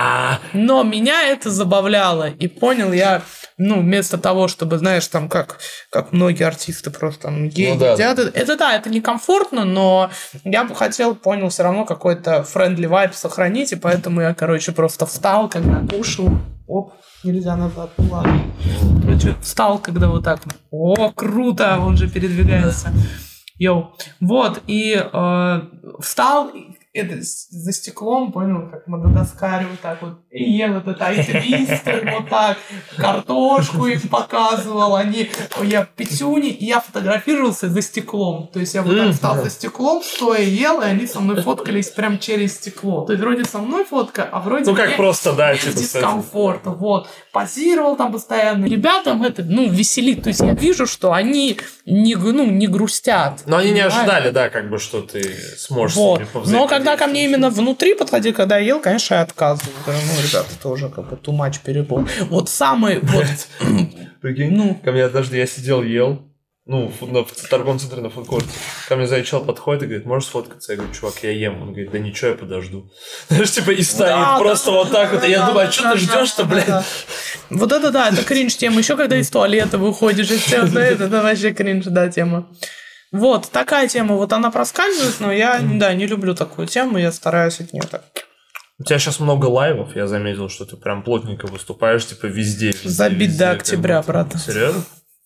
меня это забавляло. И понял я, вместо того, чтобы, знаешь, там как многие артисты просто едят. Это некомфортно, но я бы понял все равно какой-то friendly вайб сохранить, и поэтому я, просто встал, когда кушал. Оп, нельзя назад, ладно. Встал, когда вот так. О, круто, он же передвигается. Йоу. Вот, и встал, за стеклом, понял, как Мадагаскаре вот так вот, и ел этот айс-твистер, вот так, картошку им показывал, я пятюни, и я фотографировался за стеклом, то есть я вот так встал за стеклом, стоя ел, и они со мной фоткались прям через стекло, то есть вроде со мной фотка, а вроде как просто, да, без дискомфорта, вот, позировал там постоянно, ребятам это, веселит, то есть я вижу, что они не грустят. Но они не ожидали, да, что ты сможешь с ними повзаимодействовать. Но когда ко мне именно внутри подходили, когда я ел, конечно, я отказывал. Ребята, тоже too much перебор. Вот самый Прикинь, ко мне однажды я сидел, ел, в торговом центре на фудкорте. Ко мне чел подходит и говорит, можешь сфоткаться? Я говорю, чувак, я ем. Он говорит, да ничего, я подожду. Знаешь, и стоит просто вот так вот. И я думаю, а что ты ждешь-то, блядь? Вот это да, это кринж тема. Еще когда из туалета выходишь, и все это вообще кринж, да, тема. Вот, такая тема, вот она проскальзывает, но я, не люблю такую тему, я стараюсь от нее так. У тебя сейчас много лайвов, я заметил, что ты прям плотненько выступаешь, везде. Забить до октября, брат. Серьезно?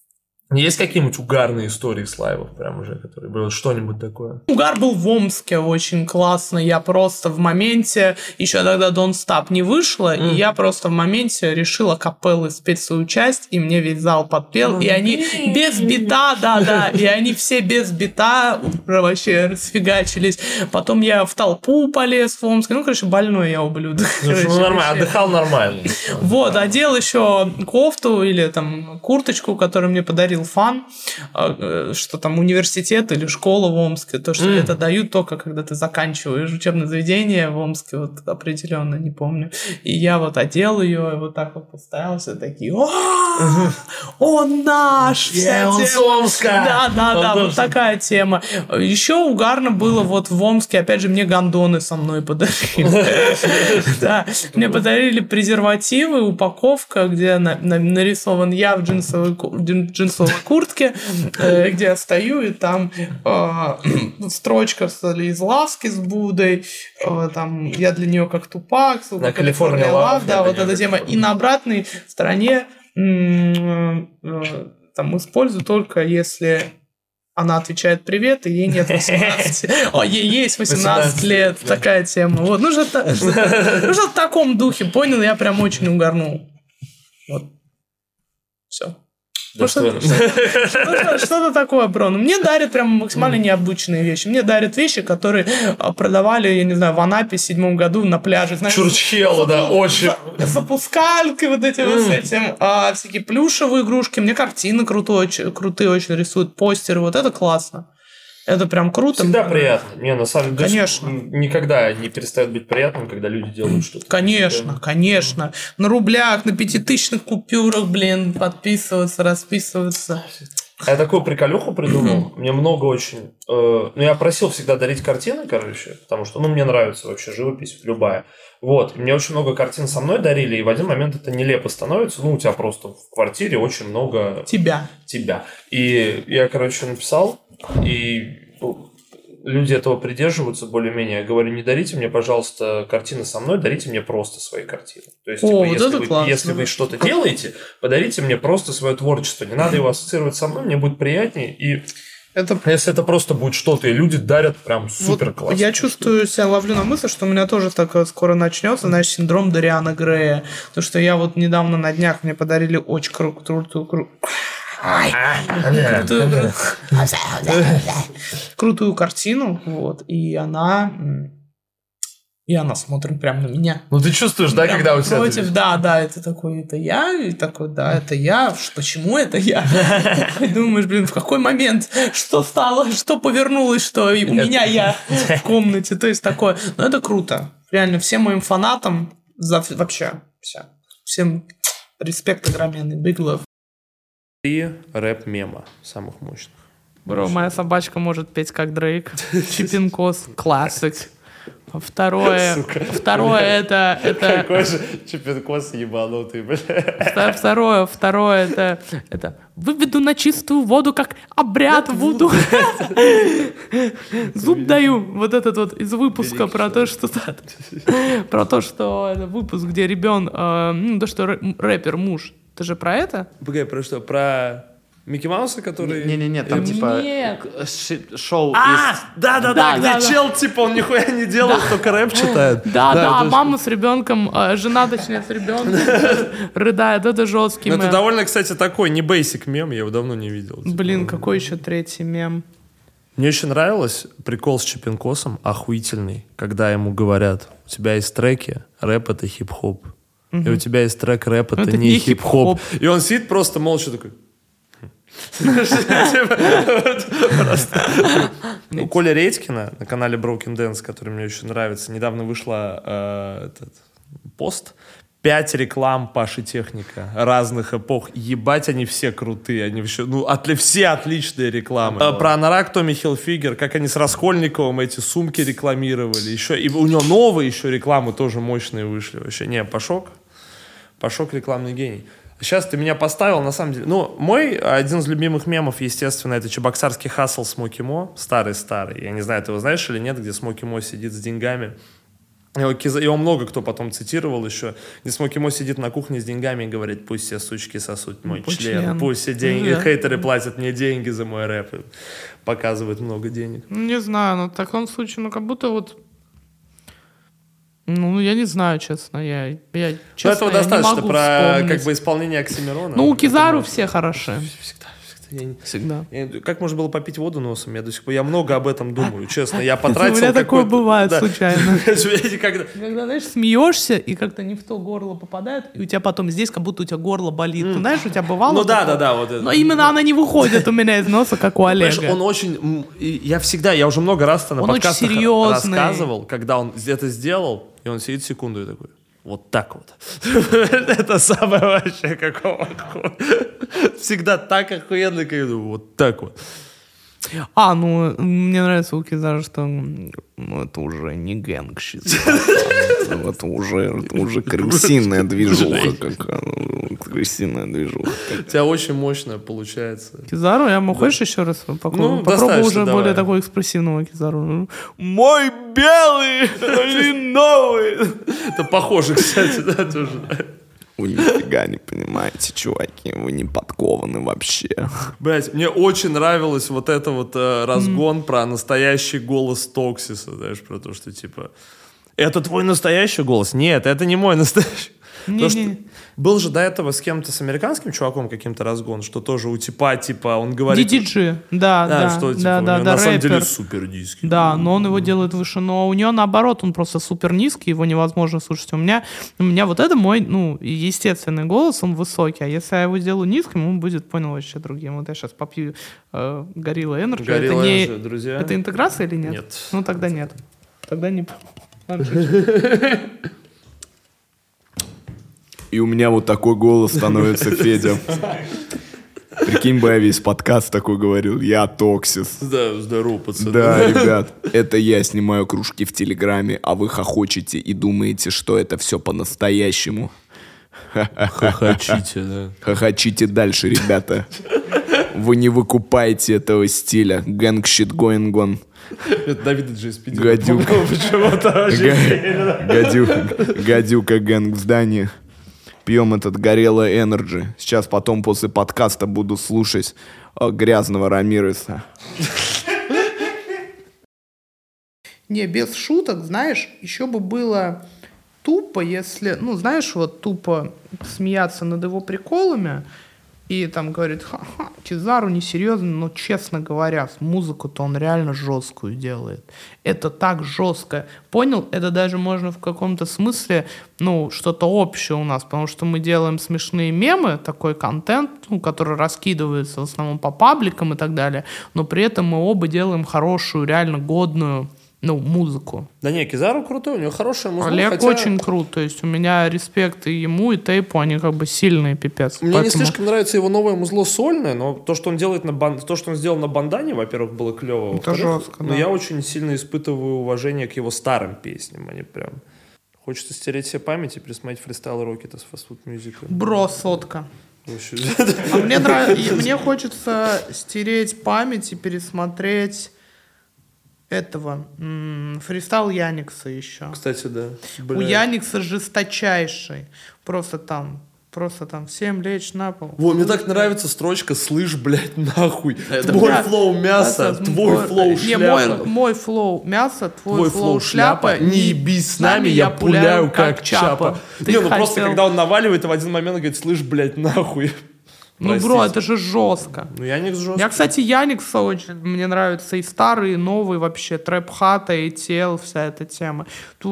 Есть какие-нибудь угарные истории с лайвов, прям уже, которые было что-нибудь такое? Угар был в Омске очень классно. Я просто в моменте, еще тогда Don't Stop не вышло, и я просто в моменте решила капеллы спеть свою часть, и мне весь зал подпел, и они без бита, да, и они все без бита вообще расфигачились. Потом я в толпу полез в Омске. Ну, короче, больной я ублюдок. Нормально, отдыхал нормально. Вот, одел еще кофту или там курточку, которую мне подарил Фан, что там университет или школа в Омске, то, что это дают только, когда ты заканчиваешь учебное заведение в Омске, вот определенно, не помню. И я вот одел ее, и вот так вот поставил, все такие: он наш! Он с Омска! Да, вот такая тема. Еще угарно было вот в Омске, опять же, мне гондоны со мной подарили. Да, мне подарили презервативы, упаковка, где нарисован я в джинсовой куртке, где я стою, и там строчка из Ласки с Будой, там я для нее как Тупак, на Калифорния Лав, да, вот эта тема. И на обратной стороне там использую только если она отвечает привет, и ей нет 18. Ей есть 18 лет. Такая тема. Вот. Ну, что-то в таком духе, понял? Я прям очень угорнул. Вот. Все. Что-то такое, бро. Мне дарят прям максимально необычные вещи. Мне дарят вещи, которые продавали, я не знаю, в Анапе в 2007 году на пляже. Чурчхелла, да, очень. С опускалькой вот этим вот с этим. Всякие плюшевые игрушки. Мне картины крутые очень рисуют, постеры. Вот это классно. Это прям круто. Всегда приятно. Не, на самом деле, конечно. Никогда не перестает быть приятным, когда люди делают что-то. Конечно. На рублях, на 5000-ных купюрах, подписываться, расписываться. Я такую приколюху придумал. Мне много очень... я просил всегда дарить картины, короче, потому что, мне нравится вообще живопись любая. Вот. Мне очень много картин со мной дарили, и в один момент это нелепо становится. У тебя просто в квартире очень много... Тебя. И я, короче, написал, и люди этого придерживаются более-менее. Я говорю: не дарите мне, пожалуйста, картины со мной, дарите мне просто свои картины. То есть, если вы что-то делаете, подарите мне просто свое творчество. Не надо его ассоциировать со мной, мне будет приятнее. И если это просто будет что-то, и люди дарят прям супер классно. Я чувствую себя, ловлю на мысль, что у меня тоже такое скоро начнется, синдром Дориана Грея. Потому что я вот недавно на днях мне подарили очень крутую картину, вот, и она смотрит прямо на меня. Ты чувствуешь, да, когда у тебя... Против, да, это такой, это я, и такой, да, это я, почему это я? И думаешь, в какой момент, что стало, что повернулось, что у меня я в комнате, то есть такое. Но это круто, реально, всем моим фанатам, вообще, всем респект огроменный, big love. 3 рэп-мема самых мощных. Бро, моя собачка может петь как Дрейк. Чипинкос, классик. Второе это... Какой же Чипинкос ебанутый, бля. Второе это выведу на чистую воду, как обряд вуду. Зуб даю. Вот этот вот из выпуска про то, что это выпуск, где что рэпер муж. Ты же про это? Погоди, про что? Про Микки Мауса, который... Не-не-не, там типа шоу Да, где чел, типа, он нихуя не делает, только рэп читает. Да, мама с ребенком, жена, точнее, с ребенком рыдает, это жесткий мем. Это довольно, кстати, такой не бейсик мем, я его давно не видел. Какой еще третий мем? Мне очень нравилось прикол с Чипинкосом, охуительный, когда ему говорят: у тебя есть треки, рэп — это хип-хоп. И у тебя есть трек рэп, это не хип-хоп. И он сидит просто молча такой... У Коли Редькина на канале Broken Dance, который мне очень нравится, недавно вышла пост: 5 реклам Паши Техника разных эпох. Ебать, они все крутые. Они вообще, все отличные рекламы. Про Анорак Томми Хилфигер, как они с Раскольниковым эти сумки рекламировали. Еще, и у него новые еще рекламы тоже мощные вышли. Вообще, Пашок рекламный гений. Сейчас ты меня поставил, на самом деле... мой один из любимых мемов, естественно, это чебоксарский хасл Смоки Мо. Старый. Я не знаю, ты его знаешь или нет, где Смоки Мо сидит с деньгами. Его много кто потом цитировал еще. Несмокимо сидит на кухне с деньгами и говорит: пусть все сучки сосут мой член. Пусть все деньги, хейтеры платят мне деньги за мой рэп. И показывает много денег. Не знаю, но в таком случае, как будто вот... я не знаю, честно. Я честно, этого достаточно про вспомнить. Исполнение Оксимирона. У Кизару все хороши. Всегда. Как можно было попить воду носом? Я много об этом думаю, честно. Я потратил... У меня такое бывает случайно. Когда, знаешь, смеешься, и как-то не в то горло попадает, и у тебя потом здесь как будто у тебя горло болит. Знаешь, у тебя бывало... да. Но именно она не выходит у меня из носа, как у Олега. Он очень... Я уже много раз на подкастах рассказывал, когда он это сделал, и он сидит секунду и такой... Вот так вот. Это самое вообще какого. Всегда так охуенно, как вот так вот. Мне нравится у Кизара, что это уже не гэнгщит. Это уже крысиная движуха какая. Крысиная движуха. У тебя очень мощно получается. Кизару, хочешь еще раз попробую? Попробуй уже более такого экспрессивного Кизару. Мой белый или новый? Это похоже, кстати, да, тоже. Вы нифига не понимаете, чуваки, вы не подкованы вообще. Блять, мне очень нравилось вот это вот разгон про настоящий голос Токсиса, знаешь, про то, что типа... Это твой настоящий голос? Нет, это не мой настоящий. Был же до этого с кем-то, с американским чуваком каким-то разгон, что тоже у типа он говорит... DDG, да, что типа, да, на самом деле супер низкий. Да, но он его делает выше, но у него наоборот, он просто супер низкий, его невозможно слушать. У меня вот это мой, естественный голос, он высокий, а если я его сделаю низким, он будет, понял, вообще другим. Вот я сейчас попью Gorilla Energy. Gorilla Energy, друзья. Это интеграция или нет? Нет. Ну тогда нет. Тогда не... И у меня вот такой голос становится, Федя. Прикинь бы, я весь подкаст такой говорил: я Токсис. Да, здорово, пацаны. Да, ребят, это я снимаю кружки в Телеграме, а вы хохочете и думаете, что это все по-настоящему. Хохочите, да. Хохочите дальше, ребята. Вы не выкупаете этого стиля. Gang shit going on. Это Давида GSPD. Гадюка гэнг в здании. Пьем этот Gorilla Energy. Сейчас потом после подкаста буду слушать грязного Рамиреса. Не, без шуток, знаешь, еще бы было тупо, если, тупо смеяться над его приколами и там говорит: ха-ха, Кизару несерьезно, но, честно говоря, музыку-то он реально жесткую делает. Это так жестко. Понял? Это даже можно в каком-то смысле, что-то общее у нас, потому что мы делаем смешные мемы, такой контент, который раскидывается в основном по пабликам и так далее, но при этом мы оба делаем хорошую, реально годную, музыку. Да не, Кизару крутой, у него хорошая музыка. Олег очень крут, то есть у меня респект и ему, и Тейпу, они как бы сильные, пипец. Мне не слишком нравится его новое музло сольное, но то, что он делает то, что он сделал на Бандане, во-первых, было клево. Это жестко, но я очень сильно испытываю уважение к его старым песням, они прям... Хочется стереть все память и пересмотреть фристайл Рокета с Fast Food Music. Бро, сотка. Мне хочется стереть память и пересмотреть этого фристайл Яникса еще. Кстати, да. У Яникса жесточайший. Просто там всем лечь на пол. Мне так нравится строчка: слышь, блядь, нахуй. Твой флоу мясо, твой флоу шляпа. Мой флоу мясо, твой флоу шляпа. Не ебись с нами, я пуляю как чапа. Просто когда он наваливает, в один момент говорит: слышь, блядь, нахуй. Бро, это же жестко. Яникс жестко. Я, кстати, Яникса очень, мне нравится и старый, и новый вообще, трэп-хата, и тел, вся эта тема.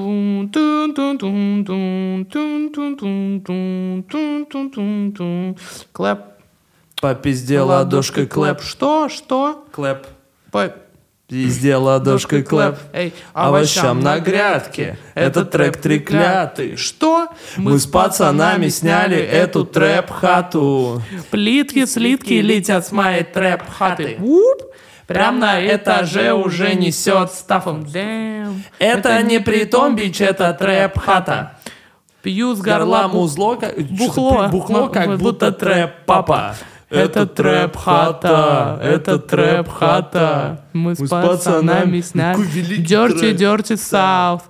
Клэп. Попизде ладошкой клэп. Что? Клэп. Пизде ладошкой клэп. Овощам на грядке. Это трек треклятый. Что? Мы с пацанами сняли эту трэп-хату. Плитки, слитки летят с моей трэп-хаты. Прям на этаже уже несет стафом. Это не притон, бич, это трэп-хата. Пью с горла бухло, как будто трэп-папа. Это трэп-хата, это трэп-хата. Мы с пацанами сняли Dirty South.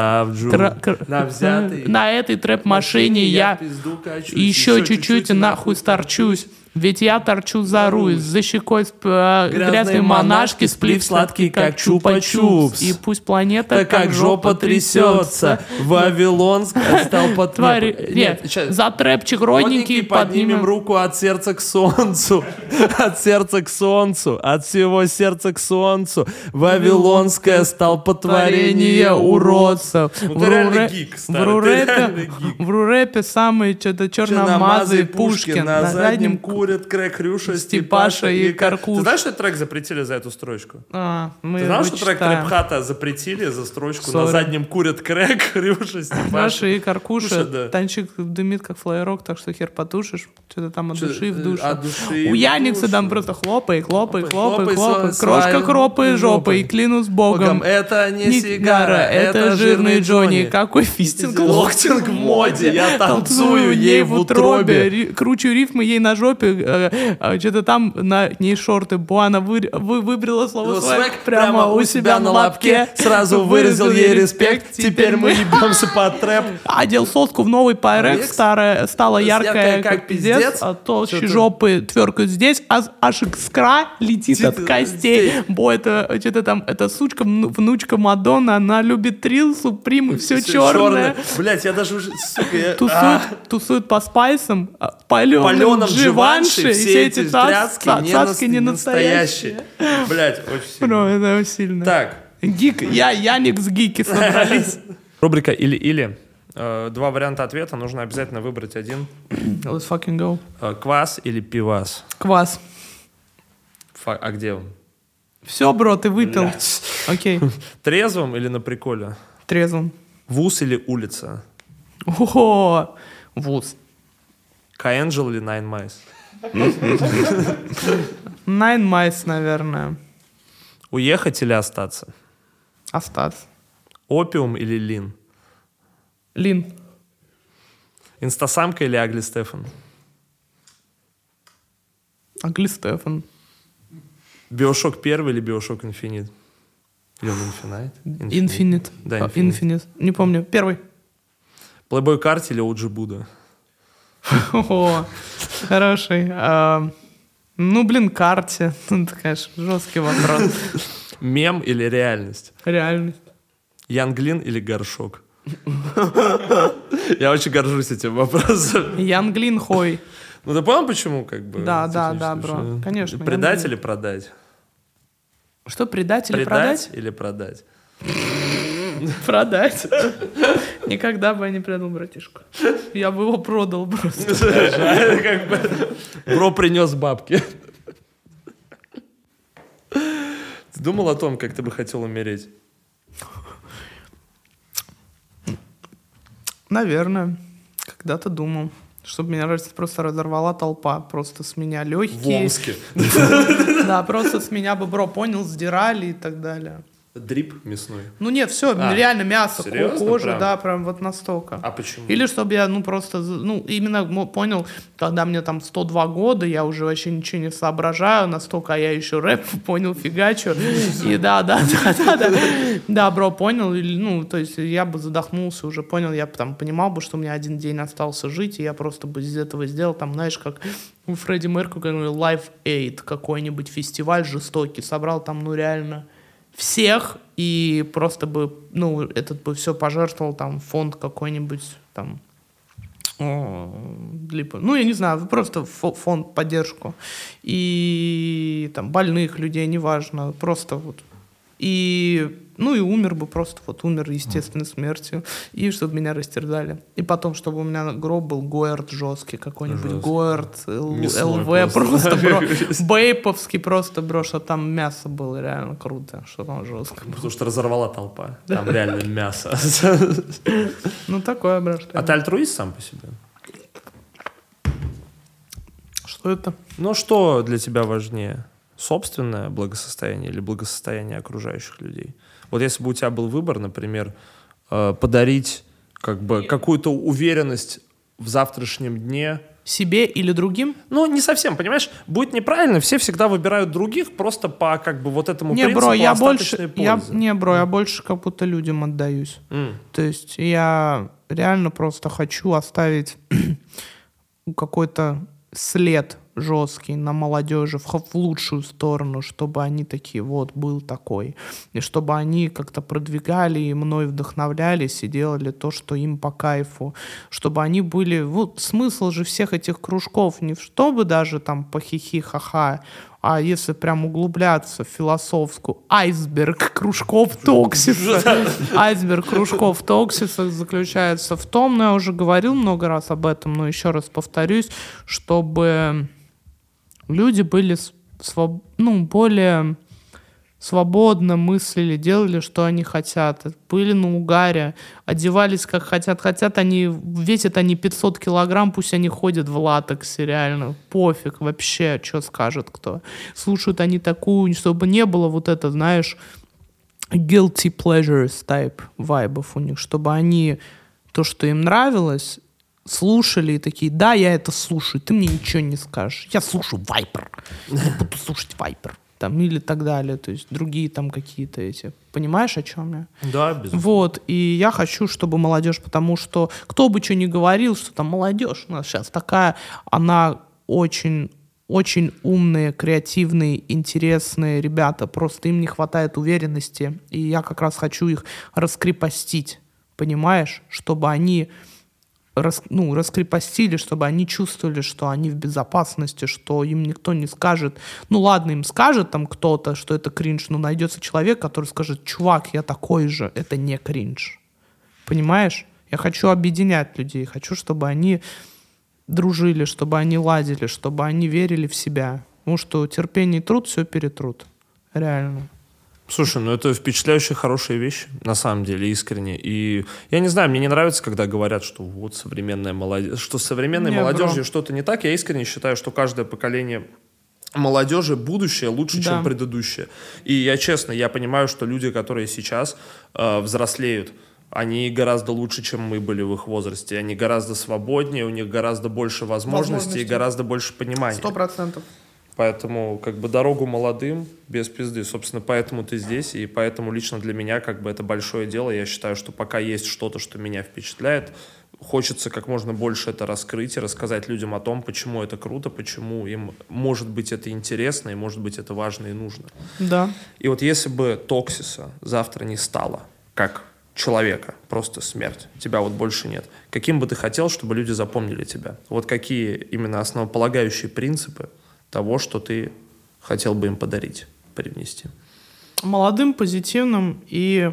На этой трэп-машине я еще чуть-чуть и нахуй сторчусь. Ведь я торчу за руль, за щекой грязной монашки, сплив сладкий, как чупа-чупс. И пусть планета как жопа трясется, Вавилонская столпа Нет, за трэпчик родненький поднимем руку от сердца к солнцу, от сердца к солнцу, от всего сердца к солнцу. Вавилонское столпотворение уродцев. В рурэпе самые что-то черномазые Пушкин, на заднем курят Крэк, Рюша, Степаша и Каркуш. Ты знаешь, что этот трек запретили за эту строчку? Мы Ты знал, что трек Трэп-Хата запретили за строчку «На заднем курят Крэк, Рюша, Степаша и Каркуша». Танчик дымит, как флайрок, так что хер потушишь. Что-то там от души в душу. У Яникса там просто хлопай. Крошка хропай жопой, клянусь богом. Это не сигара, это жирный Джонни. Какой фистинг лохтинг в моде. Я танцую ей в утробе. Кручу рифмы ей на жопе. Что-то там на ней шорты. Буана выбрила слово свэк прямо у себя на лапке. Сразу выразил ей респект. Теперь мы ебемся под трэп. Одел соску в новый пайрек. Старая стала яркая, как пиздец. А толще жопы тверкают здесь. Аж искра летит от костей. Бо это что-то там, эта сучка, внучка Мадонна, она любит трил, суприм и все черное. Блять, я даже уже, сука, Тусует по спайсам, паленым Дживанши, и все эти цацки не настоящие. Блять, очень сильно. Бро, это очень сильно. Так. Гик, Яникс, гики собрались. Рубрика «Или-или». Два варианта ответа, нужно обязательно выбрать один. Let's fucking go. Квас или пивас? Квас. А где он? Все, бро, ты выпил. Окей. Трезвым или на приколе? Трезвым. Вуз или улица? О, вуз. Каэнджел или Nine Mice? Nine Mice, наверное. Уехать или остаться? Остаться. Опиум или лин? Лин. Инстасамка или Агли Стефан? Агли Стефан. Биошок 1 или Биошок Инфинит? Или он Инфинайт? Инфинит. Да, Инфинит. Не помню. Первый. Плейбой Карти или Оджи Буда? О, хороший. Карте. Это, конечно, жесткий вопрос. Мем или реальность? Реальность. Янглин или горшок? Я очень горжусь этим вопросом. Янглин хой. Ну ты понял, почему Да, бро. Конечно. Предать или продать? Что, предать или продать? Или продать? Продать. Никогда бы я не предал братишку. Я бы его продал просто. Бро принес бабки. Ты думал о том, как ты бы хотел умереть? Наверное. Когда-то думал. Чтобы меня просто разорвала толпа. Просто с меня легкие. В Омске. Да, просто с меня бы, бро, понял, сдирали и так далее. Дрип мясной? Ну нет, все, реально мясо, кожа, прям? да, прям вот настолько. А почему? Или чтобы я, именно понял, когда мне там 102 года, я уже вообще ничего не соображаю, настолько, а я еще рэп понял, фигачу. И да, бро, понял, то есть я бы задохнулся, уже понял, я там понимал бы, что у меня один день остался жить, и я просто бы из этого сделал, там, знаешь, как у Фредди Меркьюри, Live Aid, какой-нибудь фестиваль жестокий, собрал там, реально всех, и просто бы, этот бы все пожертвовал, там, фонд какой-нибудь, там, я не знаю, просто фонд поддержку. И там больных людей, неважно, просто вот. И умер бы просто, умер естественной смертью. И чтобы меня растерзали. И потом, чтобы у меня гроб был Гоэрт жесткий, какой-нибудь Гоэрт, ЛВ, просто, бро, бейповский просто, бро, что там мясо было реально круто, что там жестко. Потому что разорвала толпа, там реально мясо. Такое, бро, что. А ты альтруист сам по себе? Что это? Что для тебя важнее? Собственное благосостояние или благосостояние окружающих людей? Вот если бы у тебя был выбор, например, подарить какую-то уверенность в завтрашнем дне себе или другим? Ну, не совсем, понимаешь? Будет неправильно, все всегда выбирают других просто по как бы вот этому принципу остаточной пользы. Я больше как будто людям отдаюсь. То есть я реально просто хочу оставить какой-то след жесткий на молодежи в лучшую сторону, чтобы они такие, вот, был такой. И чтобы они как-то продвигали и мной вдохновлялись и делали то, что им по кайфу. Чтобы они были... Вот смысл же всех этих кружков не в чтобы даже там по хихи-ха-ха, а если прям углубляться в философскую, айсберг кружков Токсиса. Айсберг кружков Токсиса заключается в том, я уже говорил много раз об этом, но еще раз повторюсь, чтобы люди были более свободно мыслили, делали, что они хотят, были на угаре, одевались как хотят. Хотят они, весят они 500 килограмм, пусть они ходят в латексе, реально, пофиг вообще, что скажет кто. Слушают они такую, чтобы не было вот это, знаешь, guilty pleasures type вайбов у них, чтобы они то, что им нравилось, слушали и такие, да, я это слушаю, ты мне ничего не скажешь. Я слушаю Viper, я буду слушать Viper. Там, или так далее, то есть другие там какие-то эти. Понимаешь, о чем я? Да, безусловно. Вот, и я хочу, чтобы молодежь, потому что кто бы что ни говорил, что там молодежь у нас сейчас такая, она очень, очень умные, креативные, интересные ребята, просто им не хватает уверенности, и я как раз хочу их раскрепостить, понимаешь, чтобы они раскрепостили, чтобы они чувствовали, что они в безопасности, что им никто не скажет. Ну ладно, им скажет там кто-то, что это кринж, но найдется человек, который скажет, чувак, я такой же, это не кринж. Понимаешь? Я хочу объединять людей, хочу, чтобы они дружили, чтобы они ладили, чтобы они верили в себя. Потому что терпение и труд все перетрут. Реально. Слушай, ну это впечатляющие хорошие вещи, на самом деле, искренне. И я не знаю, мне не нравится, когда говорят, что вот современная молодежь, что с современной молодежью что-то не так. Я искренне считаю, что каждое поколение молодежи будущее лучше, чем предыдущее. И я понимаю, что люди, которые сейчас взрослеют, они гораздо лучше, чем мы были в их возрасте. Они гораздо свободнее, у них гораздо больше возможностей и гораздо больше понимания. 100%. Поэтому как бы дорогу молодым без пизды. Собственно, поэтому ты здесь, и поэтому лично для меня как бы это большое дело. Я считаю, что пока есть что-то, что меня впечатляет, хочется как можно больше это раскрыть и рассказать людям о том, почему это круто, почему им может быть это интересно, и может быть это важно и нужно. Да. И вот если бы Токсиса завтра не стало, как человека, просто смерть, тебя вот больше нет, каким бы ты хотел, чтобы люди запомнили тебя? Вот какие именно основополагающие принципы того, что ты хотел бы им подарить, привнести? Молодым, позитивным и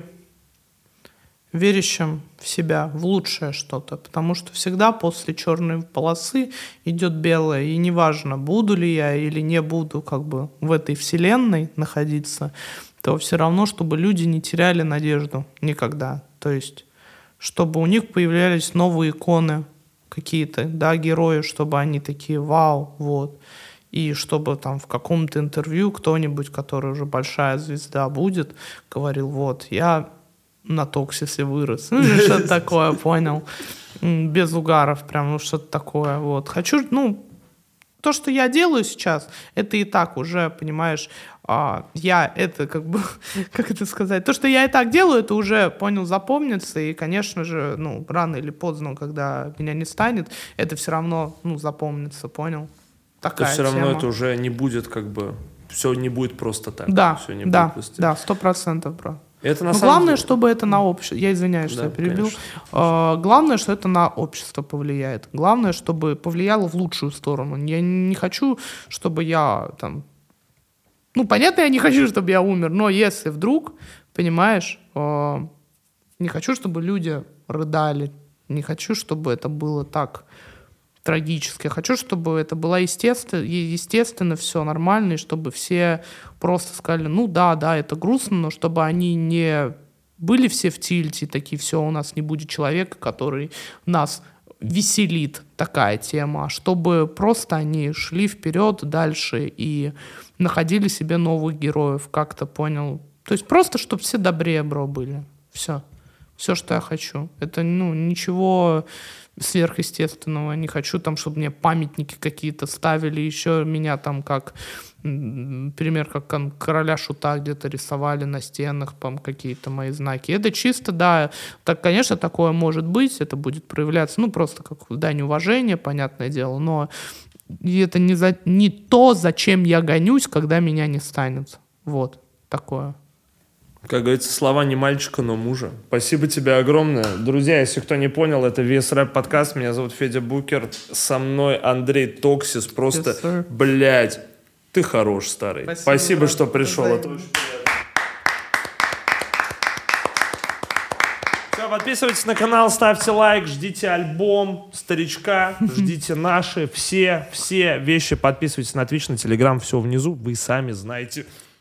верящим в себя, в лучшее что-то. Потому что всегда после черной полосы идет белое. И неважно, буду ли я или не буду как бы в этой вселенной находиться, то все равно, чтобы люди не теряли надежду никогда. То есть, чтобы у них появлялись новые иконы какие-то, да, герои, чтобы они такие, вау, вот. И чтобы там в каком-то интервью кто-нибудь, который уже большая звезда будет, говорил, вот, я на Токсисе вырос. Ну, или что-то такое, понял. Без угаров, прям, ну, что-то такое, вот. Хочу, то, что я делаю сейчас, это и так уже, понимаешь, я это как бы, как это сказать, то, что я и так делаю, это уже, понял, запомнится, и, конечно же, рано или поздно, когда меня не станет, это все равно, запомнится, понял? То все равно это уже не будет как бы, все не будет просто так. Да, все не да, будет да, 100%, бро. Это Но главное, чтобы это на общество, я извиняюсь, что я перебил, главное, что это на общество повлияет, главное, чтобы повлияло в лучшую сторону. Я не хочу, чтобы я там, понятно, я не хочу, чтобы я умер, но если вдруг, понимаешь, не хочу, чтобы люди рыдали, не хочу, чтобы это было так трагически. Я хочу, чтобы это было естественно, все нормально, и чтобы все просто сказали, да, это грустно, но чтобы они не были все в тильте, такие, все, у нас не будет человека, который нас веселит, такая тема, а чтобы просто они шли вперед дальше и находили себе новых героев, как-то понял. То есть просто, чтобы все добрее, бро, были. Все. Все, что я хочу. Это, ничего сверхъестественного. Не хочу там, чтобы мне памятники какие-то ставили, еще меня там как, например, как короля Шута где-то рисовали на стенах, какие-то мои знаки. Это чисто, да, так, конечно, такое может быть, это будет проявляться, просто как дань уважения, понятное дело, но это не то, зачем я гонюсь, когда меня не станет. Вот, такое. Как говорится, слова не мальчика, но мужа. Спасибо тебе огромное. Друзья, если кто не понял, это VS Rap подкаст. Меня зовут Федя Букер. Со мной Андрей Токсис. Просто, блядь, ты хорош, старый. Спасибо что пришел. Это очень приятно. Все, подписывайтесь на канал, ставьте лайк, ждите альбом Старичка, ждите наши все вещи. Подписывайтесь на Twitch, на Telegram, все внизу, вы сами знаете.